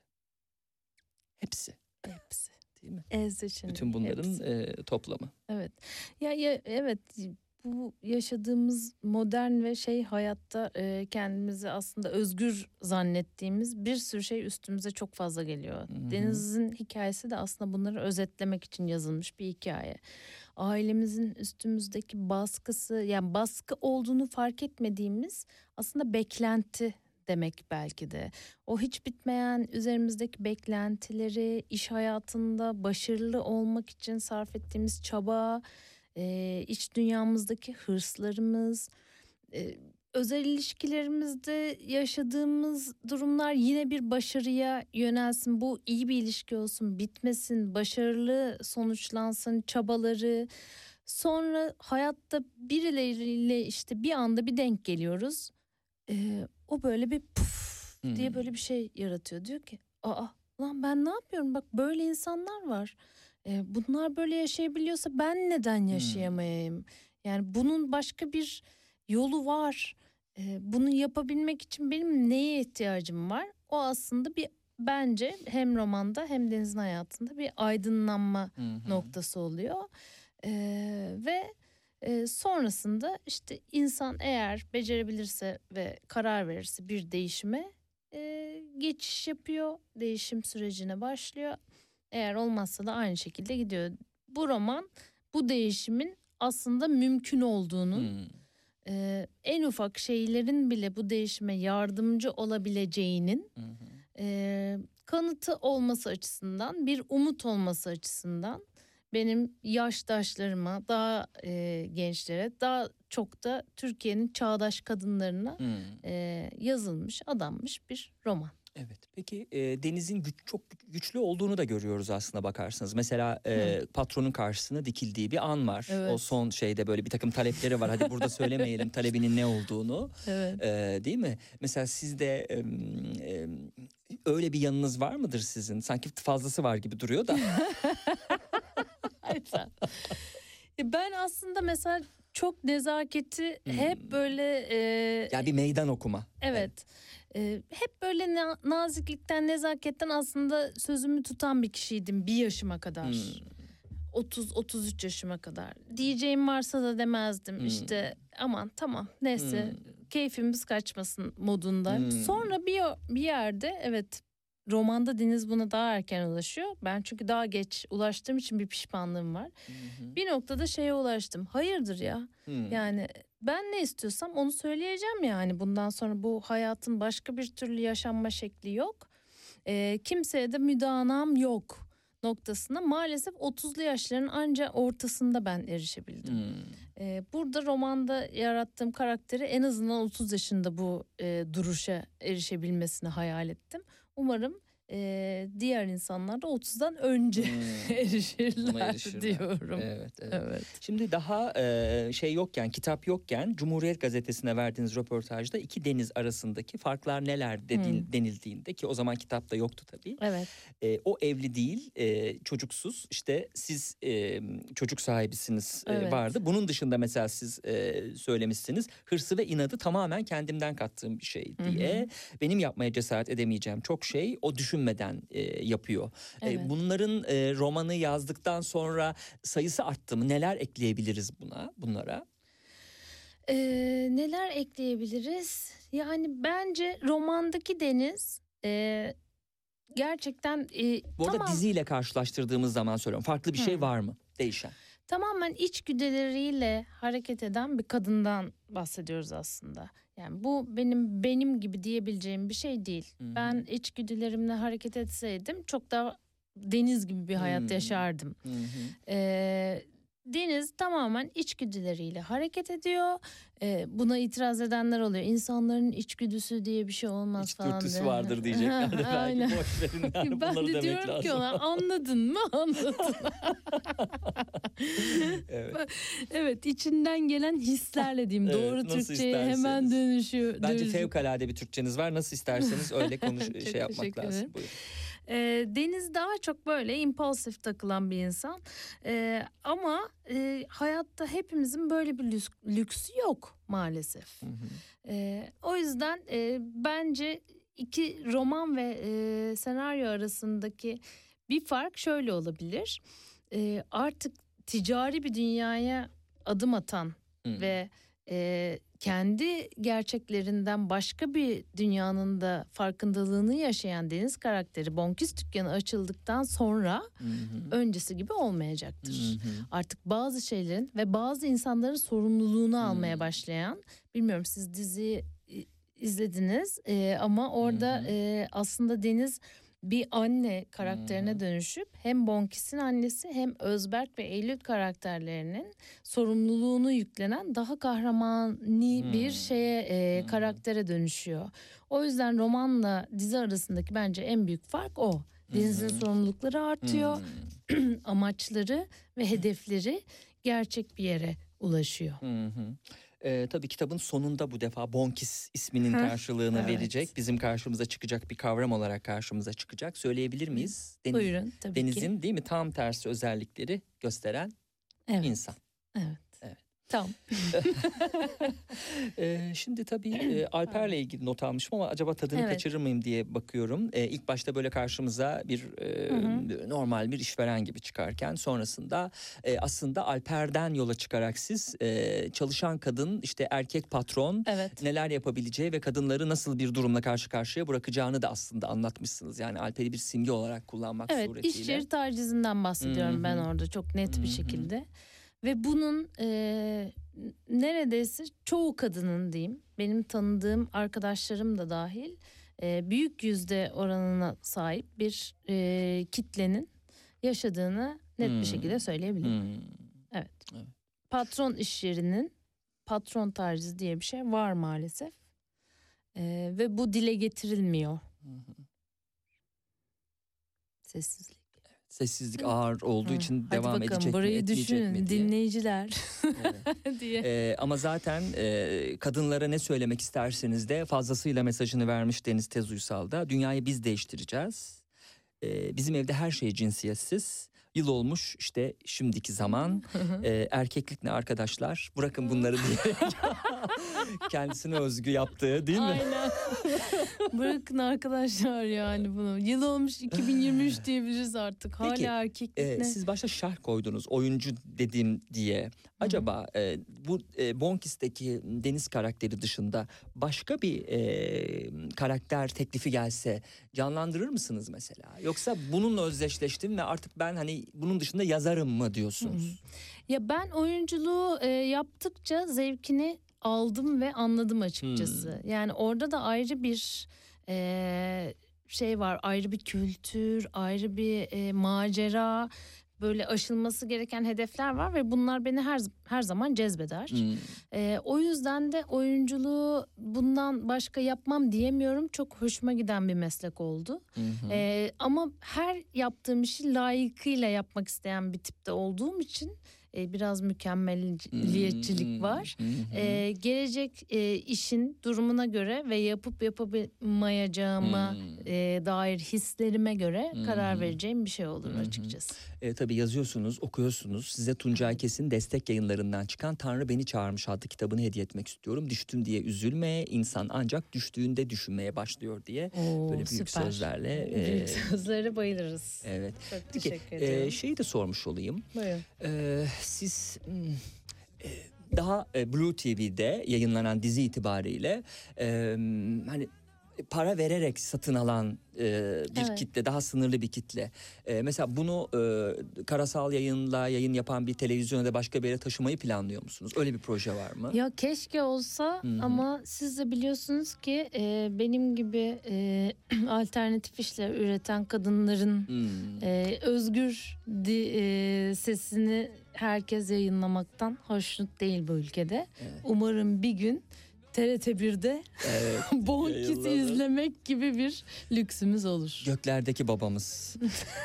Hepsi, Hepsi. değil mi? Ez seçeneği, Bütün bunların hepsi. e, toplamı. Evet. Ya, ya evet, bu yaşadığımız modern ve şey hayatta e, kendimizi aslında özgür zannettiğimiz bir sürü şey üstümüze çok fazla geliyor. Hı hı. Deniz'in hikayesi de aslında bunları özetlemek için yazılmış bir hikaye. Ailemizin üstümüzdeki baskısı, yani baskı olduğunu fark etmediğimiz aslında beklenti demek belki de. O hiç bitmeyen üzerimizdeki beklentileri, iş hayatında başarılı olmak için sarf ettiğimiz çaba, e, iç dünyamızdaki hırslarımız, e, özel ilişkilerimizde yaşadığımız durumlar yine bir başarıya yönelsin. Bu iyi bir ilişki olsun, bitmesin, başarılı sonuçlansın çabaları. Sonra hayatta birileriyle işte bir anda bir denk geliyoruz. Ee, o böyle bir puf diye Hmm. böyle bir şey yaratıyor. Diyor ki aa lan ben ne yapıyorum, bak böyle insanlar var. Ee, bunlar böyle yaşayabiliyorsa ben neden yaşayamayayım? Yani bunun başka bir yolu var. Ee, bunu yapabilmek için benim neye ihtiyacım var? O aslında bir, bence hem romanda hem Deniz'in hayatında bir aydınlanma Hı hı. noktası oluyor. Ee, ve e, sonrasında işte insan eğer becerebilirse ve karar verirse bir değişime e, geçiş yapıyor. Değişim sürecine başlıyor. Eğer olmazsa da aynı şekilde gidiyor. Bu roman bu değişimin aslında mümkün olduğunun, Hmm. e, en ufak şeylerin bile bu değişime yardımcı olabileceğinin Hı hı. e, kanıtı olması açısından, bir umut olması açısından benim yaştaşlarıma, daha e, gençlere, daha çok da Türkiye'nin çağdaş kadınlarına Hmm. e, yazılmış, adanmış bir roman. Evet. Peki e, Deniz'in güç, çok güçlü olduğunu da görüyoruz aslında bakarsanız. Mesela e, patronun karşısına dikildiği bir an var. Evet. O son şeyde böyle bir takım talepleri var. Hadi burada söylemeyelim talebinin ne olduğunu. Evet. E, değil mi? Mesela sizde e, e, öyle bir yanınız var mıdır sizin? Sanki fazlası var gibi duruyor da. Ben aslında mesela çok nezaketi hep böyle e, Ya bir meydan okuma. evet. Ee, hep böyle na- naziklikten, nezaketten aslında sözümü tutan bir kişiydim bir yaşıma kadar. Hmm. otuz otuz üç yaşıma kadar. Diyeceğim varsa da demezdim. Hmm. İşte aman tamam neyse Hmm. keyfimiz kaçmasın modunda. Hmm. Sonra bir bir yerde, evet, romanda Deniz buna daha erken ulaşıyor. Ben çünkü daha geç ulaştığım için bir pişmanlığım var. Hı hı. Bir noktada şeye ulaştım. Hayırdır ya? Hmm. Yani ben ne istiyorsam onu söyleyeceğim yani. Bundan sonra bu hayatın başka bir türlü yaşanma şekli yok. E, kimseye de müdanam yok noktasına maalesef otuzlu yaşların anca ortasında ben erişebildim. Hmm. Ee, burada romanda yarattığım karakteri en azından otuz yaşında bu e, duruşa erişebilmesini hayal ettim. Umarım e, diğer insanlar da otuzdan önce Hmm. Buna erişirler, erişirler. diyorum. Evet, evet. Evet. Şimdi daha e, şey yokken, kitap yokken Cumhuriyet Gazetesi'ne verdiğiniz röportajda iki deniz arasındaki farklar neler dediğin, Hmm. denildiğinde, ki o zaman kitapta yoktu tabii. Evet. E, o evli değil, e, çocuksuz, işte siz e, çocuk sahibisiniz e, Evet. vardı. Bunun dışında mesela siz e, söylemişsiniz, hırsı ve inadı tamamen kendimden kattığım bir şey diye. Hı hı. Benim yapmaya cesaret edemeyeceğim çok şey o düşünmeden e, yapıyor. E, Evet. bunların e, romanı yazdıktan sonra sayısı arttı mı? Neler ekleyebiliriz buna, bunlara? Ee, neler ekleyebiliriz? Yani bence romandaki Deniz e, gerçekten e, Bu arada tamam, diziyle karşılaştırdığımız zaman söylüyorum. Farklı bir şey Hı. var mı? Değişen. tamamen içgüdüleriyle hareket eden bir kadından bahsediyoruz aslında. Yani bu benim benim gibi diyebileceğim bir şey değil. Hı hı. Ben içgüdülerimle hareket etseydim çok daha Deniz gibi bir hayat Hı. yaşardım. Hı hı. Ee, Deniz tamamen içgüdüleriyle hareket ediyor. Ee, buna itiraz edenler oluyor. İnsanların içgüdüsü diye bir şey olmaz İç falan dürtüsü diye. vardır diyecekler de belki Aynen. boş verin yani Ben bunları de demek diyorum lazım. ki ona, anladın mı? Anladın. Evet. Evet, içinden gelen hislerle diyeyim. Evet, Doğru nasıl Türkçe'ye hemen isterseniz. dönüşüyor. Bence dönüşüyor. fevkalade bir Türkçeniz var. Nasıl isterseniz öyle konuş Çok şey yapmak teşekkür lazım. ederim. Buyurun. Ee, Deniz daha çok böyle impulsif takılan bir insan. Ee, ama e, hayatta hepimizin böyle bir lüks, lüksü yok maalesef. Hı hı. Ee, o yüzden e, bence iki roman ve e, senaryo arasındaki bir fark şöyle olabilir. Ee, artık ticari bir dünyaya adım atan Hı. ve e, kendi gerçeklerinden başka bir dünyanın da farkındalığını yaşayan Deniz karakteri Bonkis dükkanı açıldıktan sonra Hı hı. öncesi gibi olmayacaktır. Hı hı. Artık bazı şeylerin ve bazı insanların sorumluluğunu Hmm. almaya başlayan, bilmiyorum siz diziyi i- izlediniz e, ama orada Hı hı. e, aslında Deniz bir anne karakterine Hı hı. dönüşüp hem Bonkis'in annesi hem Özberk ve Eylül karakterlerinin sorumluluğunu yüklenen daha kahramani Hmm. bir şeye e, Hmm. karaktere dönüşüyor. O yüzden romanla dizi arasındaki bence en büyük fark o. Deniz'in Hı hı. sorumlulukları artıyor, Hı. amaçları ve hedefleri gerçek bir yere ulaşıyor. Hı hı. Ee, tabii kitabın sonunda bu defa Bonkis isminin Heh, karşılığını evet. verecek. Bizim karşımıza çıkacak bir kavram olarak karşımıza çıkacak. Söyleyebilir miyiz? Deniz, Buyurun tabii ki. Deniz'in değil mi tam tersi özellikleri gösteren Evet. insan. Evet. Evet. Tamam. Ee, şimdi tabii e, Alper'le ilgili not almışım ama acaba tadını Evet. kaçırır mıyım diye bakıyorum. Ee, ilk başta böyle karşımıza bir e, Hı hı. normal bir işveren gibi çıkarken sonrasında e, aslında Alper'den yola çıkarak siz e, çalışan kadın, işte erkek patron Evet. neler yapabileceği ve kadınları nasıl bir durumla karşı karşıya bırakacağını da aslında anlatmışsınız. Yani Alper'i bir simge olarak kullanmak Evet, suretiyle. iş yeri tacizinden bahsediyorum Hı hı. ben orada çok net Hı bir hı. şekilde. Ve bunun e, neredeyse çoğu kadının diyeyim, benim tanıdığım arkadaşlarım da dahil e, büyük yüzde oranına sahip bir e, kitlenin yaşadığını net Hmm. bir şekilde söyleyebilirim. Hmm. Evet. Evet. Patron iş yerinin patron tacizi diye bir şey var maalesef. E, ve bu dile getirilmiyor. Hı hı. Sessizlik. Sessizlik ağır olduğu Hı. için Hadi devam bakalım, edecek mi, burayı etmeyecek düşünün mi diye. dinleyiciler Evet. diye. Ee, ama zaten e, kadınlara ne söylemek isterseniz de fazlasıyla mesajını vermiş Deniz Tez Uysal da. Dünyayı biz değiştireceğiz. Ee, bizim evde her şey cinsiyetsiz. Yıl olmuş işte şimdiki zaman. Ee, erkeklik ne arkadaşlar? Bırakın bunları diye kendisine özgü yaptığı değil mi? Aynen. Bırakın arkadaşlar yani bunu. Yıl olmuş iki bin yirmi üç diyebiliriz artık. Hala Peki, erkeklik Ee, ne? siz başta şerh koydunuz oyuncu dedim diye. Acaba e, bu e, Bonkis'teki Deniz karakteri dışında başka bir e, karakter teklifi gelse canlandırır mısınız mesela? Yoksa bununla özdeşleştim ve artık ben hani bunun dışında yazarım mı diyorsunuz? Ya ben oyunculuğu e, yaptıkça zevkini aldım ve anladım açıkçası. Hmm. Yani orada da ayrı bir e, şey var, ayrı bir kültür, ayrı bir e, macera, böyle aşılması gereken hedefler var ve bunlar beni her her zaman cezbeder. Hmm. E, o yüzden de oyunculuğu bundan başka yapmam diyemiyorum. Çok hoşuma giden bir meslek oldu. E, ama her yaptığım işi layıkıyla yapmak isteyen bir tipte olduğum için e, biraz mükemmeliyetçilik var. E, gelecek e, işin durumuna göre ve yapıp yapamayacağıma e, dair hislerime göre karar vereceğim bir şey olur açıkçası. E, tabii yazıyorsunuz, okuyorsunuz. Size Tuncay Kesin Destek Yayınları'ndan çıkan Tanrı Beni Çağırmış adlı kitabını hediye etmek istiyorum. Düştüm diye üzülme, insan ancak düştüğünde düşünmeye başlıyor diye. Oo, böyle büyük süper. sözlerle. Büyük E, sözlere bayılırız. Evet. Çok Peki, teşekkür ediyorum. E, şeyi de sormuş olayım. Buyurun. E, siz... Hmm, e, daha e, Blue T V'de yayınlanan dizi itibariyle e, hani para vererek satın alan e, bir evet. kitle, daha sınırlı bir kitle. E, mesela bunu e, karasal yayınla yayın yapan bir televizyona da başka bir yere taşımayı planlıyor musunuz? Öyle bir proje var mı? Ya keşke olsa. Hı-hı. Ama siz de biliyorsunuz ki e, benim gibi e, alternatif işler üreten kadınların e, özgür di, e, sesini herkes yayınlamaktan hoşnut değil bu ülkede. Evet. Umarım bir gün T R T bir'de evet, Bonkis'i izlemek gibi bir lüksümüz olur. Göklerdeki babamız.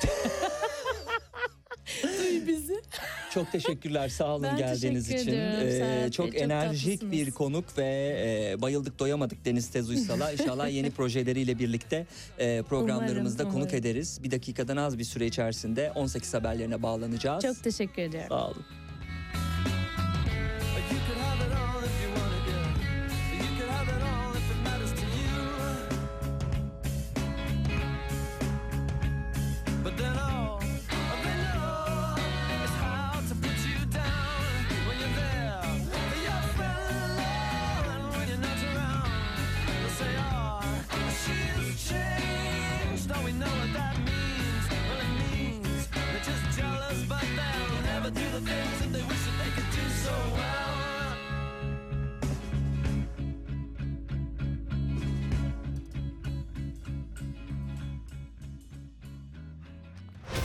Duy bizi. Çok teşekkürler, sağ olun ben geldiğiniz için. Ee, çok, çok enerjik tatlısınız. Bir konuk ve e, bayıldık doyamadık Deniz Tez Uysal'a. İnşallah yeni projeleriyle birlikte e, programlarımızda umarım, konuk umarım. ederiz. Bir dakikadan az bir süre içerisinde on sekiz haberlerine bağlanacağız. Çok teşekkür ediyorum. Sağ olun.